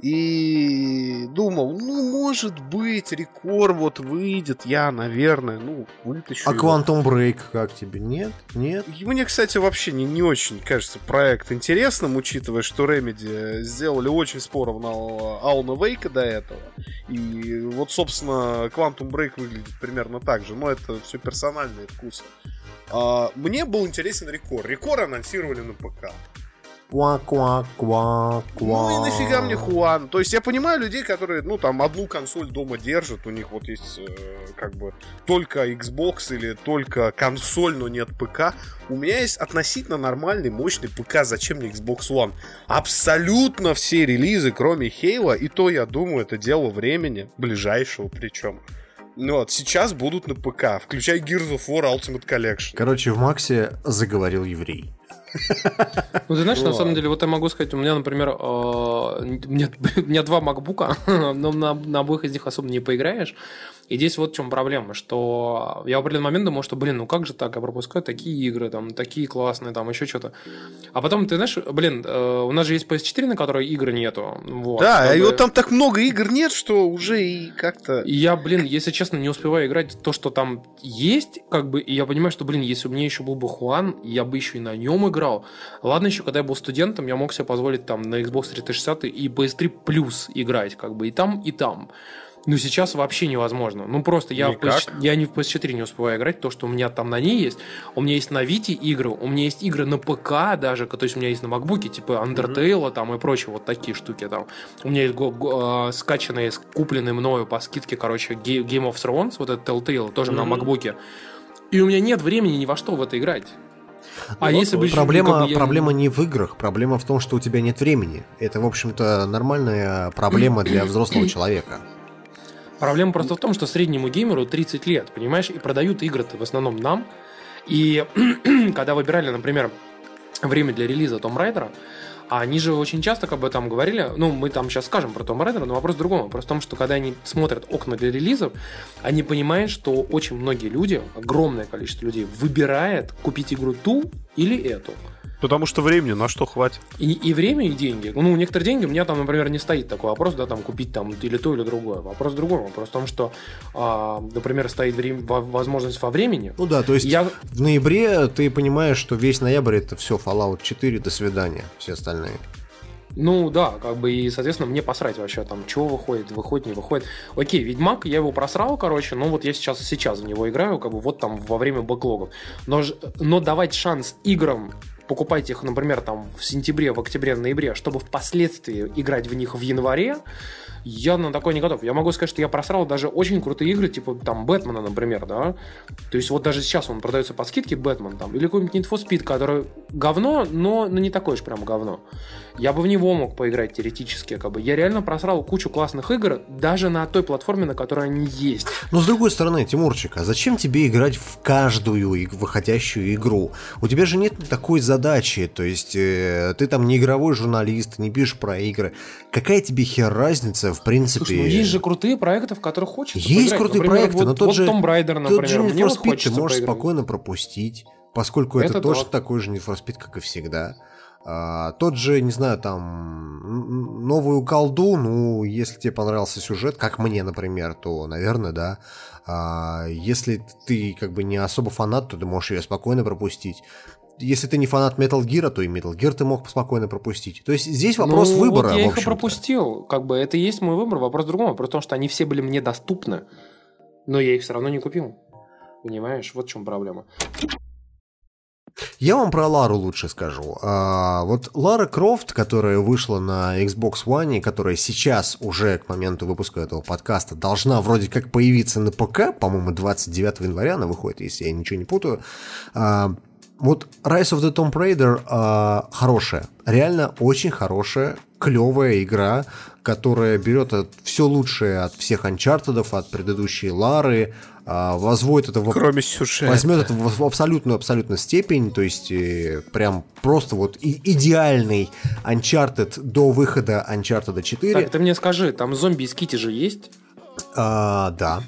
И думал, ну, может быть, рекорд вот выйдет, я, наверное, ну, вытащу А его. Quantum Break как тебе? Нет? Нет? И мне, кстати, вообще не, не очень кажется проект интересным, учитывая, что Remedy сделали очень споровного Алана Вейка до этого. И вот, собственно, Quantum Break выглядит примерно так же, но это все персональные вкусы. А, мне был интересен Рекор. Рекор анонсировали на ПК. Ква-ква-ква-ква. Ну и нафига мне Хуан? То есть я понимаю людей, которые, ну, там, одну консоль дома держат, у них вот есть, э, как бы, только Xbox или только консоль, но нет ПК. У меня есть относительно нормальный, мощный ПК, зачем мне Xbox One? Абсолютно все релизы, кроме Хейла, и то, я думаю, это дело времени, ближайшего причем. Ну вот, сейчас будут на ПК, включая Gears of War Ultimate Collection. Короче, в Максе заговорил еврей. Ну, ты знаешь, на самом деле, вот я могу сказать, у меня, например, у меня два макбука, но на обоих из них особо не поиграешь. И здесь вот в чем проблема, что я в определенный момент думал, что, блин, ну как же так, я пропускаю такие игры, там, такие классные, там, еще что-то. А потом, ты знаешь, блин, у нас же есть пи эс четыре, на которой игр нету. Вот, да, и бы... вот там так много игр нет, что уже и как-то... И я, блин, если честно, не успеваю играть то, что там есть, как бы, и я понимаю, что, блин, если у меня еще был бы Хуан, я бы еще и на нем играл. Ладно, еще когда я был студентом, я мог себе позволить там на Xbox триста шестьдесят и пи эс три плюс играть, как бы, и там, и там. Ну, сейчас вообще невозможно. Ну, просто я, в пи эс, я не в пи эс четыре не успеваю играть, то, что у меня там на ней есть. У меня есть на Вите игры, у меня есть игры на ПК даже, то есть у меня есть на макбуке, типа Undertale mm-hmm. там и прочие вот такие штуки там. У меня есть го- го- скачанные, купленные мною по скидке, короче, Game of Thrones, вот этот Telltale, тоже mm-hmm. на макбуке. И у меня нет времени ни во что в это играть. А ну, если бы проблема, как бы, я... проблема не в играх, проблема в том, что у тебя нет времени. Это, в общем-то, нормальная проблема для взрослого человека. Проблема просто в том, что среднему геймеру тридцать лет, понимаешь, и продают игры-то в основном нам. И когда выбирали, например, время для релиза Tomb Raider, они же очень часто как бы там говорили, ну, мы там сейчас скажем про Tomb Raider, но вопрос в другом. Вопрос в том, что когда они смотрят окна для релизов, они понимают, что очень многие люди, огромное количество людей, выбирает купить игру ту или эту. Потому что времени на что хватит. И, и время, и деньги. Ну, некоторые деньги у меня там, например, не стоит такой вопрос, да, там купить там или то, или другое. Вопрос в другом. Вопрос в том, что, а, например, стоит время, возможность во времени. Ну да, то есть я... в ноябре ты понимаешь, что весь ноябрь это все Fallout четыре, до свидания, все остальные. Ну да, как бы, и, соответственно, мне посрать вообще там, чего выходит, выходит, не выходит. Окей, Ведьмак, я его просрал, короче, ну вот я сейчас, сейчас в него играю, как бы вот там во время бэклогов. Но, но давать шанс играм, покупать их, например, там в сентябре, в октябре, в ноябре, чтобы впоследствии играть в них в январе, я на такое не готов. Я могу сказать, что я просрал даже очень крутые игры, типа там Бэтмена, например, да. То есть вот даже сейчас он продается по скидке, Бэтмен там, или какой-нибудь Need for Speed, который говно, но, но не такое уж прям говно. Я бы в него мог поиграть теоретически, как бы. Я реально просрал кучу классных игр даже на той платформе, на которой они есть. Но с другой стороны, Тимурчик, а зачем тебе играть в каждую выходящую игру? У тебя же нет такой задачи, то есть э, ты там не игровой журналист, не пишешь про игры. Какая тебе хер разница, в принципе? Слушай, ну есть же крутые проекты, в которых хочется есть поиграть. Крутые например, проекты, вот, но тот вот же Tomb Raider, например, тот же Need мне for вот Speed ты можешь поиграть. спокойно пропустить, поскольку это, это тоже да. такой же Need for Speed, как и всегда. А, тот же, не знаю, там новую колду, ну, если тебе понравился сюжет, как мне, например, то, наверное, да. А, если ты как бы не особо фанат, то ты можешь ее спокойно пропустить. Если ты не фанат Metal Gear, то и Metal Gear ты мог спокойно пропустить. То есть здесь вопрос ну, выбора. Вот я в их и пропустил. Как бы это и есть мой выбор. Вопрос в другом. Вопрос в том, что они все были мне доступны, но я их все равно не купил. Понимаешь? Вот в чем проблема. Я вам про Лару лучше скажу. А, вот Лара Крофт, которая вышла на Xbox One, и которая сейчас уже к моменту выпуска этого подкаста должна вроде как появиться на ПК, по-моему, двадцать девятого января она выходит, если я ничего не путаю. А, вот Rise of the Tomb Raider а, хорошая, реально очень хорошая, клевая игра, которая берет все лучшее от всех Uncharted, от предыдущей Лары, возводит это в, кроме сюжета. Возьмет это в абсолютную абсолютную степень, то есть э, прям просто вот и, идеальный Uncharted до выхода Uncharted четыре. Так, ты мне скажи, там зомби из Кити же есть? А, да.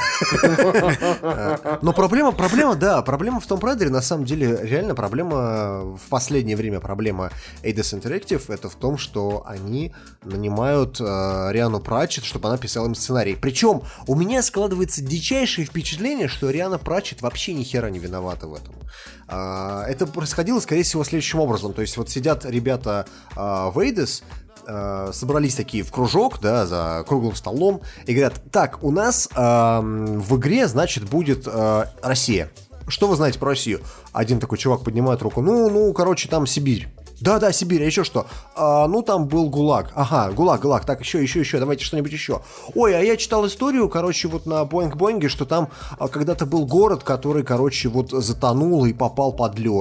Но проблема, проблема, да, проблема в Tomb Raider, на самом деле, реально проблема в последнее время, проблема Eidos Interactive, это в том, что они нанимают э, Риану Пратчетт, чтобы она писала им сценарий. Причем у меня складывается дичайшее впечатление, что Риана Пратчетт вообще ни хера не виновата в этом. Э, это происходило, скорее всего, следующим образом. То есть вот сидят ребята э, в Eidos, собрались такие в кружок, да, за круглым столом, и говорят: так, у нас э, в игре, значит, будет э, Россия. Что вы знаете про Россию? Один такой чувак поднимает руку: ну, ну, короче, там Сибирь. Да-да, Сибирь, а еще что? А, ну, там был ГУЛАГ. Ага, ГУЛАГ, ГУЛАГ. Так, еще, еще, еще, давайте что-нибудь еще. Ой, а я читал историю, короче, вот на Боинг-Боинге, что там а, когда-то был город, который, короче, вот затонул и попал под лед.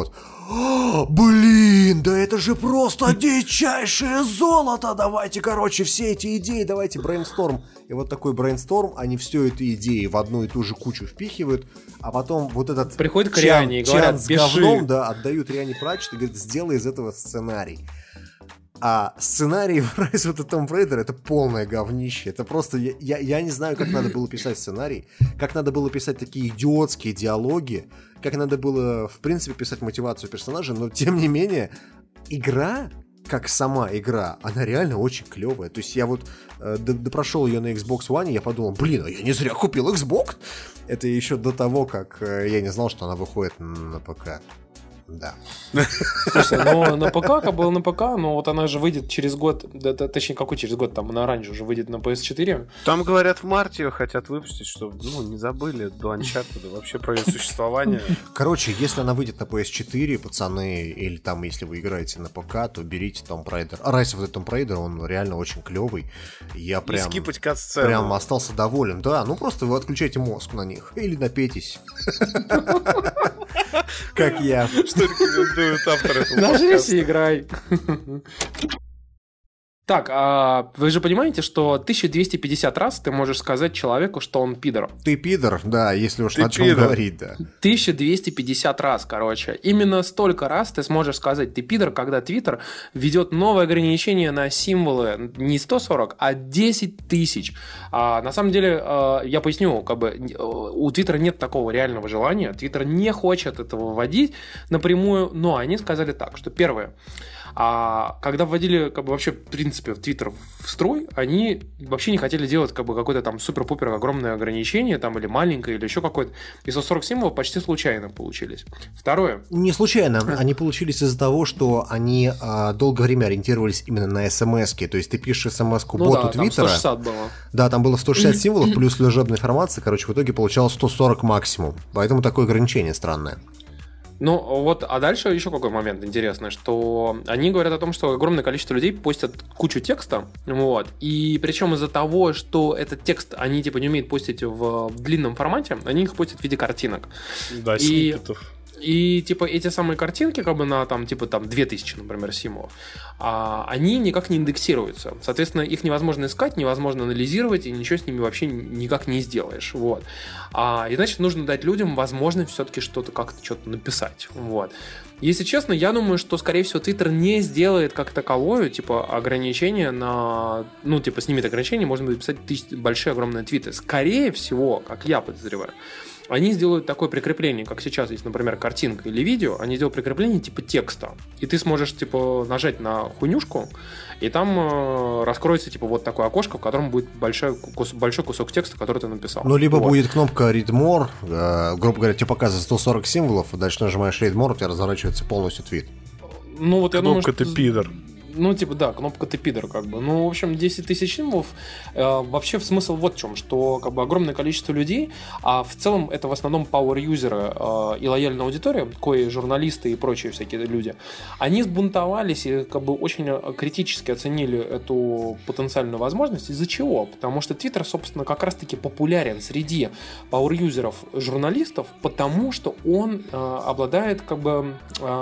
О, блин, да это же просто дичайшее золото, давайте, короче, все эти идеи, давайте брейнсторм. И вот такой брейнсторм, они все эти идеи в одну и ту же кучу впихивают, а потом вот этот приходит к Риане и говорят, с пиши. говном, да, отдают Риане Пратчет и говорят, сделай из этого сценарий. А сценарий в Rise of the Tomb Raider — это полное говнище. Это просто... Я, я, я не знаю, как надо было писать сценарий, как надо было писать такие идиотские диалоги, как надо было, в принципе, писать мотивацию персонажа, но, тем не менее, игра, как сама игра, она реально очень клевая. То есть я вот э, допрошел ее на Xbox One, и я подумал, блин, а я не зря купил Xbox. Это еще до того, как э, я не знал, что она выходит на ПК. Да. Слушай, ну на ПК, как было на ПК, но вот она же выйдет через год, да, точнее, какой через год, там она раньше уже выйдет на пи эс четыре. Там, говорят, в марте ее хотят выпустить, чтобы, ну, не забыли до Uncharted, вообще про ее существование. Короче, если она выйдет на пи эс четыре, пацаны, или там, если вы играете на ПК, то берите Tomb Raider. А Rise of the Tomb Raider, он реально очень клевый. Я прям... И скипать кат-сцену. Прям остался доволен. Да, ну просто вы отключайте мозг на них. Или напейтесь. Как я. Что рекомендуют авторы этого Нажрись подкаста. и играй. Так, а вы же понимаете, что тысяча двести пятьдесят раз ты можешь сказать человеку, что он пидор. Ты пидор, да, если уж Ты о чем пидор. говорить, да. тысяча двести пятьдесят раз, короче. Именно столько раз ты сможешь сказать «ты пидор», когда Твиттер ведет новое ограничение на символы не сто сорок, а десять тысяч. А, на самом деле, а, я поясню, как бы у Твиттера нет такого реального желания. Твиттер не хочет этого вводить напрямую, но они сказали так, что первое, а когда вводили, как бы, вообще, в принципе, в Твиттер в строй, они вообще не хотели делать, как бы, какое-то там супер-пупер огромное ограничение, там, или маленькое, или еще какое-то. И сто сорок символов почти случайно получились. Второе. Не случайно. Они получились из-за того, что они а, долгое время ориентировались именно на смс-ки. То есть ты пишешь смс-ку Ну боту да, там Твиттера. сто шестьдесят было. Да, там было сто шестьдесят символов плюс служебная информация. Короче, в итоге получалось сто сорок максимум. Поэтому такое ограничение странное. Ну, вот, а дальше еще какой момент интересный, что они говорят о том, что огромное количество людей постят кучу текста, вот, и причем из-за того, что этот текст они, типа, не умеют постить в, в длинном формате, они их постят в виде картинок. Да, И- сниппетов. И, типа, эти самые картинки, как бы, на, там, типа, там, две тысячи, например, символов, а, они никак не индексируются. Соответственно, их невозможно искать, невозможно анализировать, и ничего с ними вообще никак не сделаешь, вот. А, и, значит, нужно дать людям возможность все-таки что-то как-то, что-то написать, вот. Если честно, я думаю, что, скорее всего, Twitter не сделает как таковое, типа, ограничение на... Ну, типа, снимет ограничение, можно будет писать тысяч... большие, огромные твиты. Скорее всего, как я подозреваю, они сделают такое прикрепление, как сейчас есть, например, картинка или видео, они сделают прикрепление типа текста. И ты сможешь, типа, нажать на хуйнюшку, и там э, раскроется, типа, вот такое окошко, в котором будет большой, кус... большой кусок текста, который ты написал. Ну, либо Вот. будет кнопка Read More, э, грубо говоря, тебе показывает сто сорок символов, а дальше нажимаешь Read More, у тебя разворачивается полностью твит. Ну, вот я думаю, Кнопка что... «ты пидор». Ну, типа, да, кнопка «ты пидор», как бы. Ну, в общем, десять тысяч символов. Э, вообще смысл вот в чем, что, как бы, огромное количество людей, а в целом это в основном power-юзеры э, и лояльная аудитория, кои журналисты и прочие всякие люди, они сбунтовались и, как бы, очень критически оценили эту потенциальную возможность. Из-за чего? Потому что Twitter, собственно, как раз-таки популярен среди power-юзеров журналистов, потому что он э, обладает, как бы,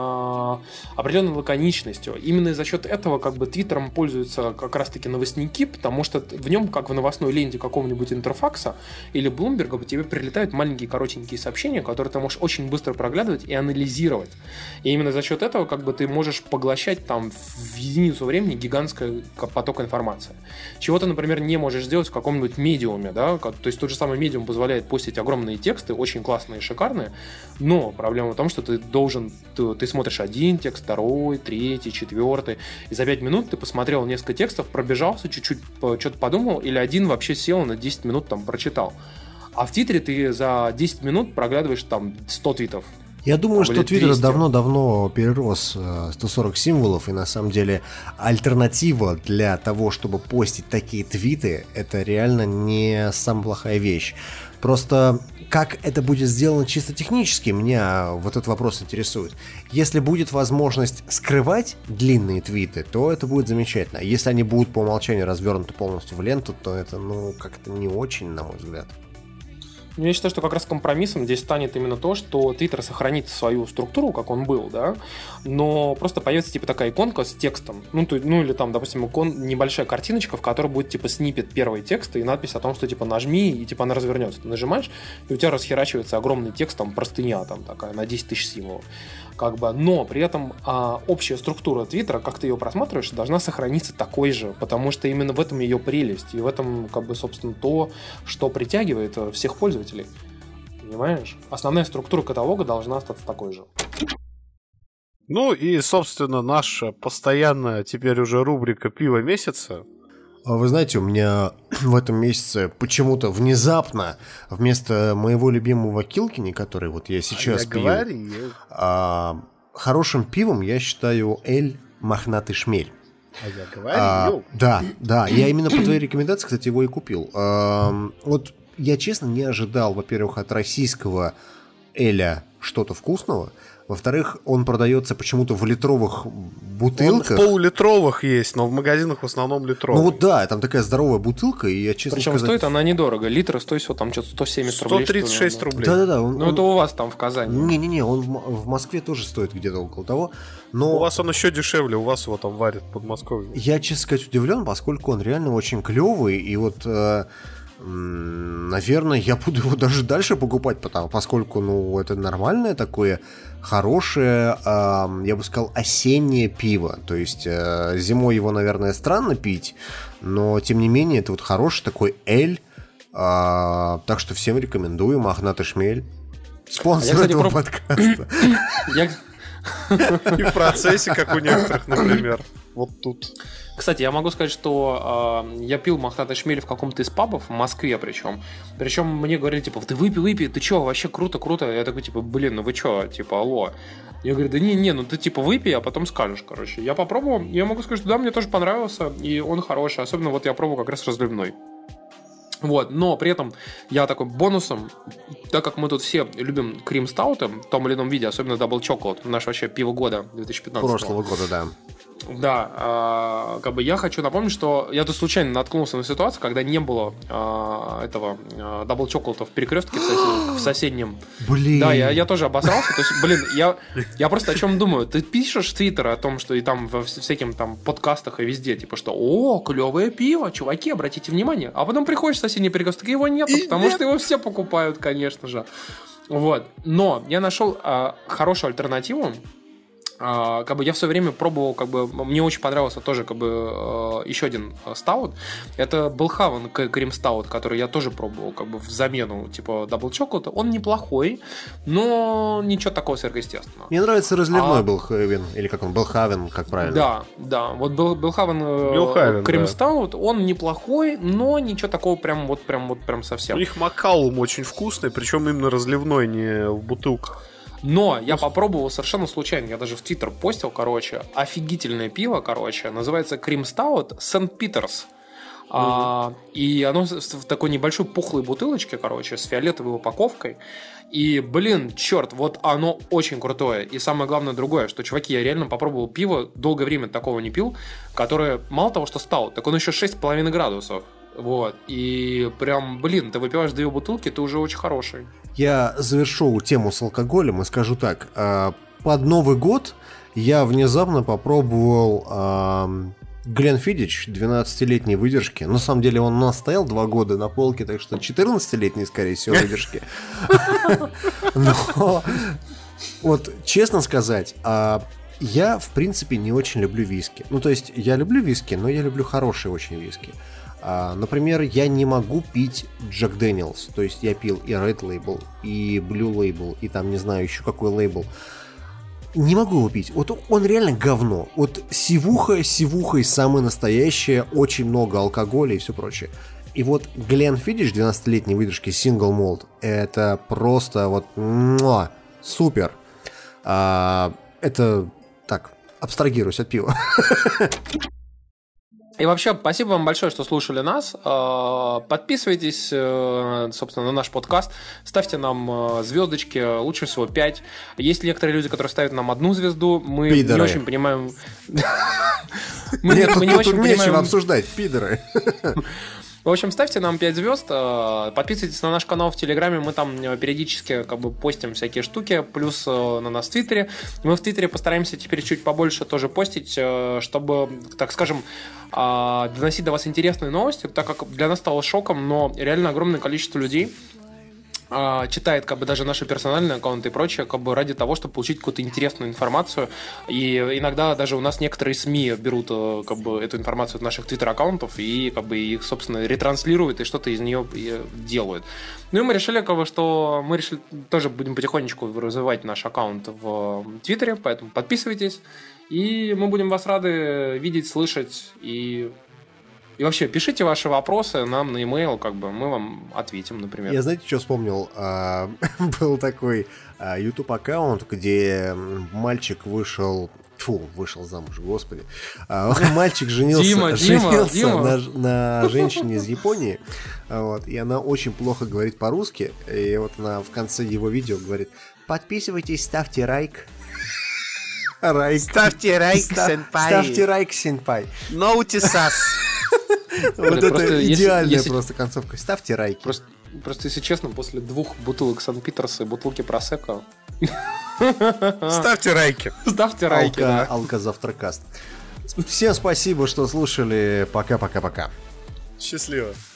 э, определенной лаконичностью. Именно за счет этого, как бы, Твиттером пользуются как раз-таки новостники, потому что в нем, как в новостной ленте какого-нибудь Интерфакса или Блумберга, тебе прилетают маленькие коротенькие сообщения, которые ты можешь очень быстро проглядывать и анализировать. И именно за счет этого, как бы, ты можешь поглощать там в единицу времени гигантский поток информации. Чего ты, например, не можешь сделать в каком-нибудь медиуме, да? То есть тот же самый медиум позволяет постить огромные тексты, очень классные и шикарные, но проблема в том, что ты должен, ты, ты смотришь один текст, второй, третий, четвертый, и за пять минут ты посмотрел несколько текстов, пробежался, чуть-чуть что-то подумал, или один вообще сел на десять минут там прочитал. А в Твиттере ты за десять минут проглядываешь там сто твитов. Я думаю, Там, что или Твиттер двести. давно-давно перерос э, сто сорок символов, и на самом деле альтернатива для того, чтобы постить такие твиты, это реально не самая плохая вещь. Просто как это будет сделано чисто технически, меня вот этот вопрос интересует. Если будет возможность скрывать длинные твиты, то это будет замечательно. Если они будут по умолчанию развернуты полностью в ленту, то это, ну, как-то не очень, на мой взгляд. Я считаю, что как раз компромиссом здесь станет именно то, что Twitter сохранит свою структуру, как он был, да, но просто появится типа такая иконка с текстом, ну, то, ну или там, допустим, икон, небольшая картиночка, в которой будет типа сниппет первый текста и надпись о том, что типа нажми, и типа она развернется. Ты нажимаешь, и у тебя расхерачивается огромный текст, там простыня там такая на десять тысяч символов. Как бы, но при этом а, общая структура Твиттера, как ты ее просматриваешь, должна сохраниться такой же, потому что именно в этом ее прелесть, и в этом, как бы, собственно, то, что притягивает всех пользователей. Понимаешь? Основная структура каталога должна остаться такой же. Ну и, собственно, наша постоянная теперь уже рубрика «Пиво месяца». Вы знаете, у меня в этом месяце почему-то внезапно вместо моего любимого Килкини, который вот я сейчас а пью, я говорил. А, хорошим пивом я считаю эль «Мохнатый шмель». А я говорил. А, да, да, я именно по твоей рекомендации, кстати, его и купил. А, вот я, честно, не ожидал, во-первых, от российского эля что-то вкусного. Во-вторых, он продается почему-то в литровых бутылках. Он в полулитровых есть, но в магазинах в основном литровых. Ну вот да, там такая здоровая бутылка, и я, честно Причем сказать... стоит она недорого. Литр стоит всего там что-то сто семьдесят рублей. сто тридцать шесть рублей. Да-да-да. Он, ну он... это у вас там в Казани. Не-не-не, он в, в Москве тоже стоит где-то около того. Но... У вас он еще дешевле, у вас его там варят в Подмосковье. Я, честно сказать, удивлен, поскольку он реально очень клевый, и вот... Э... Наверное, я буду его даже дальше покупать, потому, поскольку, ну, это нормальное такое, хорошее, э, я бы сказал, осеннее пиво. То есть э, зимой его, наверное, странно пить, но, тем не менее, это вот хороший такой эль. Э, так что всем рекомендую. «Мохнатый шмель». Спонсор этого подкаста. И в процессе, как у некоторых, например. Вот тут. Кстати, я могу сказать, что э, я пил «Мохнатый шмель» в каком-то из пабов, в Москве причем. Причем мне говорили, типа, ты выпей, выпей, ты чё, вообще круто, круто. Я такой, типа, блин, ну вы чё, типа, алло. Я говорю, да не-не, ну ты типа выпей, а потом скажешь, короче. Я попробовал, я могу сказать, что да, мне тоже понравился, и он хороший. Особенно вот я пробовал как раз разливной. Вот, но при этом я такой бонусом, так как мы тут все любим крим-стауты в том или ином виде, особенно Double Chocolate, наше вообще пиво года две тысячи пятнадцатого. Прошлого года, да. Да, э, как бы я хочу напомнить, что я тут случайно наткнулся на ситуацию, когда не было э, этого э, Double Chocolate в перекрестке в, сосед... в соседнем. Блин. Да, я, я тоже обосрался. То есть, блин, я, я просто о чем думаю. Ты пишешь в Твиттер о том, что и там во всяких там подкастах и везде, типа, что о, клевое пиво, чуваки, обратите внимание. А потом приходишь в соседний перекресток, и его нету, и потому нет. что его все покупают, конечно же. Вот. Но я нашел э, хорошую альтернативу. Uh, как бы я в свое время пробовал, как бы мне очень понравился тоже как бы uh, еще один стаут. Это Белхавен крем стаут, который я тоже пробовал как бы в замену типа Double Chocolate. Он неплохой, но ничего такого сверхъестественного. Мне нравится разливной а... Белхавен, или как он, Белхавен, как правильно? Да, да. Вот Белхавен крем стаут, он неплохой, но ничего такого прям вот прям вот прям совсем. У них Макалум очень вкусный, причем именно разливной, не в бутылках. Но я попробовал совершенно случайно, я даже в Твиттер постил, короче, офигительное пиво, короче, называется Крем Стаут Сент-Питерс. Mm-hmm. А, и оно в такой небольшой пухлой бутылочке, короче, с фиолетовой упаковкой. И, блин, черт, вот оно очень крутое. И самое главное другое, что, чуваки, я реально попробовал пиво, долгое время такого не пил, которое мало того, что стаут, так он еще шесть с половиной градусов. Вот, и прям, блин, ты выпиваешь две бутылки, ты уже очень хороший. Я завершу тему с алкоголем и скажу так. Под Новый год я внезапно попробовал Гленфиддич двенадцатилетней выдержки. На самом деле он у нас стоял два года на полке, так что четырнадцатилетней, скорее всего, выдержки. Но вот, честно сказать, я, в принципе, не очень люблю виски. Ну, то есть, я люблю виски, но я люблю хорошие очень виски. А, например, я не могу пить Джек Дэниелс. То есть, я пил и Red Label, и Blue Label, и там, не знаю, еще какой лейбл. Не могу его пить. Вот он реально говно. Вот сивуха, сивуха и самое настоящее, очень много алкоголя и все прочее. И вот Glenfiddich двенадцатилетней выдержки Single Malt, это просто вот муа, супер. А, это так, абстрагируюсь от пива. И вообще, спасибо вам большое, что слушали нас. Подписывайтесь, собственно, на наш подкаст. Ставьте нам звездочки, лучше всего пять. Есть некоторые люди, которые ставят нам одну звезду. Мы пидоры. Не очень понимаем... Нет, тут нечего обсуждать, пидоры. В общем, ставьте нам пять звезд, подписывайтесь на наш канал в Телеграме, мы там периодически как бы постим всякие штуки, плюс на нас в Твиттере. Мы в Твиттере постараемся теперь чуть побольше тоже постить, чтобы, так скажем, доносить до вас интересные новости, так как для нас стало шоком, но реально огромное количество людей читает как бы даже наши персональные аккаунты и прочее, как бы ради того, чтобы получить какую-то интересную информацию. И иногда даже у нас некоторые СМИ берут как бы эту информацию от наших твиттер-аккаунтов и как бы их, собственно, ретранслируют и что-то из нее делают. Ну и мы решили, как бы, что мы решили тоже будем потихонечку развивать наш аккаунт в Твиттере, поэтому подписывайтесь, и мы будем вас рады видеть, слышать и... И вообще, пишите ваши вопросы нам на e-mail, как бы мы вам ответим, например. Я, знаете, что вспомнил? А, был такой а, YouTube-аккаунт, где мальчик вышел... Фу, вышел замуж, господи. А, мальчик женился, Дима, женился Дима, на, на женщине из Японии, вот, и она очень плохо говорит по-русски, и вот она в конце его видео говорит: подписывайтесь, ставьте лайк. Райк. Ставьте лайк, сенпай. Ставьте лайк, сенпай. Notice us. Вот Просто это если- идеальная если- просто концовка. Ставьте лайки. Просто, просто, если честно, после двух бутылок Сан-Питерса и бутылки Просекко Ставьте лайки. ставьте лайки, Алка, да. Алка-завтракаст. Всем спасибо, что слушали. Пока-пока-пока. Счастливо.